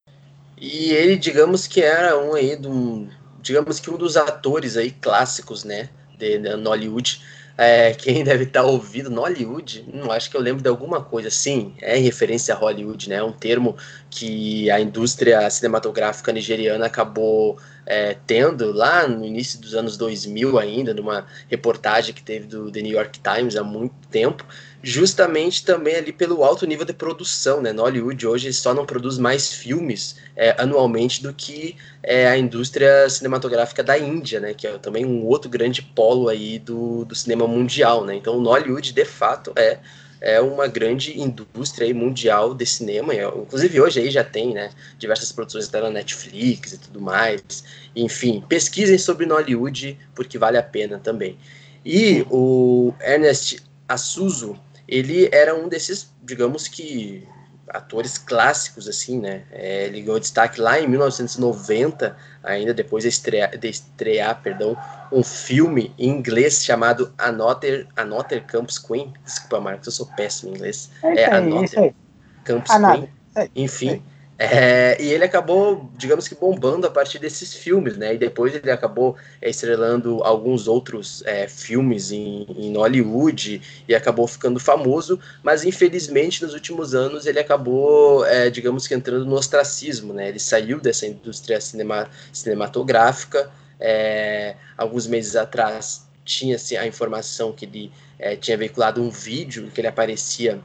E ele, digamos que era digamos que um dos atores aí clássicos, né, de Nollywood. Quem deve estar ouvindo Nollywood, não acho que eu lembro de alguma coisa. Sim, é em referência a Hollywood, né? É um termo que a indústria cinematográfica nigeriana acabou tendo lá no início dos anos 2000 ainda, numa reportagem que teve do The New York Times há muito tempo, justamente também ali pelo alto nível de produção, né? Nollywood hoje só não produz mais filmes anualmente do que a indústria cinematográfica da Índia, né? Que é também um outro grande polo aí do cinema mundial, né? Então o Nollywood, de fato, é uma grande indústria aí mundial de cinema, inclusive hoje aí já tem, né, diversas produções até na Netflix e tudo mais. Enfim, pesquisem sobre Nollywood porque vale a pena também. E o Ernest Asuzu, ele era um desses, digamos que, atores clássicos, assim, né? Ele ganhou destaque lá em 1990, ainda depois de estrear, um filme em inglês chamado Another Campus Queen. Desculpa, Marcos, eu sou péssimo em inglês. Isso aí. Campus Queen. Enfim. Sei. E ele acabou, digamos que, bombando a partir desses filmes, né? E depois ele acabou estrelando alguns outros filmes em Hollywood e acabou ficando famoso, mas infelizmente nos últimos anos ele acabou, digamos que, entrando no ostracismo, né? Ele saiu dessa indústria cinematográfica. Alguns meses atrás tinha-se a informação que ele tinha veiculado um vídeo em que ele aparecia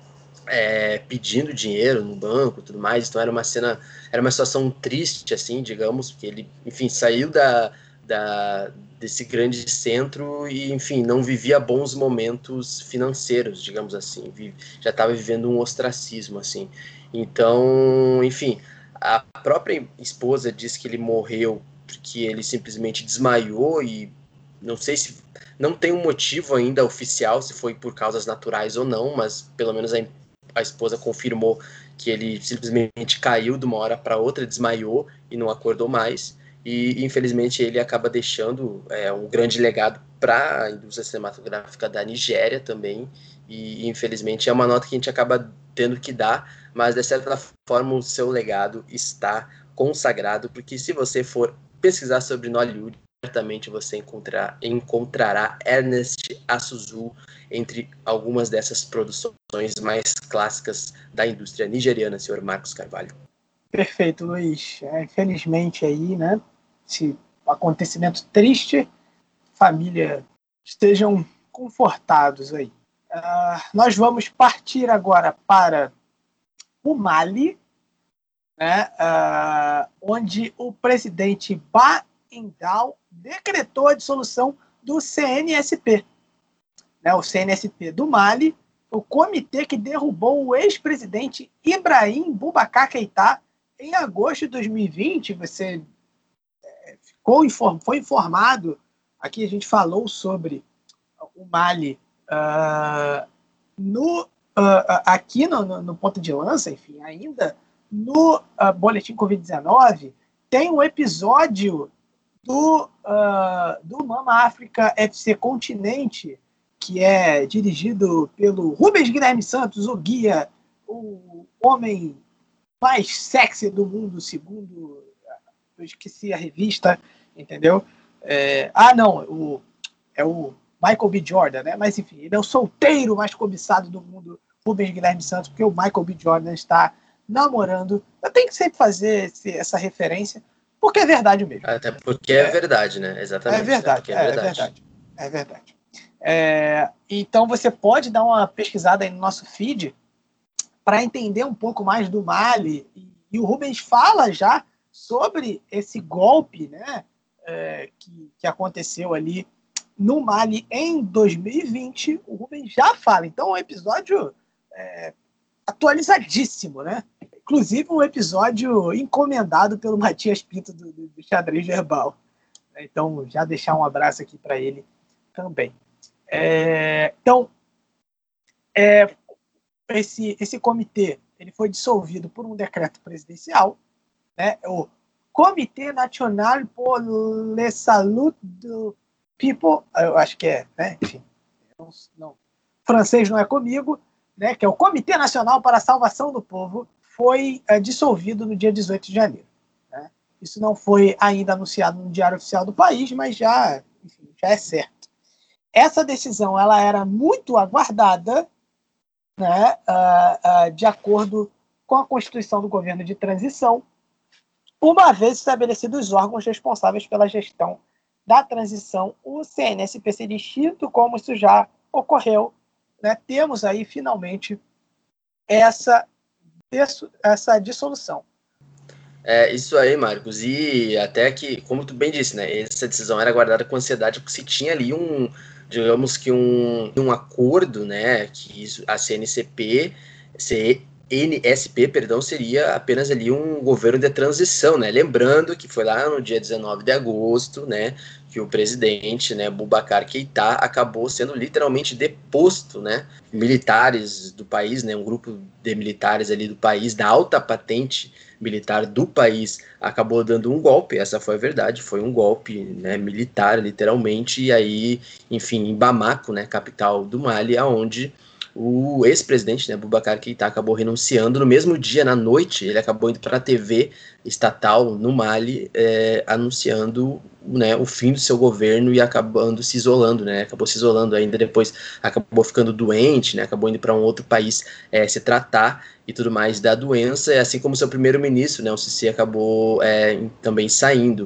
pedindo dinheiro no banco e tudo mais. Então era uma situação triste, assim, digamos, porque ele, enfim, saiu desse grande centro e, enfim, não vivia bons momentos financeiros, digamos assim. Já estava vivendo um ostracismo, assim. Então, enfim, a própria esposa diz que ele morreu porque ele simplesmente desmaiou e não sei se não tem um motivo ainda oficial se foi por causas naturais ou não, mas pelo menos a esposa confirmou que ele simplesmente caiu de uma hora para outra, desmaiou e não acordou mais. E infelizmente ele acaba deixando um grande legado para a indústria cinematográfica da Nigéria também. E infelizmente é uma nota que a gente acaba tendo que dar, mas de certa forma o seu legado está consagrado, porque se você for pesquisar sobre Nollywood, certamente você encontrará Ernest Asuzu entre algumas dessas produções mais clássicas da indústria nigeriana, senhor Marcos Carvalho. Perfeito, Luiz. Infelizmente aí, né, esse acontecimento triste, família, estejam confortados aí. Nós vamos partir agora para o Mali, né, onde o presidente Ba Endal decretou a dissolução do CNSP. Né, o CNSP do Mali, o comitê que derrubou o ex-presidente Ibrahim Boubacar Keïta em agosto de 2020. Você foi informado, aqui a gente falou sobre o Mali aqui no Ponta de Lança, enfim, ainda no Boletim Covid-19, tem um episódio do Mama África FC Continente, que é dirigido pelo Rubens Guilherme Santos, o guia, o homem mais sexy do mundo, segundo... Eu esqueci a revista, entendeu? É o Michael B. Jordan, né? Mas, enfim, ele é o solteiro mais cobiçado do mundo, Rubens Guilherme Santos, porque o Michael B. Jordan está namorando. Eu tenho que sempre fazer essa referência, porque é verdade mesmo. Até porque é verdade, né? Exatamente. É verdade, é verdade. É verdade. Então você pode dar uma pesquisada aí no nosso feed para entender um pouco mais do Mali. E o Rubens fala já sobre esse golpe, né, que aconteceu ali no Mali em 2020. O Rubens já fala. Então é um episódio atualizadíssimo, né? Inclusive um episódio encomendado pelo Matias Pinto do Xadrez Verbal. Então já deixar um abraço aqui para ele também. Então, esse comitê ele foi dissolvido por um decreto presidencial, né? O Comité National pour la Salute du People, eu acho que né? Enfim, não, francês não é comigo, né? Que é o Comitê Nacional para a Salvação do Povo, foi dissolvido no dia 18 de janeiro. Né? Isso não foi ainda anunciado no Diário Oficial do país, mas já é certo. Essa decisão ela era muito aguardada, né, de acordo com a Constituição do Governo de Transição, uma vez estabelecidos os órgãos responsáveis pela gestão da transição, o CNSP seria extinto, como isso já ocorreu. Né? Temos aí, finalmente, essa dissolução. Isso aí, Marcos. E até que, como tu bem disse, né, essa decisão era guardada com ansiedade porque se tinha ali digamos que um acordo, né, que a CNSP seria apenas ali um governo de transição, né? Lembrando que foi lá no dia 19 de agosto, né, que o presidente, né, Boubacar Keïta, acabou sendo literalmente deposto, né? Militares do país, né, um grupo de militares ali do país, da alta patente militar do país, acabou dando um golpe, essa foi a verdade, foi um golpe, né, militar, literalmente, e aí, enfim, em Bamako, né, capital do Mali, aonde o ex-presidente, né, Boubacar Keïta, acabou renunciando. No mesmo dia, na noite, ele acabou indo para a TV estatal no Mali, anunciando, né, o fim do seu governo e acabando se isolando, né, acabou se isolando ainda depois, acabou ficando doente, né, acabou indo para um outro país se tratar e tudo mais da doença, assim como seu primeiro-ministro, né, o Sisi, acabou também saindo.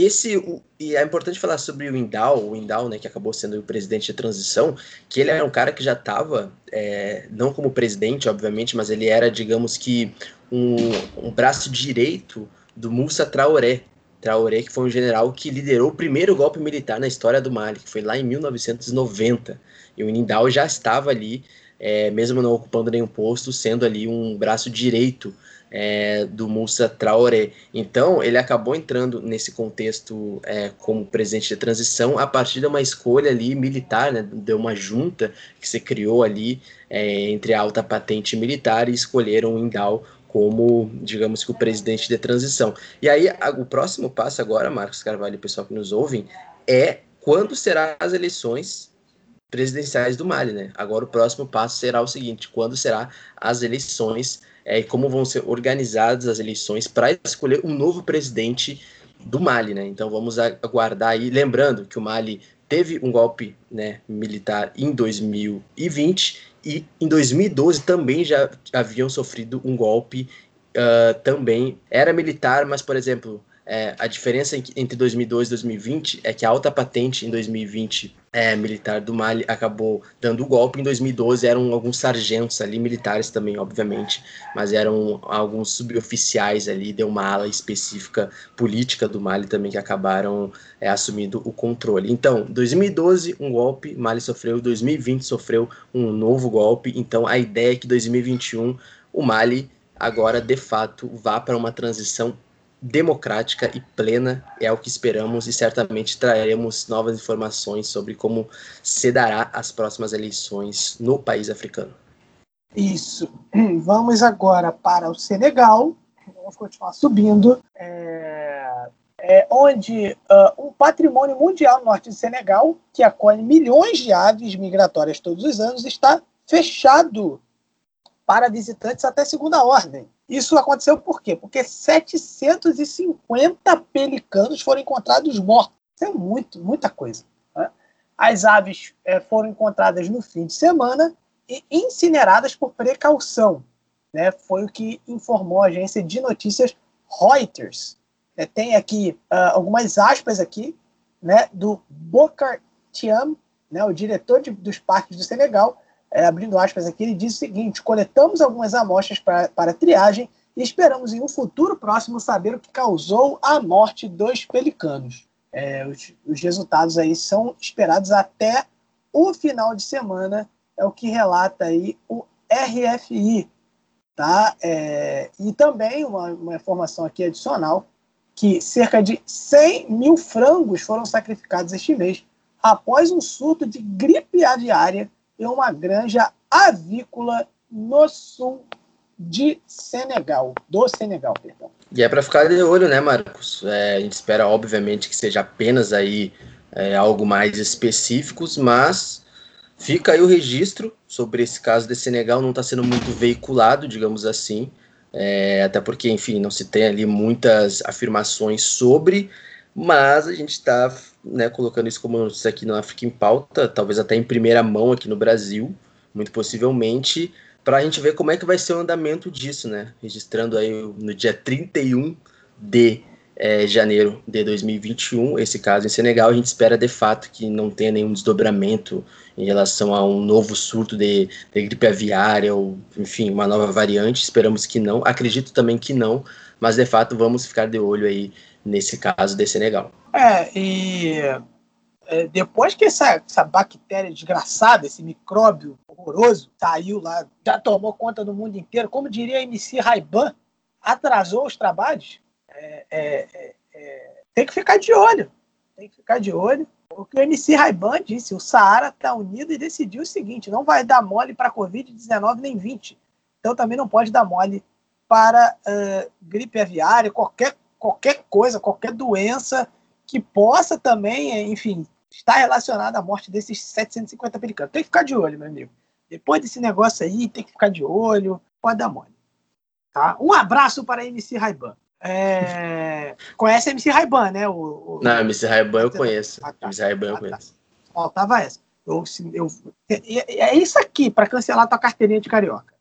E é importante falar sobre o Indal, né, que acabou sendo o presidente de transição, que ele era um cara que já estava, não como presidente, obviamente, mas ele era, digamos que, um braço direito do Moussa Traoré, que foi um general que liderou o primeiro golpe militar na história do Mali, que foi lá em 1990, e o Indal já estava ali, mesmo não ocupando nenhum posto, sendo ali um braço direito do Moussa Traoré. Então, ele acabou entrando nesse contexto como presidente de transição a partir de uma escolha ali militar, né, de uma junta que se criou ali entre a alta patente militar e escolheram o Indal como, digamos que, o presidente de transição. E aí, o próximo passo agora, Marcos Carvalho e o pessoal que nos ouvem, é quando serão as eleições presidenciais do Mali, né? Agora o próximo passo será o seguinte: quando serão as eleições e como vão ser organizadas as eleições para escolher um novo presidente do Mali, né? Então vamos aguardar aí, lembrando que o Mali teve um golpe, né, militar em 2020 e em 2012 também já haviam sofrido um golpe, também era militar, mas, por exemplo, a diferença entre 2012 e 2020 é que a alta patente em 2020 militar do Mali acabou dando o golpe. Em 2012 eram alguns sargentos ali, militares também, obviamente, mas eram alguns suboficiais ali, de uma ala específica política do Mali também que acabaram assumindo o controle. Então, 2012 um golpe, Mali sofreu, 2020 sofreu um novo golpe. Então a ideia é que 2021 o Mali agora de fato vá para uma transição democrática e plena, é o que esperamos, e certamente traremos novas informações sobre como se dará as próximas eleições no país africano. Isso. Vamos agora para o Senegal, vamos continuar subindo, onde um patrimônio mundial no norte do Senegal, que acolhe milhões de aves migratórias todos os anos, está fechado para visitantes até segunda ordem. Isso aconteceu por quê? Porque 750 pelicanos foram encontrados mortos. Isso é muita coisa. Né? As aves foram encontradas no fim de semana e incineradas por precaução. Né? Foi o que informou a agência de notícias Reuters. Tem aqui algumas aspas aqui, né, do Bokar Thiam, né, o diretor dos parques do Senegal. Abrindo aspas aqui, ele diz o seguinte: coletamos algumas amostras para triagem e esperamos em um futuro próximo saber o que causou a morte dos pelicanos. Os resultados aí são esperados até o final de semana, é o que relata aí o RFI. Tá? E também uma informação aqui adicional, que cerca de 100 mil frangos foram sacrificados este mês após um surto de gripe aviária em uma granja avícola no sul do Senegal, perdão. E é para ficar de olho, né, Marcos? A gente espera, obviamente, que seja apenas aí algo mais específicos, mas fica aí o registro sobre esse caso de Senegal, não está sendo muito veiculado, digamos assim, até porque, enfim, não se tem ali muitas afirmações sobre, mas a gente está, né, colocando isso como notícia aqui no África em Pauta, talvez até em primeira mão aqui no Brasil, muito possivelmente, para a gente ver como é que vai ser o andamento disso, né? Registrando aí no dia 31 de janeiro de 2021, esse caso em Senegal. A gente espera de fato que não tenha nenhum desdobramento em relação a um novo surto de gripe aviária ou, enfim, uma nova variante. Esperamos que não, acredito também que não, mas de fato vamos ficar de olho aí nesse caso de Senegal. Depois que essa bactéria desgraçada, esse micróbio horroroso, saiu lá, já tomou conta do mundo inteiro, como diria a MC Ray-Ban, atrasou os trabalhos, tem que ficar de olho. O que o MC Ray-Ban disse, o Saara está unido e decidiu o seguinte, não vai dar mole para Covid-19 nem 20. Então também não pode dar mole para gripe aviária, qualquer coisa, qualquer doença que possa também, enfim, estar relacionada à morte desses 750 americanos. Tem que ficar de olho, meu amigo. Depois desse negócio aí, tem que ficar de olho, pode dar mole. Tá? Um abraço para a MC Ray-Ban. Conhece a MC Ray-Ban, né? Não, a MC Ray-Ban eu conheço. Tá. MC Ray-Ban eu conheço. Faltava essa. É isso aqui, para cancelar tua carteirinha de carioca.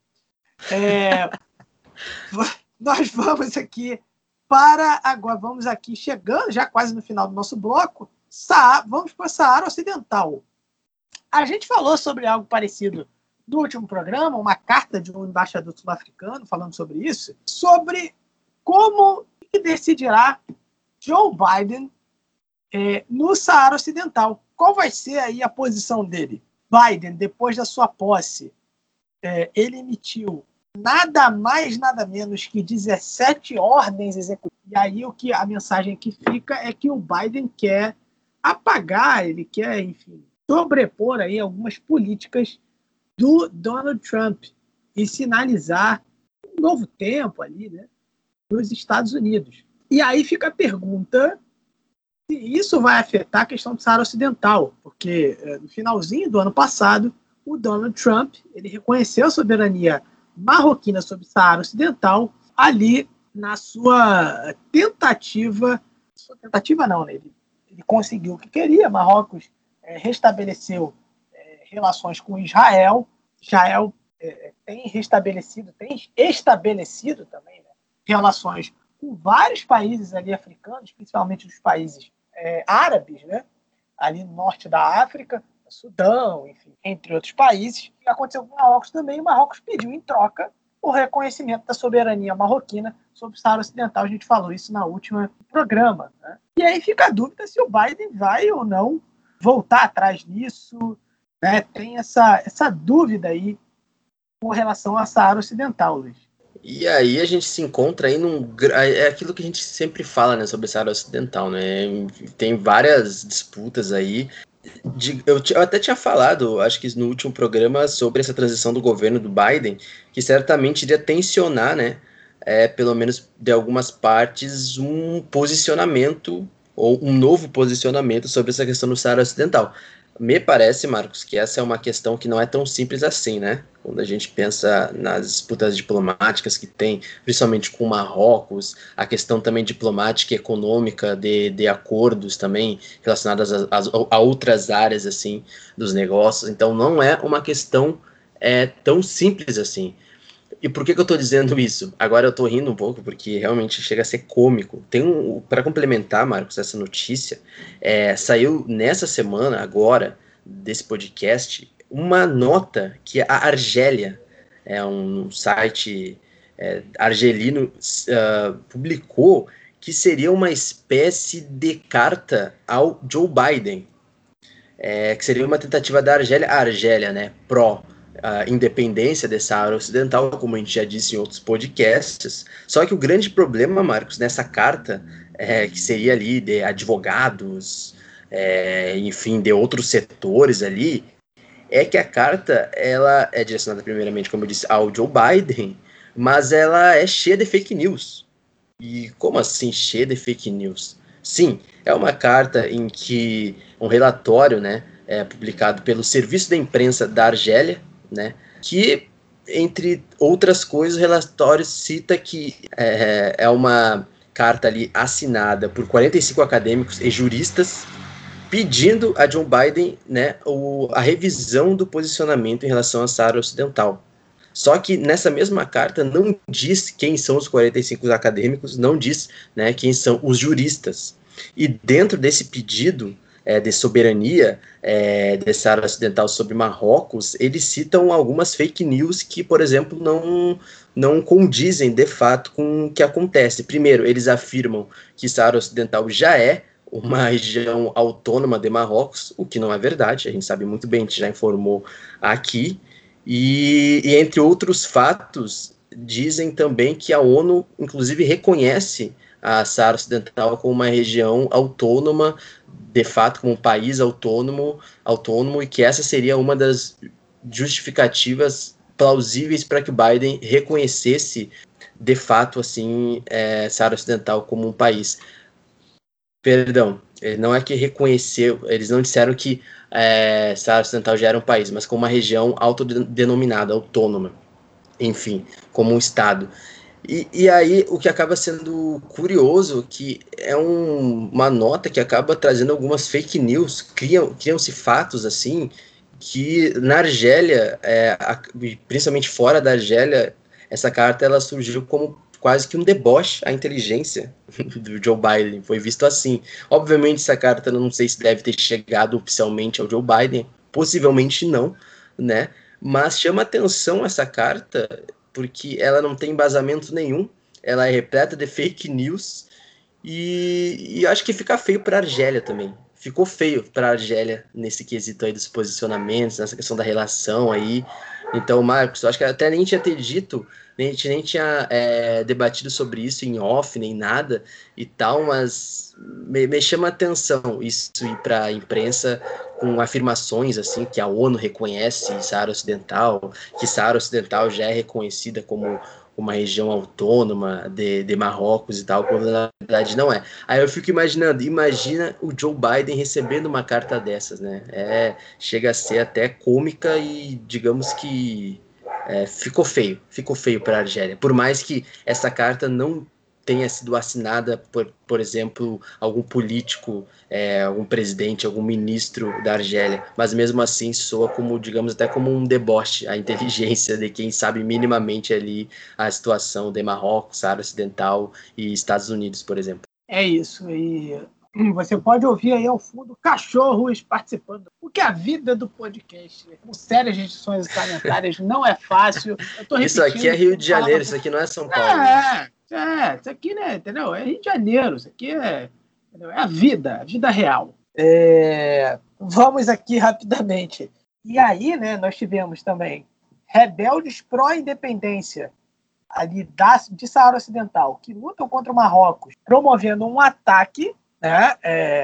Nós vamos aqui agora, vamos aqui chegando, já quase no final do nosso bloco, vamos para o Saara Ocidental. A gente falou sobre algo parecido no último programa, uma carta de um embaixador sul-africano falando sobre isso, sobre como decidirá Joe Biden no Saara Ocidental. Qual vai ser aí a posição dele? Biden, depois da sua posse, ele emitiu nada mais, nada menos que 17 ordens executivas. E aí a mensagem que fica é que o Biden quer apagar, ele quer, enfim, sobrepor aí algumas políticas do Donald Trump e sinalizar um novo tempo ali, né, nos Estados Unidos. E aí fica a pergunta se isso vai afetar a questão do Saara Ocidental, porque no finalzinho do ano passado, o Donald Trump ele reconheceu a soberania marroquina sobre o Saara Ocidental ali na sua tentativa não, né? Ele conseguiu o que queria. Marrocos restabeleceu relações com Israel tem estabelecido também, né, relações com vários países ali africanos, principalmente dos países árabes, né, ali no norte da África, Sudão, enfim, entre outros países. E aconteceu com o Marrocos também. O Marrocos pediu em troca o reconhecimento da soberania marroquina sobre o Saara Ocidental. A gente falou isso no último programa, né? E aí fica a dúvida se o Biden vai ou não voltar atrás nisso, né? Tem essa dúvida aí com relação a Saara Ocidental, Luiz. E aí a gente se encontra aí é aquilo que a gente sempre fala, né, sobre Saara Ocidental, né? Tem várias disputas aí. Eu até tinha falado, acho que no último programa, sobre essa transição do governo do Biden, que certamente iria tensionar, né, pelo menos de algumas partes, um posicionamento ou um novo posicionamento sobre essa questão do Saara Ocidental. Me parece, Marcos, que essa é uma questão que não é tão simples assim, né? Quando a gente pensa nas disputas diplomáticas que tem, principalmente com Marrocos, a questão também diplomática e econômica de acordos também relacionados a outras áreas, assim, dos negócios. Então, não é uma questão tão simples assim. E por que eu estou dizendo isso? Agora eu estou rindo um pouco, porque realmente chega a ser cômico. Para complementar, Marcos, essa notícia, saiu nessa semana, agora, desse podcast, uma nota que a Argélia, um site argelino, publicou, que seria uma espécie de carta ao Joe Biden, que seria uma tentativa da Argélia, né, a independência dessa área ocidental, como a gente já disse em outros podcasts. Só que o grande problema, Marcos, nessa carta, que seria ali de advogados, enfim, de outros setores ali, é que a carta, ela é direcionada primeiramente, como eu disse, ao Joe Biden, mas ela é cheia de fake news. E como assim cheia de fake news? Sim, é uma carta em que um relatório, né, é publicado pelo Serviço da Imprensa da Argélia, né, que, entre outras coisas, o relatório cita que é uma carta ali assinada por 45 acadêmicos e juristas pedindo a Joe Biden, né, a revisão do posicionamento em relação à Saara Ocidental. Só que nessa mesma carta não diz quem são os 45 acadêmicos, não diz, né, quem são os juristas. E dentro desse pedido de soberania de Saara Ocidental sobre Marrocos, eles citam algumas fake news que, por exemplo, não condizem de fato com o que acontece. Primeiro, eles afirmam que Saara Ocidental já é uma região autônoma de Marrocos, o que não é verdade, a gente sabe muito bem, a gente já informou aqui. E entre outros fatos, dizem também que a ONU, inclusive, reconhece a Saara Ocidental como uma região autônoma, de fato, como um país autônomo, e que essa seria uma das justificativas plausíveis para que o Biden reconhecesse, de fato, assim, Saara Ocidental como um país. Perdão, não é que reconheceu, eles não disseram que Saara Ocidental já era um país, mas como uma região autodenominada, autônoma, enfim, como um estado. E aí o que acaba sendo curioso, que é uma nota que acaba trazendo algumas fake news, criam-se fatos assim, que na Argélia, principalmente fora da Argélia, essa carta ela surgiu como quase que um deboche à inteligência do Joe Biden, foi visto assim. Obviamente essa carta não sei se deve ter chegado oficialmente ao Joe Biden, possivelmente não, né? Mas chama atenção essa carta porque ela não tem embasamento nenhum, ela é repleta de fake news e acho que fica feio para a Argélia também. Ficou feio para a Argélia nesse quesito aí dos posicionamentos, nessa questão da relação aí. Então, Marcos, eu acho que até nem tinha ter dito, a gente nem tinha debatido sobre isso em off, nem nada e tal, mas me chama a atenção isso ir para a imprensa com afirmações assim que a ONU reconhece Saara Ocidental, que Saara Ocidental já é reconhecida como uma região autônoma de Marrocos e tal, quando na verdade não é. Aí eu fico imaginando, imagina o Joe Biden recebendo uma carta dessas, né? Chega a ser até cômica e digamos que ficou feio para a Argélia. Por mais que essa carta não tenha sido assinada por exemplo, algum político, algum presidente, algum ministro da Argélia, mas mesmo assim soa como, digamos, até como um deboche à inteligência de quem sabe minimamente ali a situação de Marrocos, Saara Ocidental e Estados Unidos, por exemplo. É isso, e você pode ouvir aí ao fundo cachorros participando, porque a vida do podcast, com sérias restrições orçamentárias, não é fácil. Eu tô isso aqui é Rio de Janeiro, isso aqui não é São Paulo. Isso aqui, né, entendeu? É Rio de Janeiro, isso aqui é a vida real. Vamos aqui rapidamente. E aí, né, nós tivemos também rebeldes pró-independência ali de Saara Ocidental, que lutam contra o Marrocos, promovendo um ataque, né?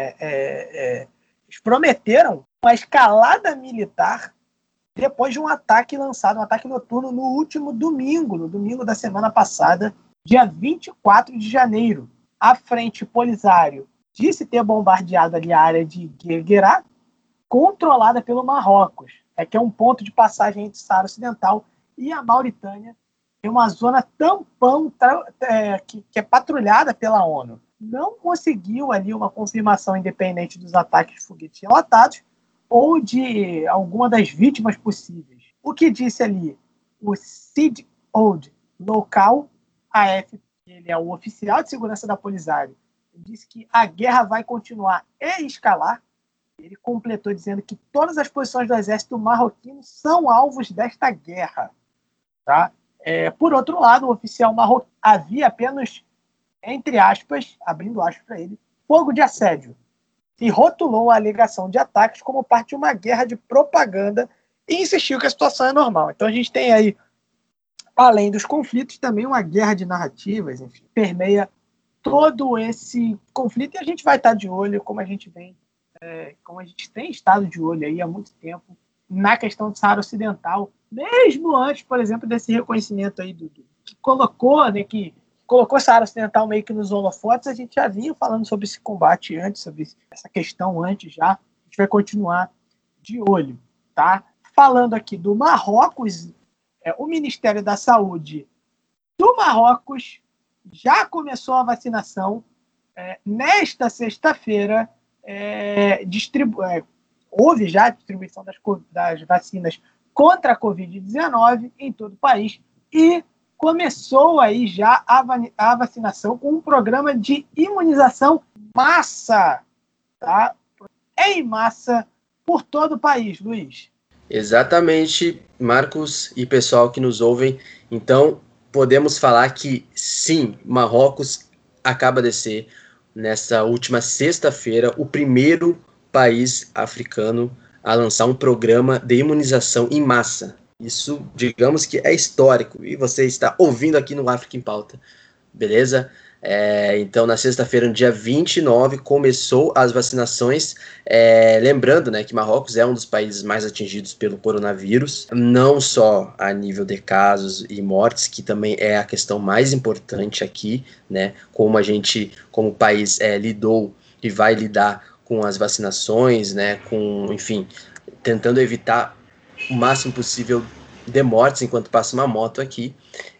Eles prometeram uma escalada militar depois de um ataque lançado, um ataque noturno no último domingo, no domingo da semana passada, dia 24 de janeiro. A Frente Polisário disse ter bombardeado ali a área de Guerguerá, controlada pelo Marrocos, que é um ponto de passagem entre Saara Ocidental e a Mauritânia, em uma zona tampão que é patrulhada pela ONU. Não conseguiu ali uma confirmação independente dos ataques de foguetes relatados ou de alguma das vítimas possíveis. O que disse ali o Sid Ould local, AF, ele é o oficial de segurança da Polisário, disse que a guerra vai continuar e escalar. Ele completou dizendo que todas as posições do exército marroquino são alvos desta guerra. Tá? Por outro lado, o oficial marroquino havia apenas, entre aspas, abrindo aspas para ele, fogo de assédio, e rotulou a alegação de ataques como parte de uma guerra de propaganda e insistiu que a situação é normal. Então a gente tem aí, além dos conflitos, também uma guerra de narrativas, enfim, permeia todo esse conflito e a gente vai estar de olho, como a gente tem estado de olho aí há muito tempo, na questão do Saara Ocidental, mesmo antes, por exemplo, desse reconhecimento aí que colocou, né, que colocou o Saara Ocidental meio que nos holofotes. A gente já vinha falando sobre esse combate antes, sobre essa questão antes já. A gente vai continuar de olho, tá? Falando aqui do Marrocos, o Ministério da Saúde do Marrocos já começou a vacinação. Nesta sexta-feira, houve já a distribuição das vacinas contra a Covid-19 em todo o país e começou aí já a vacinação com um programa de imunização massa, tá? Em massa por todo o país, Luiz. Exatamente, Marcos e pessoal que nos ouvem. Então, podemos falar que sim, Marrocos acaba de ser, nessa última sexta-feira, o primeiro país africano a lançar um programa de imunização em massa. Isso, digamos que é histórico, e você está ouvindo aqui no África em Pauta, beleza? Então, na sexta-feira, no dia 29, começou as vacinações, lembrando, né, que Marrocos é um dos países mais atingidos pelo coronavírus, não só a nível de casos e mortes, que também é a questão mais importante aqui, né, como o país lidou e vai lidar com as vacinações, né, enfim, tentando evitar o máximo possível de mortes enquanto passa uma moto aqui,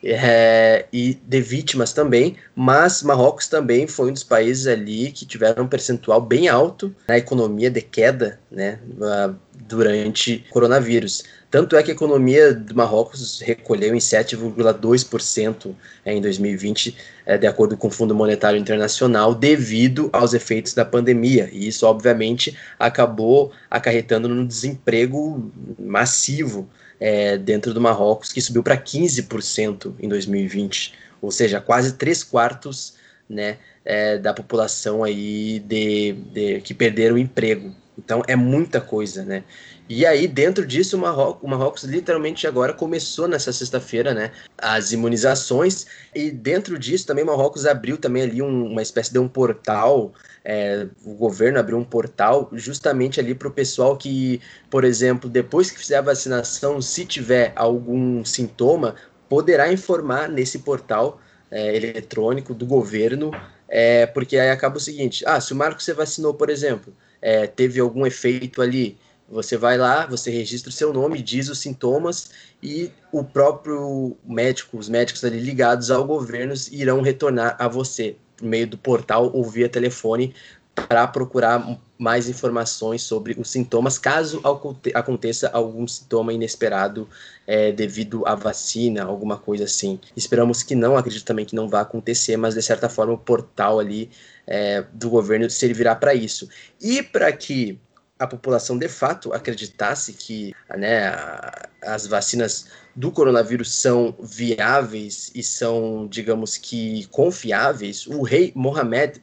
e de vítimas também, mas Marrocos também foi um dos países ali que tiveram um percentual bem alto na economia de queda, né, durante o coronavírus. Tanto é que a economia do Marrocos recolheu em 7,2% em 2020, de acordo com o Fundo Monetário Internacional, devido aos efeitos da pandemia. E isso, obviamente, acabou acarretando no desemprego massivo dentro do Marrocos, que subiu para 15% em 2020, ou seja, quase 3/4, né, da população aí que perderam o emprego. Então é muita coisa, né? E aí, dentro disso, o Marrocos literalmente agora começou nessa sexta-feira, né, as imunizações, e dentro disso também o Marrocos abriu também ali uma espécie de um portal, o governo abriu um portal justamente ali para o pessoal que, por exemplo, depois que fizer a vacinação, se tiver algum sintoma, poderá informar nesse portal eletrônico do governo, porque aí acaba o seguinte: se o Marcos se vacinou, por exemplo, teve algum efeito ali, você vai lá, você registra o seu nome, diz os sintomas, e o próprio médico, os médicos ali ligados ao governo irão retornar a você por meio do portal ou via telefone para procurar mais informações sobre os sintomas, caso aconteça algum sintoma inesperado devido à vacina, alguma coisa assim. Esperamos que não, acredito também que não vai acontecer, mas de certa forma o portal ali do governo servirá para isso. E para que a população de fato acreditasse que, né, as vacinas do coronavírus são viáveis e são, digamos que, confiáveis, o rei Mohammed,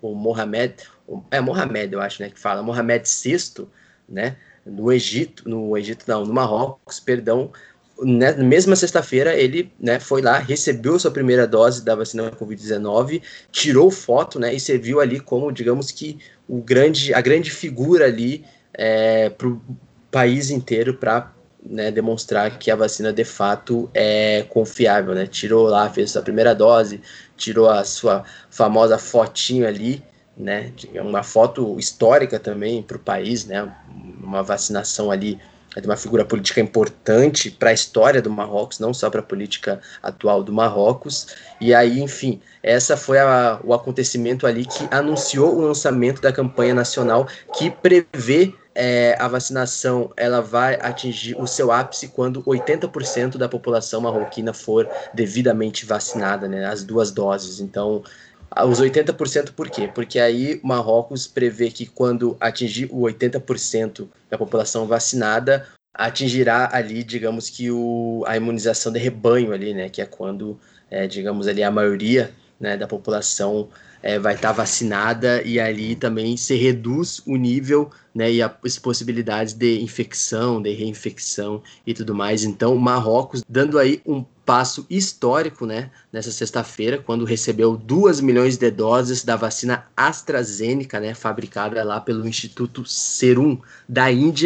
eu acho, né, que fala, Mohammed VI, né, no Marrocos, perdão, na mesma sexta-feira ele, né, foi lá, recebeu sua primeira dose da vacina Covid-19, tirou foto, né, e serviu ali como, digamos que, a grande figura ali para o país inteiro para, né, demonstrar que a vacina de fato é confiável, né? Tirou lá, fez sua primeira dose, tirou a sua famosa fotinho ali, né? Uma foto histórica também para o país, né? Uma vacinação ali de uma figura política importante para a história do Marrocos, não só para a política atual do Marrocos. E aí, enfim, essa foi o acontecimento ali que anunciou o lançamento da campanha nacional que prevê a vacinação, ela vai atingir o seu ápice quando 80% da população marroquina for devidamente vacinada, né, as 2 doses. Então, os 80% por quê? Porque aí Marrocos prevê que quando atingir o 80% da população vacinada, atingirá ali, digamos que a imunização de rebanho ali, né, que é quando, digamos ali, a maioria, né, da população vai estar vacinada, e ali também se reduz o nível, né, e as possibilidades de infecção, de reinfecção e tudo mais. Então, Marrocos dando aí um passo histórico, né, nessa sexta-feira, quando recebeu 2 milhões de doses da vacina AstraZeneca, né, fabricada lá pelo Instituto Serum da Índia,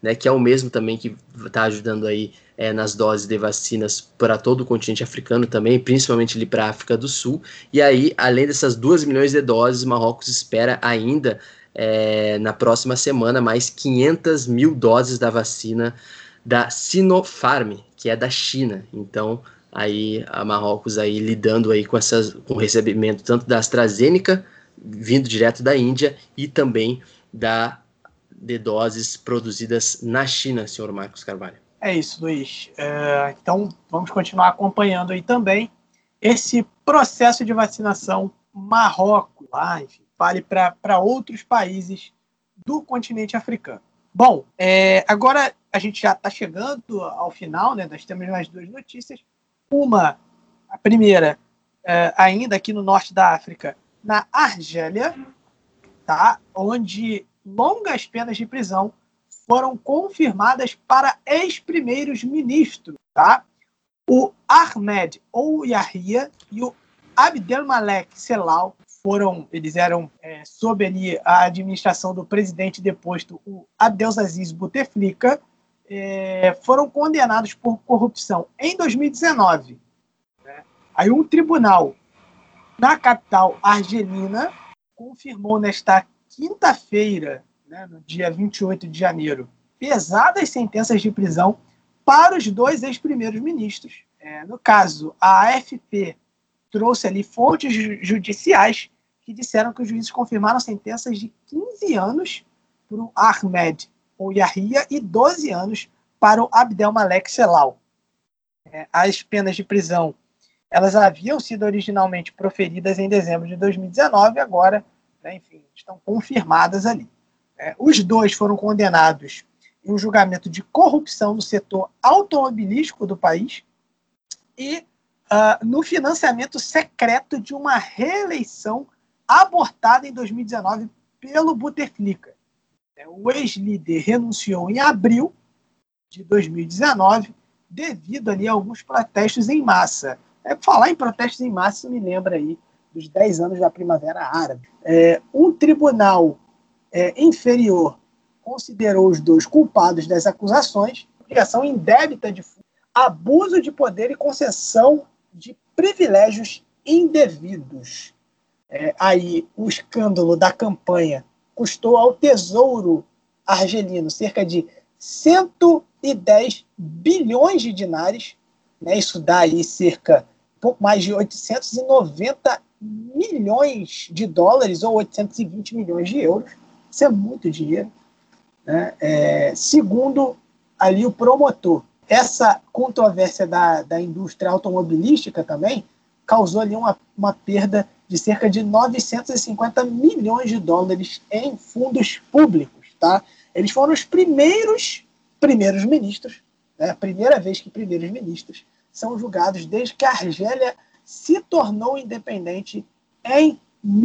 né, que é o mesmo também que está ajudando aí nas doses de vacinas para todo o continente africano também, principalmente ali para a África do Sul. E aí, além dessas 2 milhões de doses, Marrocos espera ainda, na próxima semana, mais 500 mil doses da vacina da Sinopharm, que é da China. Então, aí a Marrocos aí lidando aí com o recebimento tanto da AstraZeneca, vindo direto da Índia, e também de doses produzidas na China, senhor Marcos Carvalho. É isso, Luiz. Então, vamos continuar acompanhando aí também esse processo de vacinação Marrocos, enfim, vale para outros países do continente africano. Bom, agora a gente já está chegando ao final, né? Nós temos mais 2 notícias. A primeira, ainda aqui no norte da África, na Argélia, tá? Onde longas penas de prisão foram confirmadas para ex-primeiros ministros, tá? O Ahmed Ouyahia e o Abdelmalek Selal eles eram sob ali a administração do presidente deposto, o Abdelaziz Bouteflika, foram condenados por corrupção em 2019. Né? Aí um tribunal na capital argelina confirmou nesta quinta-feira, né, no dia 28 de janeiro, pesadas sentenças de prisão para os 2 ex-primeiros ministros. No caso, a AFP trouxe ali fontes judiciais que disseram que os juízes confirmaram sentenças de 15 anos para o Ahmed Ouyahia e 12 anos para o Abdelmalek Selal. As penas de prisão, elas haviam sido originalmente proferidas em dezembro de 2019, agora, né, enfim, estão confirmadas ali. Os 2 foram condenados em um julgamento de corrupção no setor automobilístico do país e no financiamento secreto de uma reeleição abortada em 2019 pelo Bouteflika. O ex-líder renunciou em abril de 2019 devido ali a alguns protestos em massa. Falar em protestos em massa, isso me lembra aí dos 10 anos da Primavera Árabe. Um tribunal inferior considerou os 2 culpados das acusações, aplicação indébita de fundo, abuso de poder e concessão de privilégios indevidos. Aí o escândalo da campanha custou ao Tesouro argelino cerca de 110 bilhões de dinares, né? Isso dá aí pouco mais de 890 milhões de dólares ou 820 milhões de euros. Isso é muito dinheiro, né? Segundo ali o promotor, essa controvérsia da indústria automobilística também causou ali uma perda de cerca de 950 milhões de dólares em fundos públicos. Tá? Eles foram os primeiros ministros, né? A primeira vez que primeiros ministros são julgados desde que a Argélia se tornou independente em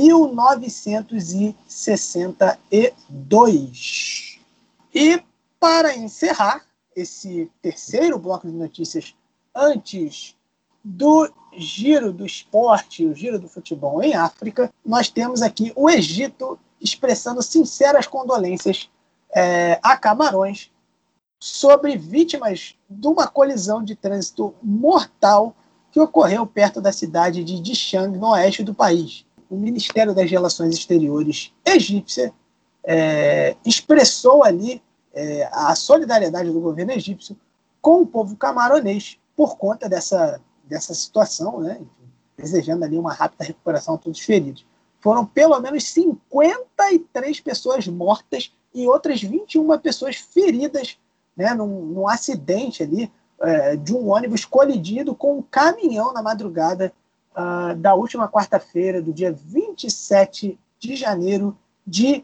1962. E, para encerrar esse terceiro bloco de notícias antes do giro do esporte, o giro do futebol em África, nós temos aqui o Egito expressando sinceras condolências a Camarões sobre vítimas de uma colisão de trânsito mortal que ocorreu perto da cidade de Dishang, no oeste do país. O Ministério das Relações Exteriores egípcia expressou ali a solidariedade do governo egípcio com o povo camaronês por conta dessa situação, né? Enfim, desejando ali uma rápida recuperação a todos os feridos. Foram pelo menos 53 pessoas mortas e outras 21 pessoas feridas, né, num acidente ali de um ônibus colidido com um caminhão na madrugada da última quarta-feira, do dia 27 de janeiro de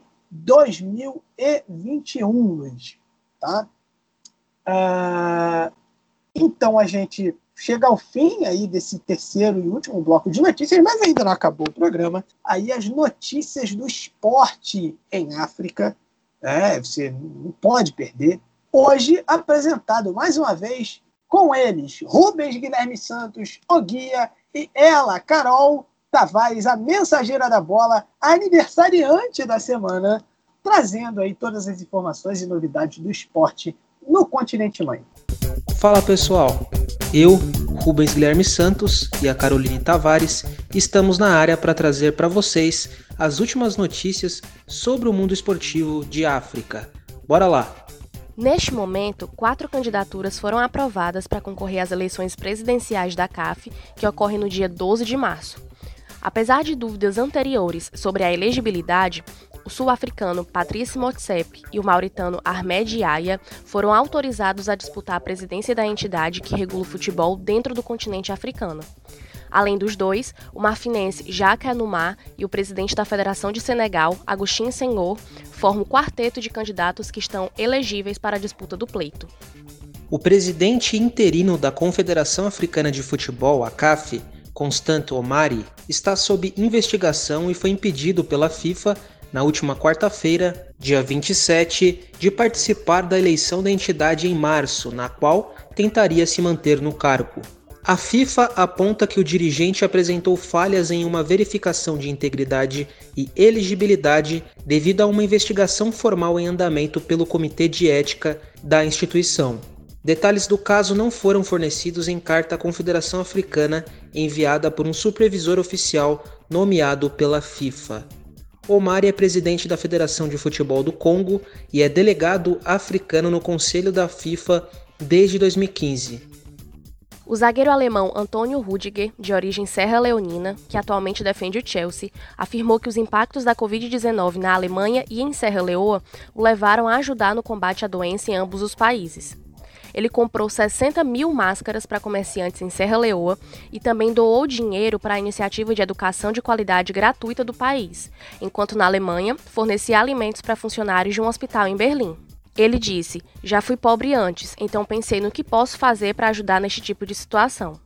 2021, Luiz. Tá? Então a gente chega ao fim aí desse terceiro e último bloco de notícias, mas ainda não acabou o programa. Aí as notícias do esporte em África, você não pode perder. Hoje apresentado mais uma vez com eles, Rubens Guilherme Santos, o guia, e ela, Carol Tavares, a mensageira da bola, a aniversariante da semana, trazendo aí todas as informações e novidades do esporte no continente mãe. Fala pessoal, eu, Rubens Guilherme Santos e a Caroline Tavares estamos na área para trazer para vocês as últimas notícias sobre o mundo esportivo de África. Bora lá! Neste momento, 4 candidaturas foram aprovadas para concorrer às eleições presidenciais da CAF, que ocorrem no dia 12 de março. Apesar de dúvidas anteriores sobre a elegibilidade, o sul-africano Patrice Motsepe e o mauritano Ahmed Yahya foram autorizados a disputar a presidência da entidade que regula o futebol dentro do continente africano. Além dos dois, o marfinense Jacques Anouma e o presidente da Federação de Senegal, Agustin Senghor, formam o quarteto de candidatos que estão elegíveis para a disputa do pleito. O presidente interino da Confederação Africana de Futebol, a CAF, Constant Omari, está sob investigação e foi impedido pela FIFA, na última quarta-feira, dia 27, de participar da eleição da entidade em março, na qual tentaria se manter no cargo. A FIFA aponta que o dirigente apresentou falhas em uma verificação de integridade e elegibilidade devido a uma investigação formal em andamento pelo Comitê de Ética da instituição. Detalhes do caso não foram fornecidos em carta à Confederação Africana enviada por um supervisor oficial nomeado pela FIFA. Omari é presidente da Federação de Futebol do Congo e é delegado africano no Conselho da FIFA desde 2015. O zagueiro alemão Antônio Rüdiger, de origem serra-leonina, que atualmente defende o Chelsea, afirmou que os impactos da Covid-19 na Alemanha e em Serra Leoa o levaram a ajudar no combate à doença em ambos os países. Ele comprou 60 mil máscaras para comerciantes em Serra Leoa e também doou dinheiro para a iniciativa de educação de qualidade gratuita do país, enquanto na Alemanha fornecia alimentos para funcionários de um hospital em Berlim. Ele disse: "Já fui pobre antes, então pensei no que posso fazer para ajudar neste tipo de situação."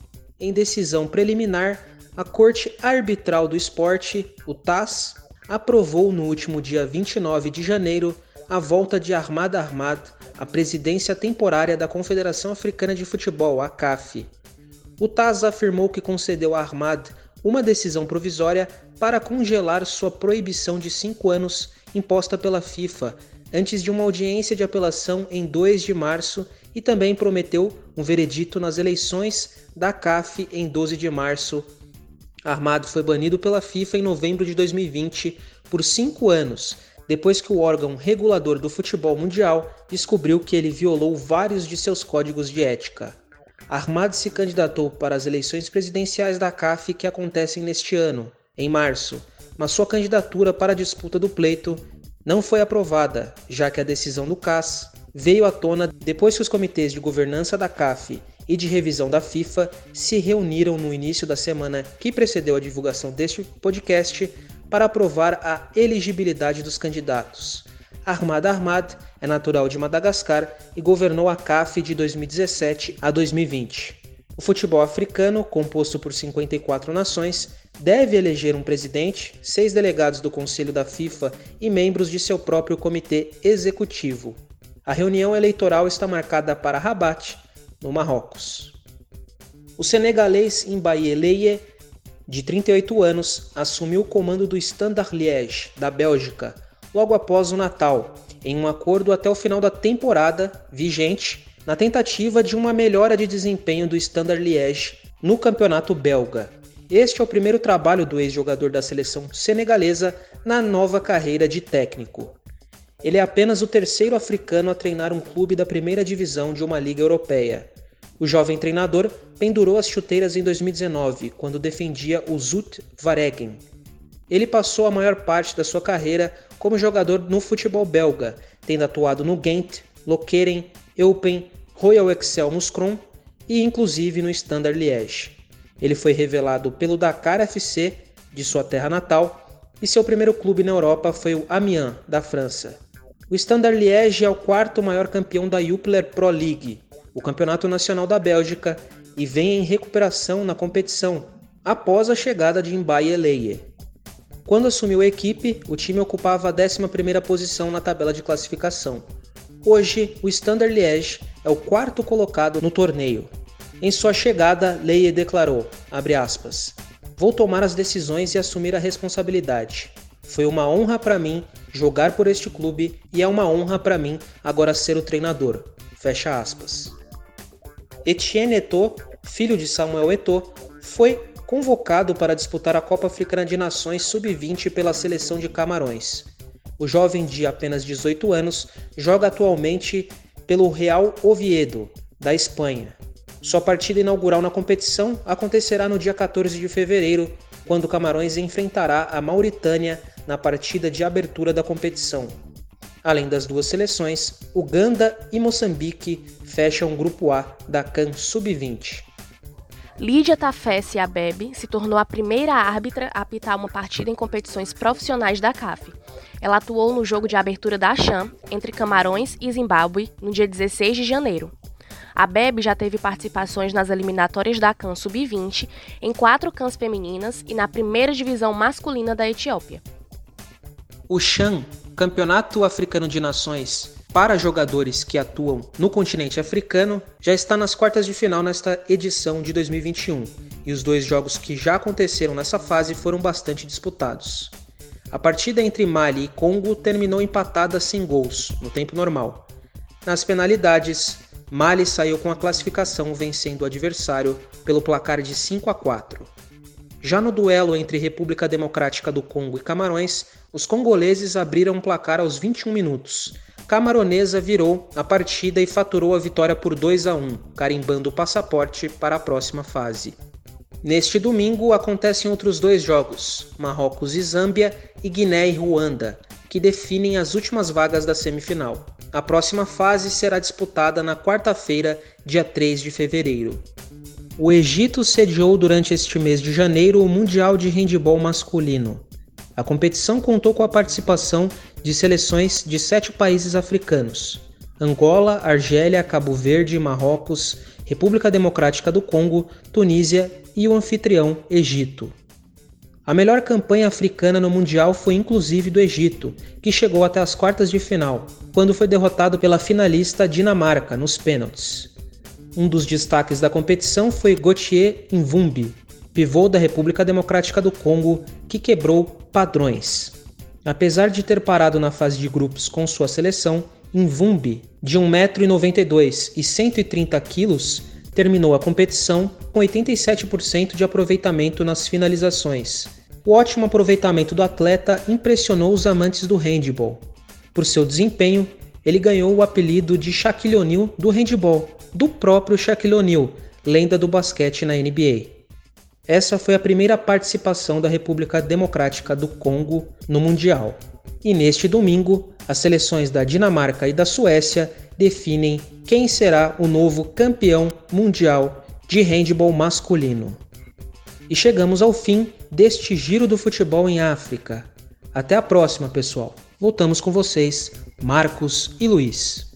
Em decisão preliminar, a Corte Arbitral do Esporte, o TAS, aprovou no último dia 29 de janeiro a volta de Ahmad Ahmad à presidência temporária da Confederação Africana de Futebol, a CAF. O TAS afirmou que concedeu a Ahmad uma decisão provisória para congelar sua proibição de 5 anos imposta pela FIFA, antes de uma audiência de apelação em 2 de março e também prometeu um veredito nas eleições da CAF em 12 de março. Ahmad foi banido pela FIFA em novembro de 2020 por 5 anos, depois que o órgão regulador do futebol mundial descobriu que ele violou vários de seus códigos de ética. Ahmad se candidatou para as eleições presidenciais da CAF que acontecem neste ano, em março, mas sua candidatura para a disputa do pleito não foi aprovada, já que a decisão do CAS veio à tona depois que os comitês de governança da CAF e de revisão da FIFA se reuniram no início da semana que precedeu a divulgação deste podcast para aprovar a elegibilidade dos candidatos. Ahmad Ahmad é natural de Madagascar e governou a CAF de 2017 a 2020. O futebol africano, composto por 54 nações, deve eleger um presidente, 6 delegados do Conselho da FIFA e membros de seu próprio comitê executivo. A reunião eleitoral está marcada para Rabat, no Marrocos. O senegalês Mbaye Leye, de 38 anos, assumiu o comando do Standard Liège, da Bélgica, logo após o Natal, em um acordo até o final da temporada vigente, na tentativa de uma melhora de desempenho do Standard Liège no campeonato belga. Este é o primeiro trabalho do ex-jogador da seleção senegalesa na nova carreira de técnico. Ele é apenas o terceiro africano a treinar um clube da primeira divisão de uma liga europeia. O jovem treinador pendurou as chuteiras em 2019, quando defendia o Zuid Waregem. Ele passou a maior parte da sua carreira como jogador no futebol belga, tendo atuado no Gent, Lokeren, Eupen, Royal Excel Mouscron e inclusive no Standard Liège. Ele foi revelado pelo Dakar FC, de sua terra natal, e seu primeiro clube na Europa foi o Amiens, da França. O Standard Liège é o quarto maior campeão da Jupiler Pro League, o campeonato nacional da Bélgica, e vem em recuperação na competição, após a chegada de Mbaye Leye. Quando assumiu a equipe, o time ocupava a 11ª posição na tabela de classificação. Hoje, o Standard Liège é o quarto colocado no torneio. Em sua chegada, Leye declarou, abre aspas, "Vou tomar as decisões e assumir a responsabilidade. Foi uma honra para mim jogar por este clube e é uma honra para mim agora ser o treinador. Fecha aspas. Etienne Eto'o, filho de Samuel Eto'o, foi convocado para disputar a Copa Africana de Nações Sub-20 pela seleção de Camarões. O jovem de apenas 18 anos joga atualmente pelo Real Oviedo, da Espanha. Sua partida inaugural na competição acontecerá no dia 14 de fevereiro, quando o Camarões enfrentará a Mauritânia na partida de abertura da competição. Além das duas seleções, Uganda e Moçambique fecham o Grupo A da CAN Sub-20. Lídia Tafesse Abebe se tornou a primeira árbitra a apitar uma partida em competições profissionais da CAF. Ela atuou no jogo de abertura da CHAN entre Camarões e Zimbábue no dia 16 de janeiro. A Abebe já teve participações nas eliminatórias da CAN Sub-20, em 4 CANs femininas e na primeira divisão masculina da Etiópia. O CHAN, Campeonato Africano de Nações, para jogadores que atuam no continente africano, já está nas quartas de final nesta edição de 2021, e os 2 jogos que já aconteceram nessa fase foram bastante disputados. A partida entre Mali e Congo terminou empatada sem gols, no tempo normal. Nas penalidades, Mali saiu com a classificação vencendo o adversário pelo placar de 5-4. Já no duelo entre República Democrática do Congo e Camarões, os congoleses abriram o placar aos 21 minutos. Camaronesa virou a partida e faturou a vitória por 2-1, carimbando o passaporte para a próxima fase. Neste domingo acontecem outros 2 jogos, Marrocos e Zâmbia e Guiné e Ruanda, que definem as últimas vagas da semifinal. A próxima fase será disputada na quarta-feira, dia 3 de fevereiro. O Egito sediou durante este mês de janeiro o Mundial de Handebol Masculino. A competição contou com a participação de seleções de 7 países africanos: Angola, Argélia, Cabo Verde, Marrocos, República Democrática do Congo, Tunísia e o anfitrião Egito. A melhor campanha africana no Mundial foi inclusive do Egito, que chegou até as quartas de final, quando foi derrotado pela finalista Dinamarca nos pênaltis. Um dos destaques da competição foi Gauthier Mvumbi, pivô da República Democrática do Congo, que quebrou padrões. Apesar de ter parado na fase de grupos com sua seleção, Mvumbi, de 1,92 m e 130 kg, terminou a competição com 87% de aproveitamento nas finalizações. O ótimo aproveitamento do atleta impressionou os amantes do handebol. Por seu desempenho, ele ganhou o apelido de Shaquille O'Neal do handebol, do próprio Shaquille O'Neal, lenda do basquete na NBA. Essa foi a primeira participação da República Democrática do Congo no Mundial. E neste domingo, as seleções da Dinamarca e da Suécia definem quem será o novo campeão mundial de handebol masculino. E chegamos ao fim deste giro do futebol em África. Até a próxima, pessoal. Voltamos com vocês, Marcos e Luiz.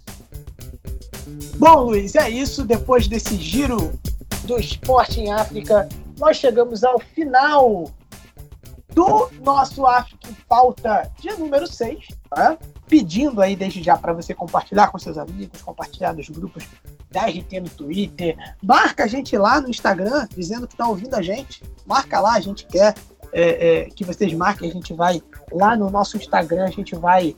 Bom, Luiz, é isso. Depois desse giro do esporte em África, nós chegamos ao final do nosso África em Pauta de número 6, tá? Pedindo aí desde já para você compartilhar com seus amigos, compartilhar nos grupos da RT no Twitter, marca a gente lá no Instagram, dizendo que está ouvindo a gente, marca lá, a gente quer que vocês marquem, a gente vai lá no nosso Instagram, a gente vai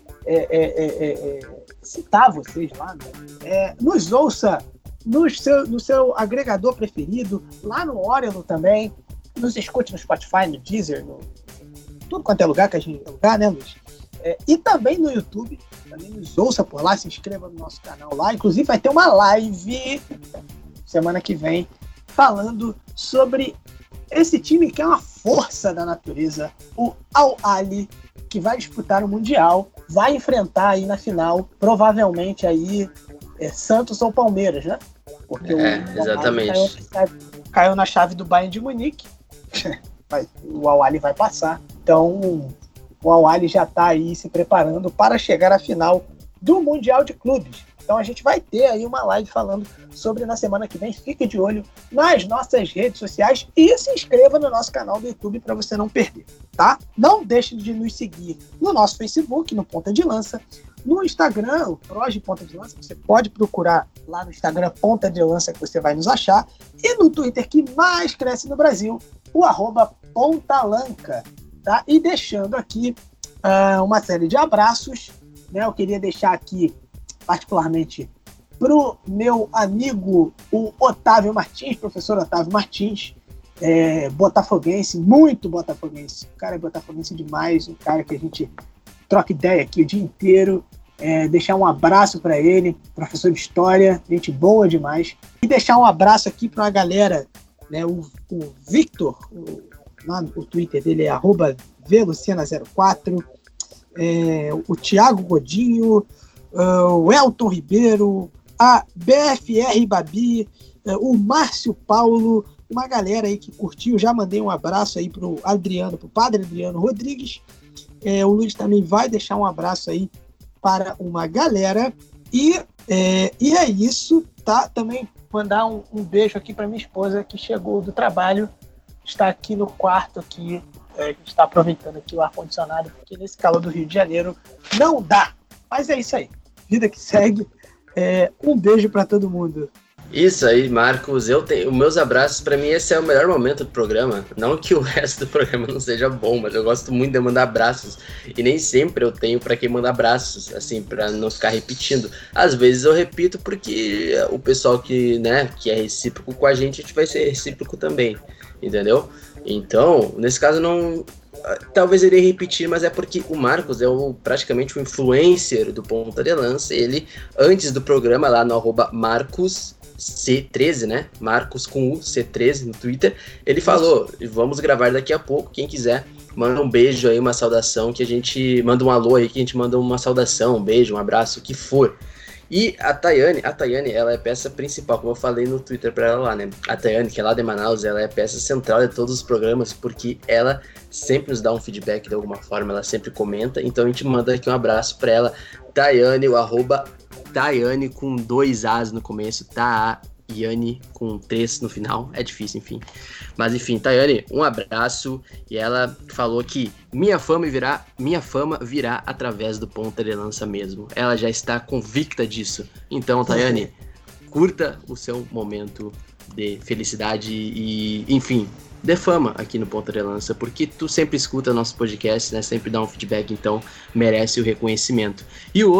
citar vocês lá, né? Nos ouça no seu agregador preferido, lá no Orelo também, nos escute no Spotify, no Deezer, no tudo quanto é lugar que a gente lugar, né, Luiz? E também no YouTube, também nos ouça por lá, se inscreva no nosso canal lá, inclusive vai ter uma live semana que vem falando sobre esse time que é uma força da natureza, o Al Ahly, que vai disputar o Mundial, vai enfrentar aí na final, provavelmente aí Santos ou Palmeiras, né? Porque exatamente. Caiu na chave do Bayern de Munique. O Al Ahly vai passar. Então, o Al Ahly já está aí se preparando para chegar à final do Mundial de Clubes. Então, a gente vai ter aí uma live falando sobre na semana que vem. Fique de olho nas nossas redes sociais e se inscreva no nosso canal do YouTube para você não perder, tá? Não deixe de nos seguir no nosso Facebook, no Ponta de Lança, no Instagram, o Proje Ponta de Lança, você pode procurar lá no Instagram Ponta de Lança que você vai nos achar, e no Twitter que mais cresce no Brasil, o @Pontalanca, tá? E deixando aqui uma série de abraços, né? Eu queria deixar aqui, particularmente, pro meu amigo, o Otávio Martins, professor Otávio Martins, botafoguense, muito botafoguense. O cara é botafoguense demais, um cara que a gente troca ideia aqui o dia inteiro. Deixar um abraço para ele, professor de história, gente boa demais. E deixar um abraço aqui para uma galera, né? O Victor, lá o Twitter dele é @velucena04, o Thiago Godinho, o Elton Ribeiro, a BFR Babi, o Márcio Paulo, uma galera aí que curtiu. Já mandei um abraço aí pro Padre Adriano Rodrigues. O Luiz também vai deixar um abraço aí para uma galera. E é isso, tá? Também mandar um beijo aqui para minha esposa, que chegou do trabalho, está aqui no quarto aqui. A gente está aproveitando aqui o ar-condicionado, porque nesse calor do Rio de Janeiro não dá. Mas é isso aí. Vida que segue. Um beijo para todo mundo. Isso aí, Marcos. Eu tenho meus abraços. Para mim, esse é o melhor momento do programa. Não que o resto do programa não seja bom, mas eu gosto muito de mandar abraços. E nem sempre eu tenho para quem mandar abraços, assim, para não ficar repetindo. Às vezes eu repito porque o pessoal que é recíproco com a gente vai ser recíproco também, entendeu? Então, nesse caso, não. Talvez ele repetir, mas é porque o Marcos é praticamente o influencer do Ponta de Lança. Ele, antes do programa, lá no @MarcosC13, né? Marcos com o C13 no Twitter, ele falou: vamos gravar daqui a pouco. Quem quiser, manda um beijo aí, uma saudação, que a gente manda um alô aí, que a gente manda uma saudação, um beijo, um abraço, o que for. E a Tayane, ela é peça principal, como eu falei no Twitter pra ela lá, né? A Tayane, que é lá de Manaus, ela é peça central de todos os programas, porque ela sempre nos dá um feedback de alguma forma, ela sempre comenta. Então a gente manda aqui um abraço pra ela, Tayane, o @Tayane com 2 As no começo, Yane com 3 no final, é difícil, enfim. Mas enfim, Tayane, um abraço. E ela falou que minha fama virá através do Ponta de Lança mesmo. Ela já está convicta disso. Então, Tayane, curta o seu momento de felicidade e, enfim, de fama aqui no Ponta de Lança, porque tu sempre escuta nosso podcast, né? Sempre dá um feedback, então merece o reconhecimento. E a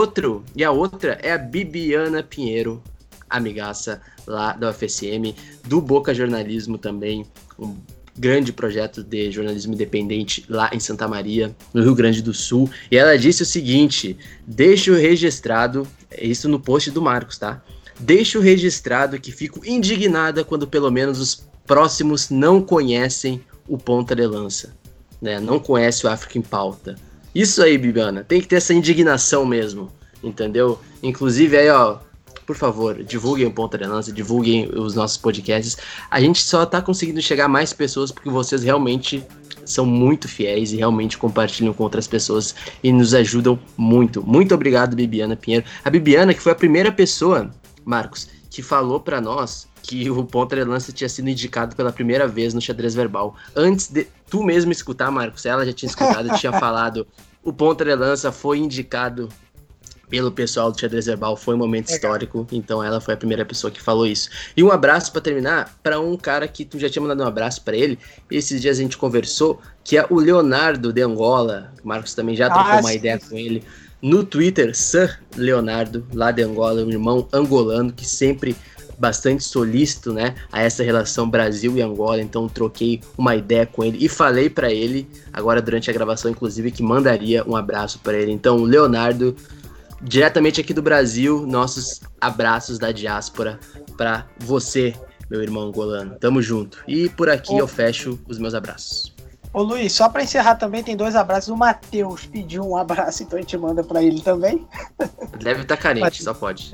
outra é a Bibiana Pinheiro, amigaça lá da UFSM, do Boca Jornalismo também, um grande projeto de jornalismo independente lá em Santa Maria, no Rio Grande do Sul. E ela disse o seguinte: deixo registrado, isso no post do Marcos, tá? Deixo registrado que fico indignada quando pelo menos os próximos não conhecem o Ponta de Lança, né? Não conhece o África em Pauta. Isso aí, Bibiana, tem que ter essa indignação mesmo, entendeu? Inclusive aí, ó, por favor, divulguem o Ponta de Lança, divulguem os nossos podcasts. A gente só tá conseguindo chegar a mais pessoas porque vocês realmente são muito fiéis e realmente compartilham com outras pessoas e nos ajudam muito. Muito obrigado, Bibiana Pinheiro. A Bibiana, que foi a primeira pessoa, Marcos, que falou pra nós que o Ponta de Lança tinha sido indicado pela primeira vez no Xadrez Verbal. Antes de tu mesmo escutar, Marcos, ela já tinha escutado, tinha falado, o Ponta de Lança foi indicado pelo pessoal do Xadrez Verbal, foi um momento histórico, então ela foi a primeira pessoa que falou isso. E um abraço pra terminar, pra um cara que tu já tinha mandado um abraço pra ele, esses dias a gente conversou, que é o Leonardo de Angola. O Marcos também já trocou uma ideia com ele no Twitter, Sir Leonardo, lá de Angola, um irmão angolano que sempre bastante solícito, né, a essa relação Brasil e Angola. Então troquei uma ideia com ele e falei pra ele, agora durante a gravação inclusive, que mandaria um abraço pra ele. Então, Leonardo, diretamente aqui do Brasil, nossos abraços da diáspora pra você, meu irmão angolano. Tamo junto. E por aqui eu fecho os meus abraços. Ô Luiz, só pra encerrar também, tem 2 abraços. O Matheus pediu um abraço, então a gente manda pra ele também. Deve estar carente, só pode.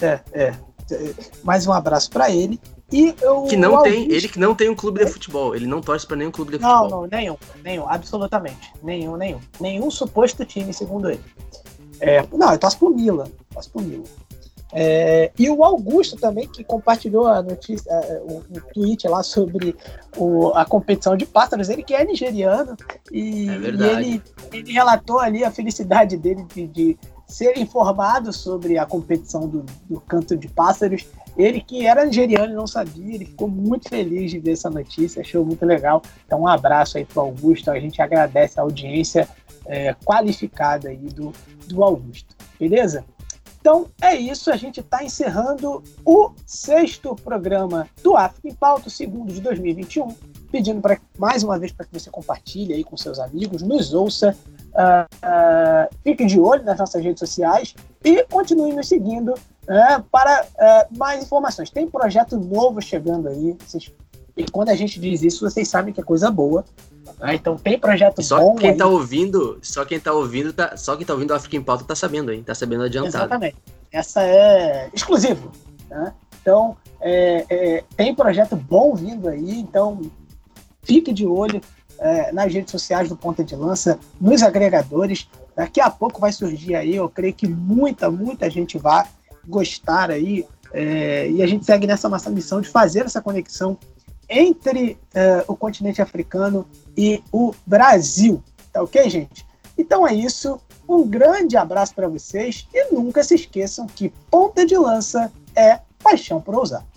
Mais um abraço pra ele. E ele que não tem um clube de futebol, ele não torce pra nenhum clube de futebol. Não, nenhum, absolutamente. Nenhum suposto time, segundo ele. Eu torço pro Milan. E o Augusto também, que compartilhou a notícia, o tweet lá sobre a competição de pássaros, ele que é nigeriano, e ele relatou ali a felicidade dele de ser informado sobre a competição do canto de pássaros. Ele que era nigeriano e não sabia, ele ficou muito feliz de ver essa notícia, achou muito legal. Então um abraço aí pro Augusto, a gente agradece a audiência qualificada aí do Augusto, beleza? Então é isso, a gente está encerrando o 6º programa do África em Pauta, o 2º de 2021, pedindo mais uma vez para que você compartilhe aí com seus amigos, nos ouça, fique de olho nas nossas redes sociais e continue nos seguindo para mais informações. Tem projeto novo chegando aí, e quando a gente diz isso, vocês sabem que é coisa boa. Então tem projeto bom. Só quem tá ouvindo o África em Pauta tá sabendo, hein? Tá sabendo adiantado. Exatamente. Essa é exclusivo. Né? Então, tem projeto bom vindo aí, então fique de olho nas redes sociais do Ponta de Lança, nos agregadores. Daqui a pouco vai surgir aí, eu creio que muita gente vai gostar aí, e a gente segue nessa nossa missão de fazer essa conexão entre o continente africano e o Brasil, tá ok, gente? Então é isso, um grande abraço para vocês e nunca se esqueçam que Ponta de Lança é paixão por ousar.